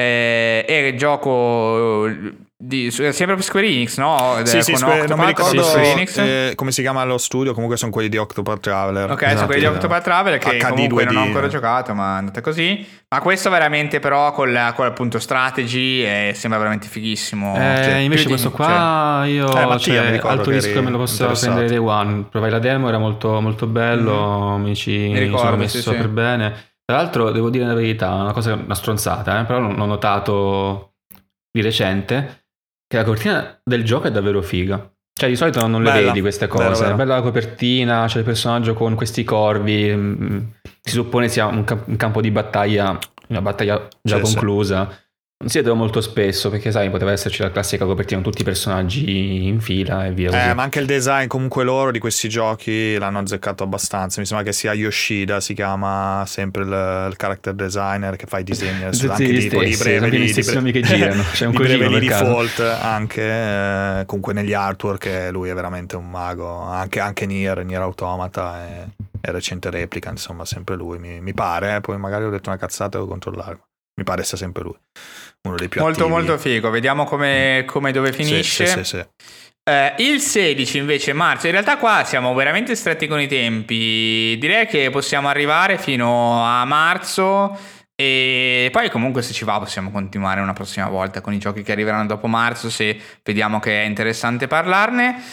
è il gioco sempre per Square Enix, no? Non mi ricordo come si chiama lo studio, comunque sono quelli di Octopath Traveler. Ok, sono quelli di Octopath Traveler che HD comunque 2D. Non ho ancora giocato, ma è andata così. Ma questo veramente però con appunto strategy sembra veramente fighissimo. Invece questo qua io alto rischio me lo posso prendere day one. Provai la demo, era molto molto bello, mi sono messo per bene. Tra l'altro devo dire la verità, una stronzata, però l'ho notato di recente, che la copertina del gioco è davvero figa. Cioè di solito non le vedi queste cose. È bella la copertina, c'è il personaggio con questi corvi, si suppone sia un campo di battaglia, una battaglia già conclusa. Non si vedono molto spesso perché sai poteva esserci la classica copertina con tutti i personaggi in fila e via così. Ma anche il design comunque loro di questi giochi l'hanno azzeccato abbastanza. Mi sembra che sia Yoshida, si chiama sempre il character designer che fa i disegni anche tipo di breve gli stessi nomi che girano. C'è un breve cosino di per caso. default anche comunque negli artwork lui è veramente un mago. Anche Nier Automata e recente replica, insomma sempre lui mi pare, poi magari ho detto una cazzata, devo controllare. Mi pare sia sempre lui, uno dei più molto attivi. molto figo, vediamo come dove finisce. Sì. Il 16 invece marzo, in realtà qua siamo veramente stretti con i tempi, direi che possiamo arrivare fino a marzo e poi comunque se ci va possiamo continuare una prossima volta con i giochi che arriveranno dopo marzo, se vediamo che è interessante parlarne.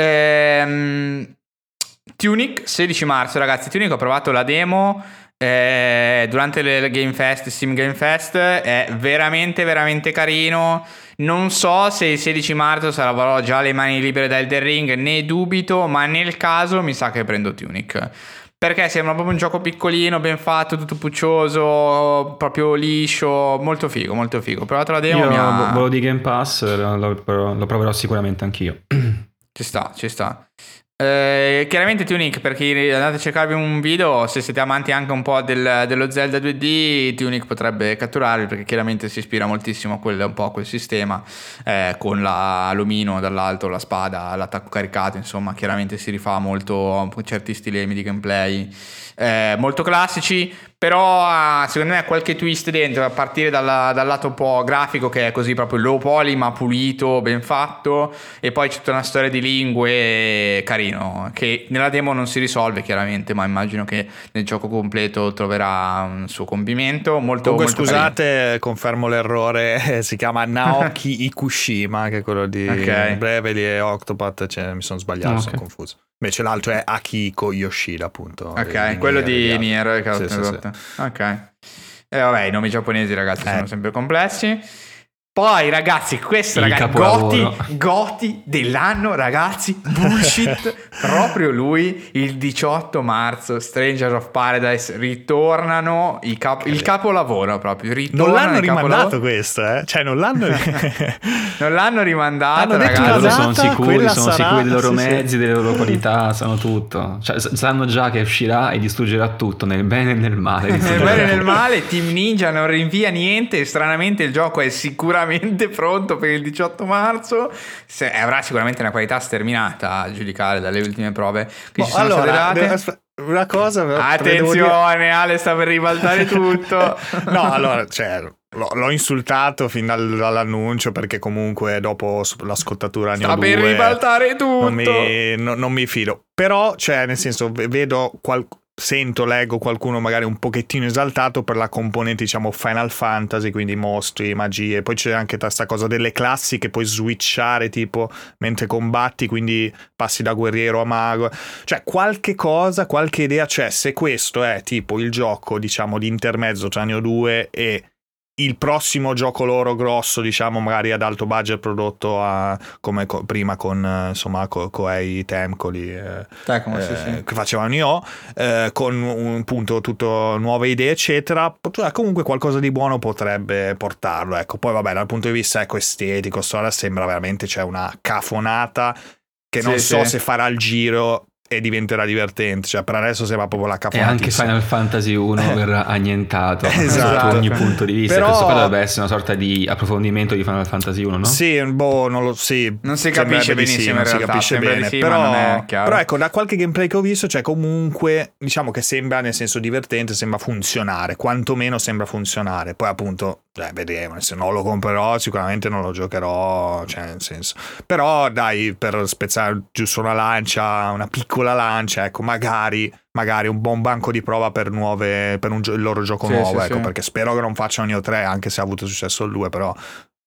Tunic 16 marzo, ragazzi. Tunic ho provato la demo durante le Game Fest, Steam Game Fest, è veramente veramente carino. Non so se il 16 marzo sarò già le mani libere da Elden Ring, ne dubito, ma nel caso mi sa che prendo Tunic perché sembra proprio un gioco piccolino, ben fatto, tutto puccioso, proprio liscio, molto figo, molto figo. Ho provato la demo. Io volevo di Game Pass, lo proverò sicuramente anch'io. Ci sta. Chiaramente Tunic, per chi andate a cercarvi un video, se siete amanti anche un po' dello Zelda 2D, Tunic potrebbe catturarvi perché chiaramente si ispira moltissimo a quel sistema, con l'omino dall'alto, la spada, l'attacco caricato, insomma chiaramente si rifà molto a certi stilemi di gameplay molto classici, però secondo me ha qualche twist dentro, a partire dal lato un po' grafico, che è così proprio low poly ma pulito, ben fatto, e poi c'è tutta una storia di lingue carino che nella demo non si risolve chiaramente, ma immagino che nel gioco completo troverà un suo compimento. Comunque molto scusate, carino. Confermo l'errore, si chiama Naoki Ikushima, che è quello di Bravely e Octopath, mi sono sbagliato, sono confuso. Invece l'altro è Akihiko Yoshida, appunto. Ok, quello di Nier che ho sì. Ok. Vabbè, i nomi giapponesi, ragazzi, sono sempre complessi. Poi, ragazzi, questo, Goti dell'anno, ragazzi, bullshit. Proprio lui, il 18 marzo, Stranger of Paradise, ritornano il capolavoro proprio. Non l'hanno rimandato questo, Cioè, non l'hanno rimandato, ragazzi. Loro sono sicuri dei loro mezzi, delle loro qualità, sanno tutto. Cioè, sanno già che uscirà e distruggerà tutto, nel bene e nel male. Nel bene e nel male, Team Ninja non rinvia niente, e stranamente il gioco è sicuramente pronto per il 18 marzo. Avrà sicuramente una qualità sterminata a giudicare dalle ultime prove che ci sono state date. Una cosa, attenzione, Ale sta per ribaltare tutto. No, allora, l'ho insultato fin dall'annuncio, perché comunque dopo la scottatura sta per ribaltare tutto, non mi fido. Però, nel senso, leggo qualcuno magari un pochettino esaltato per la componente, diciamo, Final Fantasy, quindi mostri, magie. Poi c'è anche questa cosa delle classi che puoi switchare tipo mentre combatti, quindi passi da guerriero a mago. Cioè qualche idea c'è, se questo è tipo il gioco, diciamo, di intermezzo tra Nioh 2 e il prossimo gioco loro grosso, diciamo, magari ad alto budget, prodotto come prima con Koei Tecmo che facevano Nioh, con un punto tutto nuove idee eccetera, comunque qualcosa di buono potrebbe portarlo, ecco. Poi vabbè, dal punto di vista estetico, storia, sembra veramente una cafonata che non so se farà il giro e diventerà divertente, cioè per adesso sembra proprio la cafonatissima. E anche Final Fantasy 1 verrà annientato esatto, da ogni punto di vista. Però... questo qua dovrebbe essere una sorta di approfondimento di Final Fantasy 1, no? Sì, non si capisce benissimo, non si capisce bene, però ecco, da qualche gameplay che ho visto, comunque diciamo che sembra, nel senso, divertente, sembra funzionare, quantomeno sembra funzionare. Poi appunto vedremo, se non lo comprerò sicuramente non lo giocherò, nel senso, però dai, per spezzare giusto una lancia, una piccola lancia, ecco, magari un buon banco di prova per il loro gioco nuovo, ecco. Perché spero che non facciano Nioh 3, anche se ha avuto successo il 2, però no,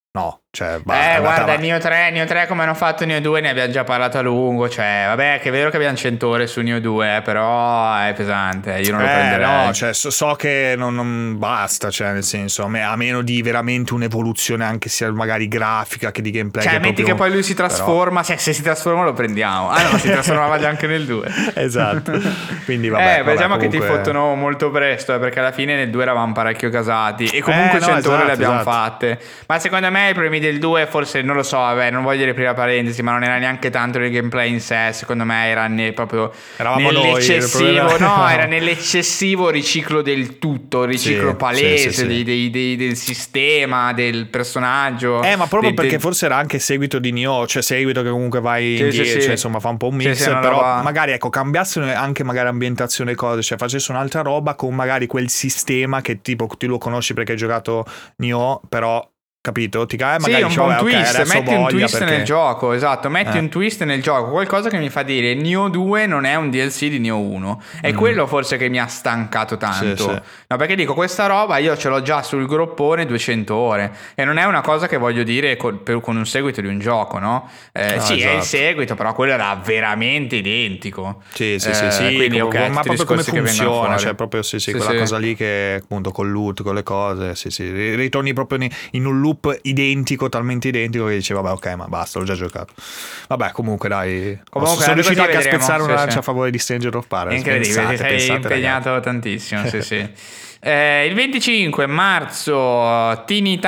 Cioè, guarda, Nioh 3 come hanno fatto Nioh 2 ne abbiamo già parlato a lungo. Cioè, vabbè, che è vero che abbiamo 100 ore su Nioh 2, però è pesante. Io non lo prenderei. No, cioè, so che non basta, cioè, nel senso, a meno di veramente un'evoluzione anche sia magari grafica che di gameplay. Cioè, che metti proprio... che poi lui si trasforma. Se si trasforma lo prendiamo. Ah, no, si trasformava già anche nel 2. Esatto. Quindi vabbè. Vediamo comunque... che ti fottono molto presto, perché alla fine nel 2 eravamo parecchio casati. E comunque 100 ore le abbiamo fatte. Ma secondo me i problemi del 2 forse, non lo so, vabbè, non voglio riaprire la parentesi, ma non era neanche tanto il gameplay in sé, secondo me era proprio eravamo nell'eccessivo, era nell'eccessivo riciclo del tutto, riciclo palese del sistema, del personaggio. Ma proprio perché forse era anche seguito di Nioh, cioè seguito che comunque vai indietro, cioè insomma fa un po' un mix, però magari ecco cambiassero anche magari ambientazione e cose, cioè facesse un'altra roba con magari quel sistema che tipo tu lo conosci perché hai giocato Nioh, però capito? Magari un twist, metti un twist nel gioco, esatto, metti un twist nel gioco, qualcosa che mi fa dire Nioh 2 non è un DLC di Nioh 1. È quello forse che mi ha stancato tanto. No, perché dico, questa roba io ce l'ho già sul groppone 200 ore e non è una cosa che voglio dire con un seguito di un gioco, no? Sì, esatto. È il seguito, però quello era veramente identico. Sì. Quindi, ma proprio come funziona, cioè proprio quella cosa lì che appunto col loot, con le cose, ritorni proprio in un loop identico, talmente identico che dice vabbè, ok, ma basta, l'ho già giocato. Vabbè, comunque dai, sono riuscito anche a spezzare una lancia a favore di Stranger of Paradise. Incredibile, ti sei impegnato ragazzi. Tantissimo. Sì. Il 25 marzo Tiny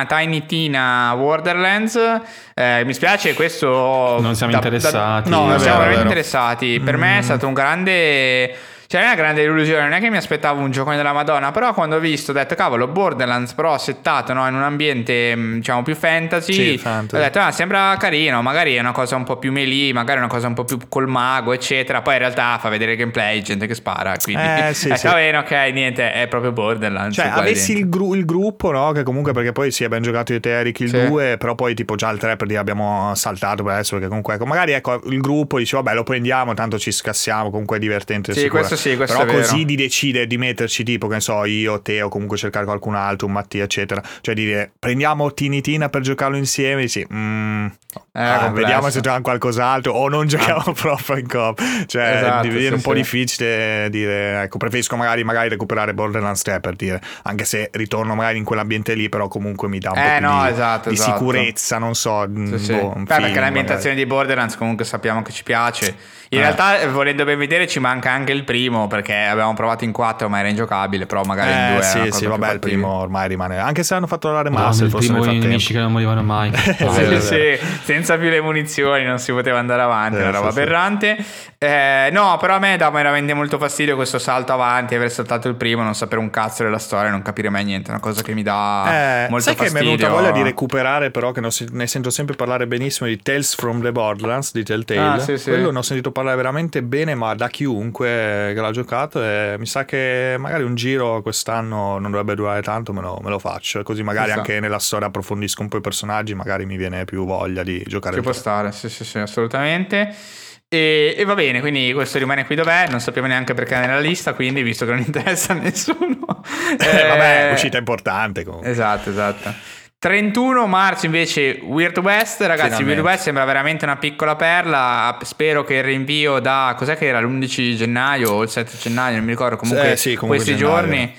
Tina Borderlands. Mi spiace, questo non siamo interessati. Non siamo veramente interessati. Per me è stato un grande... Cioè, non è una grande illusione, non è che mi aspettavo un giocone della Madonna, però quando ho visto ho detto cavolo, Borderlands però settato, no, in un ambiente diciamo più fantasy, ho detto sembra carino, magari è una cosa un po' più melee, magari è una cosa un po' più col mago eccetera, poi in realtà fa vedere il gameplay, gente che spara, quindi va bene, ok, niente, è proprio Borderlands. Cioè avessi il gruppo, no, che comunque perché poi abbiamo giocato io te Eric il 2, però poi tipo già il 3 per dire abbiamo saltato per adesso, perché comunque ecco, magari ecco il gruppo dice vabbè lo prendiamo, tanto ci scassiamo, comunque è divertente. Sì, questo però è così vero. di decidere di metterci tipo che ne so io, te o comunque cercare qualcun altro, un Mattia eccetera, cioè dire prendiamo Tina per giocarlo insieme, dici vediamo se giochiamo qualcos'altro o non giochiamo proprio in coop, cioè diviene un po' difficile dire ecco preferisco magari recuperare Borderlands 3 per dire, anche se ritorno magari in quell'ambiente lì, però comunque mi dà un po' di sicurezza, non so perché l'ambientazione di Borderlands comunque sappiamo che ci piace. In realtà, volendo ben vedere, ci manca anche il primo, perché abbiamo provato in 4 ma era ingiocabile, però magari in 2 sì, vabbè, il primo ormai rimane, anche se hanno fatto la remaster, il primo i nemici che non morivano mai. Sì, senza più le munizioni non si poteva andare avanti, una roba aberrante. No, però a me dà veramente molto fastidio questo salto avanti, aver saltato il primo, non sapere un cazzo della storia, non capire mai niente, è una cosa che mi dà molto fastidio. Sai che mi è venuta voglia di recuperare, però che ne sento sempre parlare benissimo, di Tales from the Borderlands di Telltale. Quello ne ho sentito parlare veramente bene, ma da chiunque che l'ha giocato, e mi sa che magari un giro quest'anno non dovrebbe durare tanto, me lo faccio, così magari anche nella storia approfondisco un po' i personaggi, magari mi viene più voglia di giocare. Ci può stare, sì, assolutamente. E va bene, quindi questo rimane qui dov'è, non sappiamo neanche perché è nella lista, quindi visto che non interessa a nessuno vabbè, uscita importante comunque. Esatto. 31 marzo invece Weird West, ragazzi. Finalmente. Weird West sembra veramente una piccola perla. Spero che il rinvio da cos'è che era l'11 gennaio o il 7 gennaio, non mi ricordo, comunque questi giorni.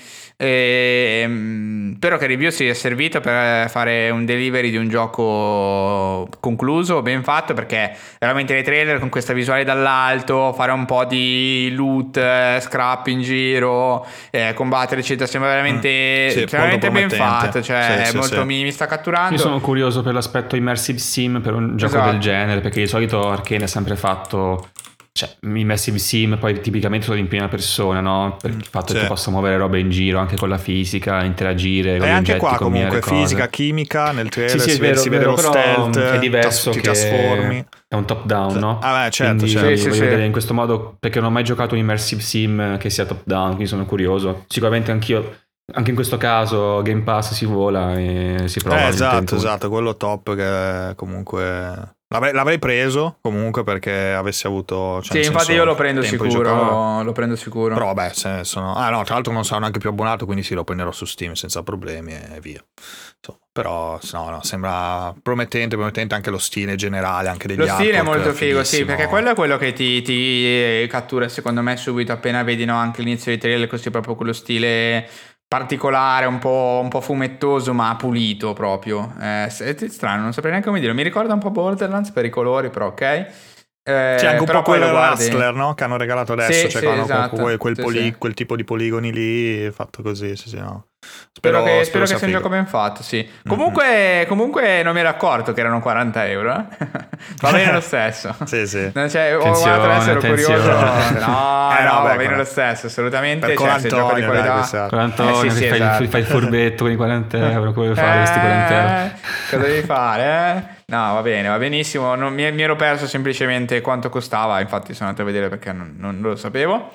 Spero che il review sia servito per fare un delivery di un gioco concluso, ben fatto, perché veramente nei trailer con questa visuale dall'alto, fare un po' di loot, scrap in giro, combattere eccetera, sembra veramente ben fatto, cioè molto. Mi sta catturando. Io sono curioso per l'aspetto immersive sim per un gioco del genere, perché di solito Arcane ha sempre fatto immersive sim, poi tipicamente sono in prima persona, no? Per il fatto che tu possa muovere robe in giro anche con la fisica, interagire con gli oggetti, anche qua comunque fisica, chimica nel trailer si vede lo stealth, è diverso, ti trasformi, è un top down, no? Certo. Voglio vedere in questo modo, perché non ho mai giocato un immersive sim che sia top down, quindi sono curioso. Sicuramente anch'io, anche in questo caso Game Pass si vola e si prova. Esatto, quello top che comunque l'avrei preso comunque, perché avessi avuto infatti io lo prendo sicuro. Però vabbè, se sono tra l'altro non sono neanche più abbonato, quindi lo prenderò su Steam senza problemi e via. Insomma, Però no, sembra promettente anche lo stile generale, anche degli artwork. Lo stile è molto figo, fighissimo. sì, perché quello è quello che ti cattura secondo me subito appena vedi, no, anche l'inizio di trailer, così proprio quello stile particolare, un po' fumettoso ma pulito proprio. È strano, non saprei neanche come dire, mi ricorda un po' Borderlands per i colori, però ok. C'è anche un però po' quello guardi... Rustler, no? Che hanno regalato adesso, sì, esatto. esatto. Quel tipo di poligoni lì fatto così, sì, no. Spero che sia un gioco ben fatto, sì. Comunque non mi ero accorto che erano 40 euro. Va bene lo stesso. Sì. Ho guardato adesso, ero curioso. Va bene lo stesso, assolutamente. Per se gioco di qualità. Con Antonio esatto. fai il furbetto con i 40 euro, come fare questi 40 euro? Cosa devi fare, No, va bene, va benissimo. Mi ero perso semplicemente quanto costava, infatti sono andato a vedere perché non lo sapevo.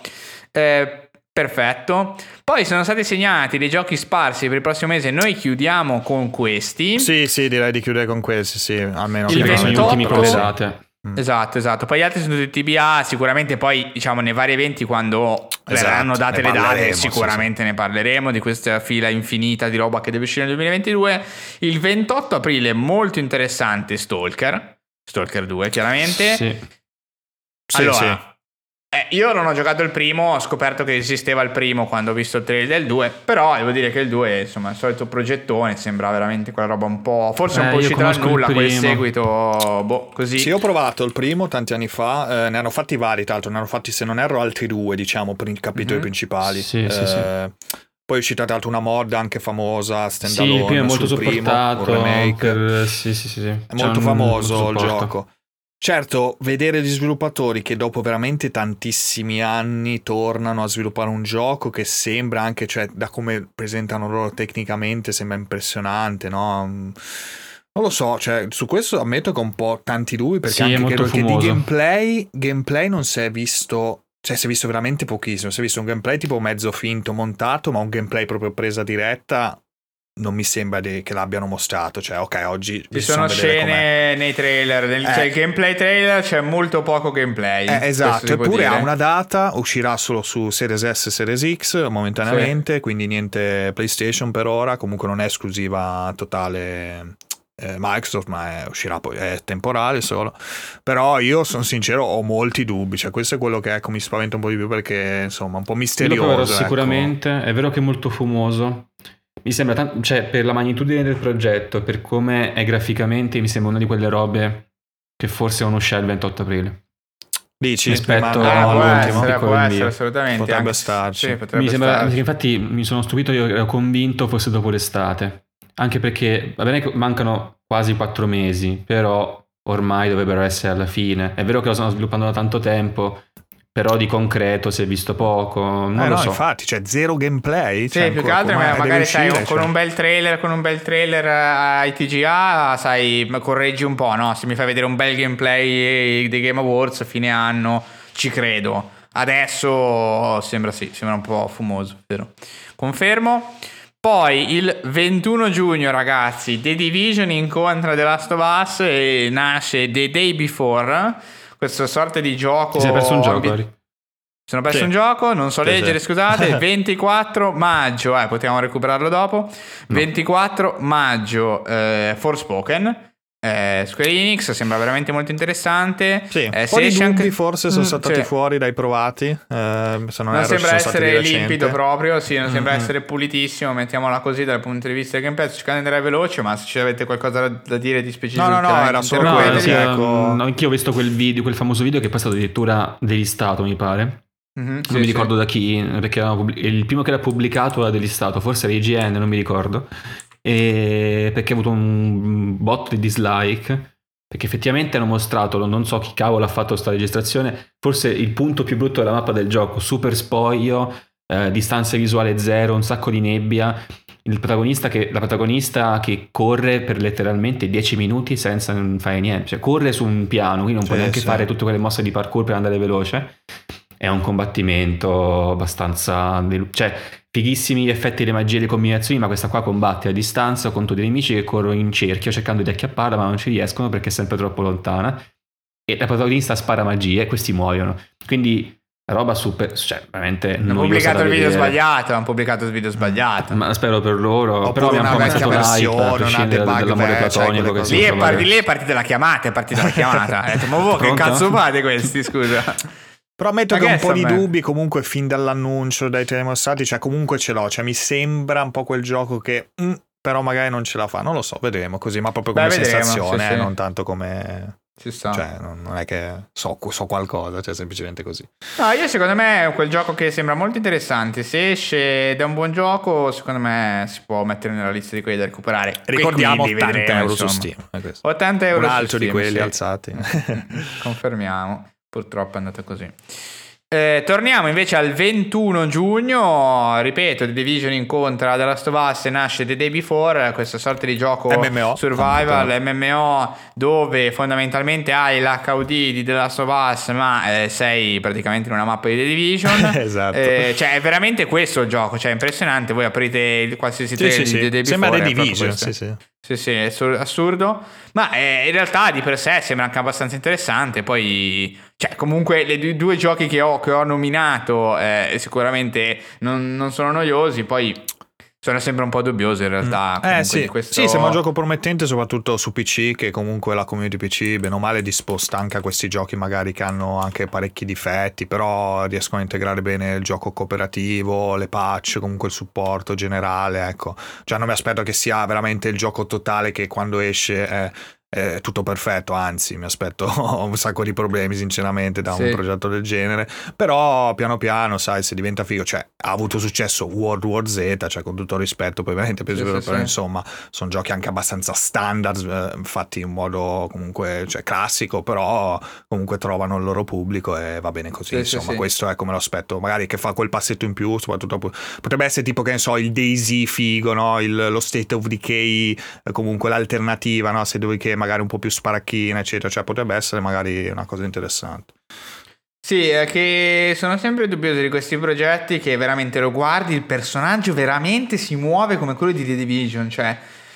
Perfetto. Poi sono stati segnati dei giochi sparsi per il prossimo mese. Noi chiudiamo con questi. Sì, direi di chiudere con questi, sì. Almeno che sono gli ultimi provvedate. Esatto. Poi gli altri sono tutti TBA. Sicuramente poi, diciamo, nei vari eventi, quando verranno date le date, sicuramente ne parleremo di questa fila infinita di roba che deve uscire nel 2022. Il 28 aprile, molto interessante, Stalker 2, chiaramente. Sì. Allora, io non ho giocato il primo, ho scoperto che esisteva il primo quando ho visto il trailer del 2, però devo dire che il 2 insomma è il solito progettone, sembra veramente quella roba un po', forse un po' uscita dal nulla, quel seguito così. Sì, ho provato il primo tanti anni fa, ne hanno fatti vari, tra l'altro ne hanno fatti, se non erro, altri 2, diciamo, per i capitoli principali. Sì. Poi è uscita tra l'altro una mod anche famosa, standalone. Sì, il primo è molto supportato, un remake. Sì. È molto famoso il gioco. Certo, vedere gli sviluppatori che dopo veramente tantissimi anni tornano a sviluppare un gioco che sembra anche, cioè, da come presentano loro tecnicamente, sembra impressionante, no? Non lo so, cioè, su questo ammetto che ho un po' tanti dubbi, perché anche credo che di gameplay non si è visto, cioè si è visto veramente pochissimo, si è visto un gameplay tipo mezzo finto, montato, ma un gameplay proprio presa diretta non mi sembra che l'abbiano mostrato. Cioè, ok, oggi ci sono scene nei trailer, cioè il gameplay trailer c'è molto poco gameplay. Esatto, eppure ha una data, uscirà solo su Series S e Series X momentaneamente, quindi niente PlayStation per ora, comunque non è esclusiva totale Microsoft, ma uscirà poi, è temporale solo. Però io sono sincero, ho molti dubbi, cioè questo è quello che mi spaventa un po' di più, perché insomma un po' misterioso. Io lo proverò sicuramente, è vero che è molto fumoso. Mi sembra cioè, per la magnitudine del progetto, per come è graficamente, mi sembra una di quelle robe che forse non uscirà il 28 aprile. Dici? Rispetto all'ultimo? Può essere, assolutamente. Potrebbe starci. Sì, potrebbe starci. Infatti mi sono stupito, io ero convinto fosse dopo l'estate. Anche perché, va bene che mancano quasi 4 mesi, però ormai dovrebbero essere alla fine. È vero che lo stanno sviluppando da tanto tempo, però di concreto si è visto poco, non lo so. Infatti, c'è zero gameplay. Sì, più che altro magari sai, con un bel trailer ai TGA, sai, correggi un po', no? Se mi fai vedere un bel gameplay dei Game Awards fine anno, ci credo. Adesso sembra un po' fumoso, vero? Confermo. Poi il 21 giugno, ragazzi, The Division incontra The Last of Us e nasce The Day Before, questa sorta di gioco. Ti sei perso un gioco, Sono perso un gioco, non so leggere, scusate. 24 maggio, potevamo recuperarlo dopo. 24 maggio, Forspoken. Square Enix sembra veramente molto interessante. Sì, un po' di dubbi forse sono saltati fuori dai provati. Se non sembra essere limpido proprio, sì, non sembra essere pulitissimo, mettiamola così dal punto di vista del gameplay. Cercate di andare veloce, ma se ci avete qualcosa da dire di specifico, no, era solo anch'io ho visto quel famoso video che poi è stato addirittura delistato, mi pare. Non mi ricordo da chi, perché il primo che l'ha pubblicato era delistato, forse era IGN, non mi ricordo. Perché ha avuto un botto di dislike, perché effettivamente hanno mostrato, non so chi cavolo ha fatto sta registrazione, forse il punto più brutto della mappa del gioco, super spoglio, distanza visuale zero, un sacco di nebbia, la protagonista che corre per letteralmente 10 minuti senza fare niente, cioè corre su un piano, quindi non può neanche fare tutte quelle mosse di parkour per andare veloce. È un combattimento abbastanza, cioè fighissimi gli effetti, le magie, le combinazioni, ma questa qua combatte a distanza contro dei nemici che corrono in cerchio cercando di acchiapparla, ma non ci riescono perché è sempre troppo lontana, e la protagonista spara magie e questi muoiono. Quindi roba super, cioè veramente hanno pubblicato il video sbagliato, ma spero per loro. Oppure però abbiamo una promesso vecchia hype, a versione, prescindere una debug dall'amore vecchia, platonico che cose. lì si lì è partita la chiamata, ha detto, ma voi che Pronto? cazzo fate questi, scusa? Però ammetto Ma che che un po' di sta a me? dubbi comunque fin dall'annuncio, dai telemostrati, cioè comunque ce l'ho, cioè mi sembra un po' quel gioco che però magari non ce la fa, non lo so, vedremo così, ma proprio come vedremo, sensazione, sì. non tanto come... Ci sta. Cioè non è che so qualcosa, cioè semplicemente così. No, io secondo me è quel gioco che sembra molto interessante. Se esce ed è un buon gioco, secondo me si può mettere nella lista di quelli da recuperare. Ricordiamo E quindi 80 vedremo, euro su insomma. Steam, è questo. 80 euro Un su altro di Steam, quelli sì. alzati. Confermiamo. Purtroppo è andata così. Torniamo invece al 21 giugno. Ripeto, The Division incontra The Last of Us e nasce The Day Before, questa sorta di gioco MMO. survival MMO dove fondamentalmente hai l'HUD di The Last of Us, ma sei praticamente in una mappa di The Division. Esatto. Cioè è veramente questo il gioco, cioè è impressionante. Voi aprite qualsiasi trailer di The Day Before, Sembra The è proprio Division, questo. sì. Sì, è assurdo. Ma in realtà di per sé sembra anche abbastanza interessante. Poi, cioè, comunque, i due giochi che ho nominato sicuramente non sono noiosi. Poi sono sempre un po' dubbiosi in realtà. Sì. Di questo... Sì, sembra un gioco promettente soprattutto su PC, che comunque la community PC bene o male è disposta anche a questi giochi magari che hanno anche parecchi difetti, però riescono a integrare bene il gioco cooperativo, le patch, comunque il supporto generale, ecco. Cioè non mi aspetto che sia veramente il gioco totale che quando esce è tutto perfetto, anzi mi aspetto un sacco di problemi sinceramente da un progetto del genere, però piano piano sai, se diventa figo, cioè ha avuto successo World War Z, cioè con tutto il rispetto poi veramente però insomma sono giochi anche abbastanza standard, fatti in modo comunque cioè classico, però comunque trovano il loro pubblico e va bene così, insomma questo è come lo aspetto, magari che fa quel passetto in più, soprattutto potrebbe essere tipo che ne so il DayZ figo, no? Lo State of Decay, comunque l'alternativa, no? Se che magari un po' più sparacchina eccetera, cioè potrebbe essere magari una cosa interessante. Sì, è che sono sempre dubbioso di questi progetti che veramente lo guardi, il personaggio veramente si muove come quello di The Division, cioè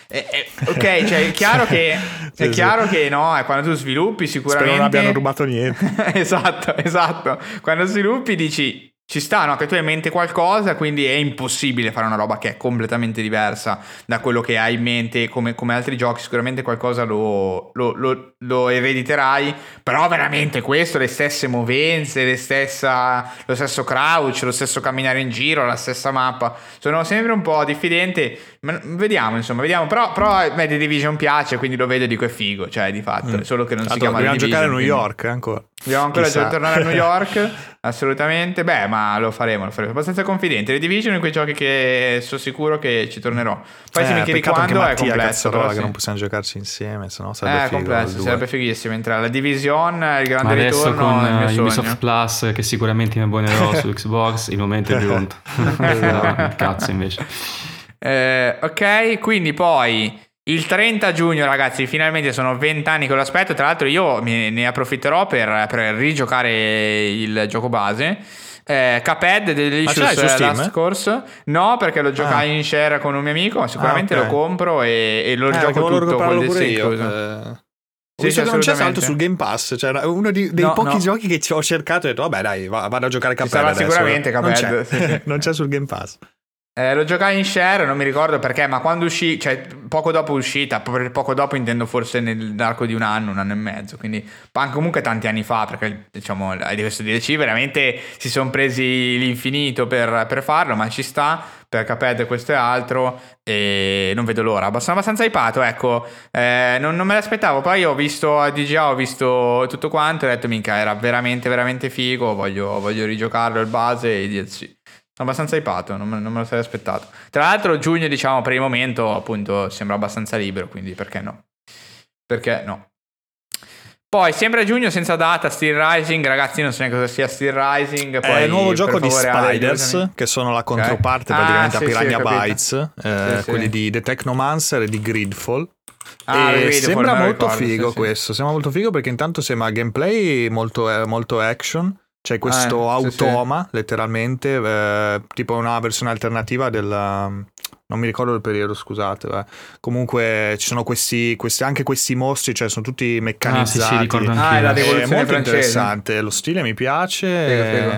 ok, cioè è chiaro che è chiaro che no, quando tu sviluppi sicuramente spero non abbiano rubato niente. esatto, quando sviluppi dici ci sta, no? Che tu hai in mente qualcosa, quindi è impossibile fare una roba che è completamente diversa da quello che hai in mente come altri giochi. Sicuramente qualcosa lo erediterai, però veramente questo, le stesse movenze, lo stesso crouch, lo stesso camminare in giro, la stessa mappa, sono sempre un po' diffidente, ma vediamo, però a me The Division piace, quindi lo vedo e dico è figo, cioè di fatto, solo che non si chiama The Division. Dobbiamo giocare a New York ancora. Dobbiamo ancora tornare a New York, assolutamente. Beh, ma lo faremo. Abbastanza confidente. The Division in quei giochi che sono sicuro che ci tornerò. Poi se mi chiedi quando è complesso, però che non possiamo giocarci insieme, sennò sarebbe figo. Complesso, sarebbe fighissimo entrare. La Division, il grande adesso ritorno con è il mio Ubisoft sogno. Plus, che sicuramente mi abbonerò su Xbox, il momento è pronto. Cazzo invece. Ok, quindi poi il 30 giugno, ragazzi, finalmente sono 20 anni che lo aspetto. Tra l'altro io ne approfitterò per rigiocare il gioco base. Cuphead Delicious Last Course. No, perché lo giocai in share con un mio amico, ma sicuramente lo compro e lo gioco tutto con il DLC incluso. Sì, non c'è salto sul Game Pass, cioè uno dei pochi giochi che ci ho cercato e ho detto vabbè dai, vado a giocare Cuphead adesso. Sicuramente Cuphead non c'è sul Game Pass. Lo giocai in share, non mi ricordo perché, ma quando uscì, cioè poco dopo uscita, poco dopo intendo forse nell'arco di un anno e mezzo, quindi comunque tanti anni fa, perché diciamo di questo DLC veramente si sono presi l'infinito per farlo, ma ci sta, per Cuphead questo è altro e non vedo l'ora, sono abbastanza hypato, ecco, non me l'aspettavo, poi ho visto a DGA, ho visto tutto quanto e ho detto minchia, era veramente veramente figo, voglio rigiocarlo il base e i DLC. Sono abbastanza hypato, non me lo sarei aspettato. Tra l'altro giugno, diciamo, per il momento appunto sembra abbastanza libero, quindi perché no? Poi sempre a giugno senza data Steel Rising, ragazzi non so neanche cosa sia Steel Rising. Poi, è il nuovo gioco di Spiders, che sono la controparte praticamente a Piranha Bytes, quelli di The Technomancer e di Gridfall. Sembra molto figo questo, sembra molto figo perché intanto sembra gameplay molto action. C'è questo automa, letteralmente, tipo una versione alternativa non mi ricordo il periodo, scusate. Comunque ci sono anche questi mostri, cioè sono tutti meccanizzati. Ricordo anch'io. È la rivoluzione molto francese. Interessante, lo stile mi piace. Figo.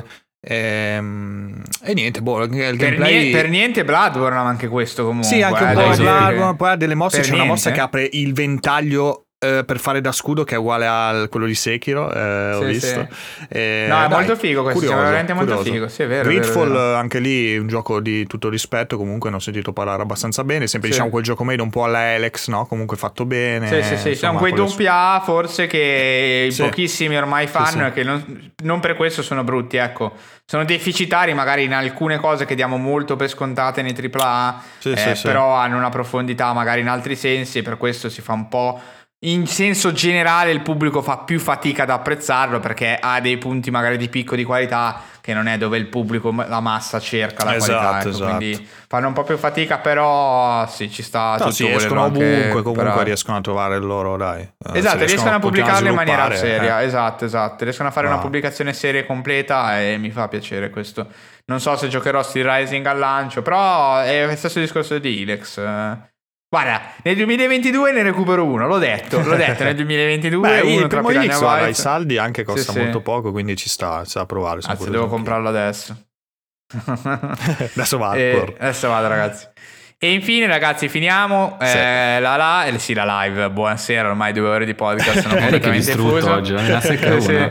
E niente, il gameplay... per niente Bloodborne ha anche questo comunque. Sì, anche un po' dai, Bloodborne, poi ha delle mosse, c'è una mossa niente. che apre il ventaglio per fare da scudo, che è uguale a quello di Sekiro, ho visto. No, è molto figo questo, curioso, sembra veramente molto curioso. figo, sì, è vero. Gridfall, vero. anche lì un gioco di tutto rispetto, comunque ne ho sentito parlare abbastanza bene, sempre Sì. diciamo quel gioco made un po' alla Alex, no? Comunque fatto bene. Sì, insomma, sono quei doppia A forse che Sì. pochissimi ormai fanno Sì. e che non per questo sono brutti, ecco. Sono deficitari magari in alcune cose che diamo molto per scontate nei AAA, Sì. però hanno una profondità magari in altri sensi e per questo si fa un po'... In senso generale il pubblico fa più fatica ad apprezzarlo perché ha dei punti magari di picco di qualità che non è dove il pubblico, la massa cerca la qualità, ecco. Esatto. Quindi fanno un po' più fatica, però sì, ci sta tutto. Sì, escono volerlo anche ovunque, comunque sperare. riescono a trovare il loro, dai. Esatto, riescono a pubblicarlo in maniera sviluppare, seria, esatto, riescono a fare una Ah. pubblicazione seria e completa e mi fa piacere questo. Non so se giocherò Steel Rising al lancio, però è lo stesso discorso di Ilex. Guarda, nel 2022 ne recupero uno, l'ho detto nel 2022 Beh, uno il tra primo Piranha X, guarda, i Bytes. saldi anche costa Sì. molto poco, quindi ci sta a provare. sono Anzi, curioso devo anch'io. comprarlo adesso. Adesso vado. Adesso vado, ragazzi. E infine, ragazzi, finiamo Sì. la live. Buonasera, ormai 2 ore di podcast sono Che completamente distrutto fuso. oggi, ne ha secca una.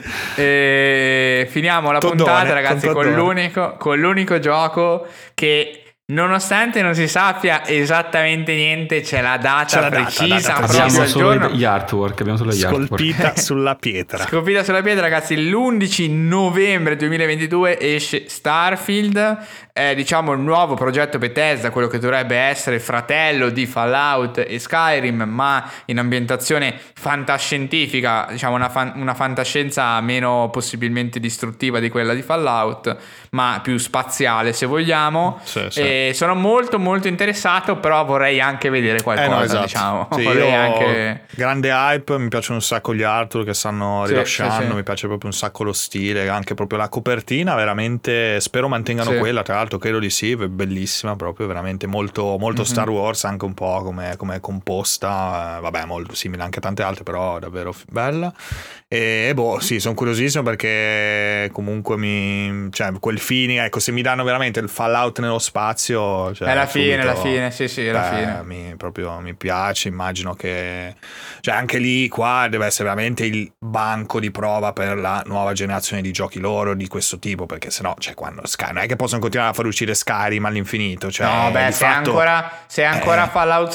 E finiamo la Tondone, puntata, ragazzi, con Tondone. con l'unico gioco che, nonostante non si sappia esattamente niente, c'è la data precisa. data proprio Abbiamo il solo giorno. gli artwork, Scolpita sulla pietra. Scolpita sulla pietra, ragazzi. L'11 novembre 2022 esce Starfield, diciamo il nuovo progetto Bethesda, quello che dovrebbe essere il fratello di Fallout e Skyrim, ma in ambientazione fantascientifica, diciamo una fantascienza meno possibilmente distruttiva di quella di Fallout, ma più spaziale se vogliamo. Sì. E sono molto molto interessato, però vorrei anche vedere qualcosa, Esatto. diciamo. Sì, Vorrei io anche... grande hype, mi piacciono un sacco gli artwork che stanno Sì, rilasciando, sì. mi piace proprio un sacco lo stile, anche proprio la copertina, veramente spero mantengano Sì. quella, tra l'altro credo di sì, è bellissima proprio, veramente molto Star Wars, anche un po' come è composta, vabbè, molto simile anche a tante altre, però davvero bella. E sì, sono curiosissimo perché comunque cioè quel feeling, ecco, se mi danno veramente il Fallout nello spazio, cioè, È la fine, subito, sì, è la fine. proprio mi piace, immagino che cioè anche lì qua deve essere veramente il banco di prova per la nuova generazione di giochi loro di questo tipo, perché sennò cioè quando non è che possono continuare a far uscire Skyrim all'infinito, cioè No, beh, di fatto, se è ancora Fallout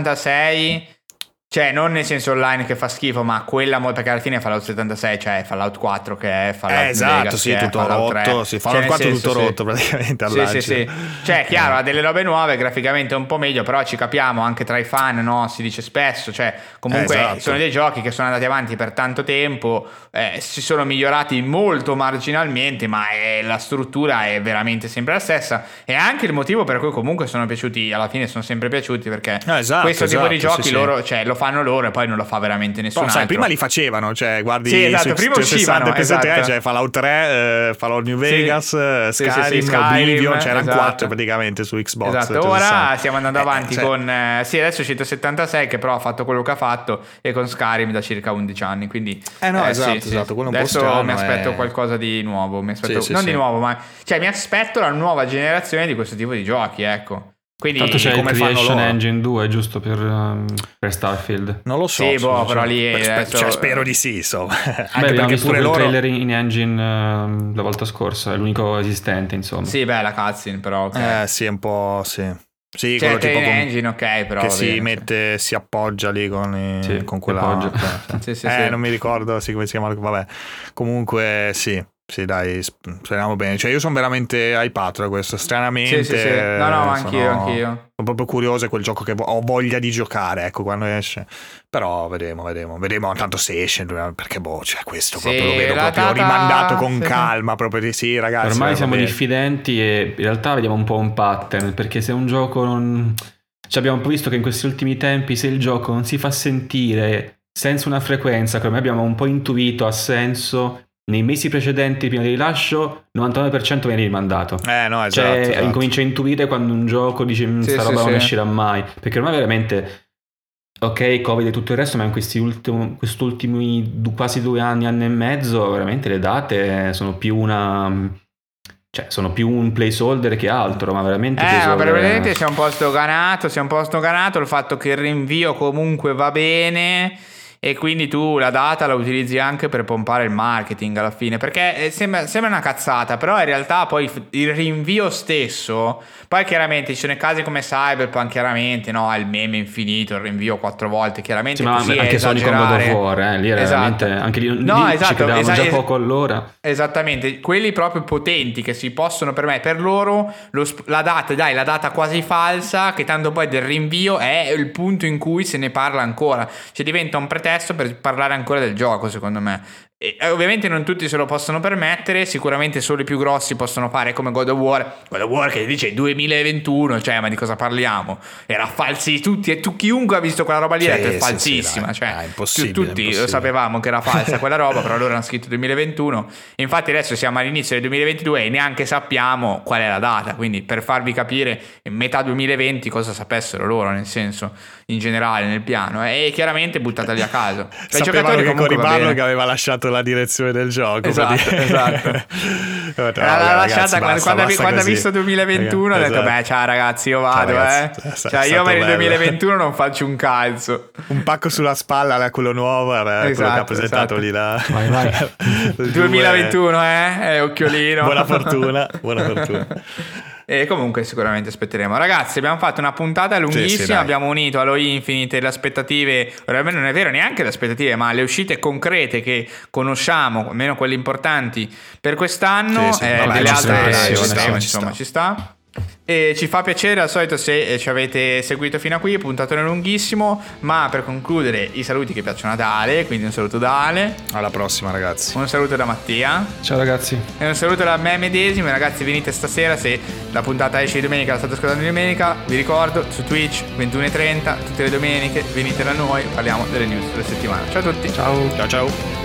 76, cioè non nel senso online che fa schifo, ma quella perché alla fine è Fallout 76, cioè Fallout 4 che è Fallout New esatto, Vegas, sì, che è tutto Fallout rotto, 3. sì, Fallout Cioè, 4 nel tutto senso, rotto praticamente al sì, lancio. sì. Cioè, chiaro, ha delle robe nuove, graficamente un po' meglio, però ci capiamo anche tra i fan, no? Si dice spesso, cioè comunque Esatto. sono dei giochi che sono andati avanti per tanto tempo, si sono migliorati molto marginalmente, ma la struttura è veramente sempre la stessa. E anche il motivo per cui comunque sono piaciuti, alla fine sono sempre piaciuti, perché questo tipo di giochi sì. loro, cioè, lo fanno loro e poi non lo fa veramente nessun Però, altro. sai, prima li facevano, cioè guardi Sì, esatto, su prima 360 uscivano, PS3, esatto. cioè Fallout 3, Fallout New Vegas, Sì, Skyrim, Skyrim, Oblivion, c'erano esatto. 4 praticamente su Xbox. Esatto, 360. ora stiamo andando avanti cioè, con sì, adesso è 176 che però ha fatto quello che ha fatto, e con Skyrim da circa 11 anni, quindi esatto, quello un po' adesso strano, mi aspetto qualcosa di nuovo, di nuovo, ma cioè mi aspetto la nuova generazione di questo tipo di giochi, ecco. Quindi Tanto c'è il come fanno Creation loro. Engine 2 giusto per Starfield. Non lo so. Sì, però lì adesso... cioè, spero di sì, insomma. Anche Abbiamo perché visto pure quel loro trailer in engine la volta scorsa, è l'unico esistente, insomma. Sì, beh, la cutscene però, ok. sì, un po' sì. Sì, Cioè, quello tipo in engine, ok, però che va si bene, mette, si appoggia lì con quella appoggia. Sì, non mi ricordo come si chiama, vabbè. Comunque sì, dai, speriamo bene. Cioè io sono veramente hypato da questo, stranamente. Sì. No, anch'io. Sono proprio curioso, è quel gioco che ho voglia di giocare, ecco, quando esce. Però vedremo tanto se esce, perché cioè questo Sì, proprio lo vedo la proprio data- rimandato con sì. calma, proprio di sì, ragazzi. Ormai siamo vabbè. diffidenti e in realtà vediamo un po' un pattern, perché se un gioco non... Cioè abbiamo un po' visto che in questi ultimi tempi, se il gioco non si fa sentire senza una frequenza, come abbiamo un po' intuito ha senso, nei mesi precedenti prima del rilascio 99% viene rimandato. No, esatto, Cioè esatto. incomincia a intuire quando un gioco dice sta roba non uscirà mai, perché ormai veramente ok, Covid e tutto il resto, ma in questi ultimi quasi 2 anni e mezzo veramente le date sono più una cioè, sono più un placeholder che altro, ma veramente ma veramente si è un po' stoganato il fatto che il rinvio comunque va bene e quindi tu la data la utilizzi anche per pompare il marketing alla fine, perché sembra una cazzata, però in realtà poi il rinvio stesso, poi chiaramente ci sono i casi come Cyberpunk, chiaramente no, il meme infinito, il rinvio 4 volte, chiaramente sì, ma così anche Sony con God of War, lì era veramente, anche lì, no, lì ci credevamo già poco allora. Esattamente, quelli proprio potenti che si possono permettere, per loro la data quasi falsa, che tanto poi del rinvio è il punto in cui se ne parla ancora, cioè diventa un pretesto per parlare ancora del gioco, secondo me. E ovviamente non tutti se lo possono permettere, sicuramente solo i più grossi possono fare come God of War che dice 2021, cioè ma di cosa parliamo? Era falsi tutti, e chiunque ha visto quella roba lì ha detto è falsissima, cioè tutti lo sapevamo che era falsa quella roba, però loro hanno scritto 2021, infatti adesso siamo all'inizio del 2022 e neanche sappiamo qual è la data, quindi per farvi capire in metà 2020 cosa sapessero loro, nel senso in generale nel piano, e chiaramente buttata lì a caso. Sapevano che Coriballo che aveva lasciato la direzione del gioco, esatto. L'ha lasciata quando ha visto 2021 ha detto beh ciao ragazzi io vado, cioè io per il 2021 non faccio un calzo, un pacco sulla spalla era quello nuovo, era quello che ha presentato lì là. Vai. 2021 occhiolino, buona fortuna. E comunque sicuramente aspetteremo. Ragazzi, abbiamo fatto una puntata lunghissima, abbiamo unito Halo Infinite le aspettative, veramente non è vero neanche le aspettative, ma le uscite concrete che conosciamo, almeno quelle importanti per quest'anno, delle altre ci sta. E ci fa piacere al solito se ci avete seguito fino a qui, puntatone lunghissimo, ma per concludere i saluti che piacciono ad Ale, quindi un saluto da Ale, alla prossima ragazzi, un saluto da Mattia, ciao ragazzi, e un saluto da me medesimo. Ragazzi, venite stasera, se la puntata esce di domenica, la state ascoltando di domenica, vi ricordo su Twitch 21:30 tutte le domeniche venite da noi, parliamo delle news della settimana. Ciao a tutti, ciao.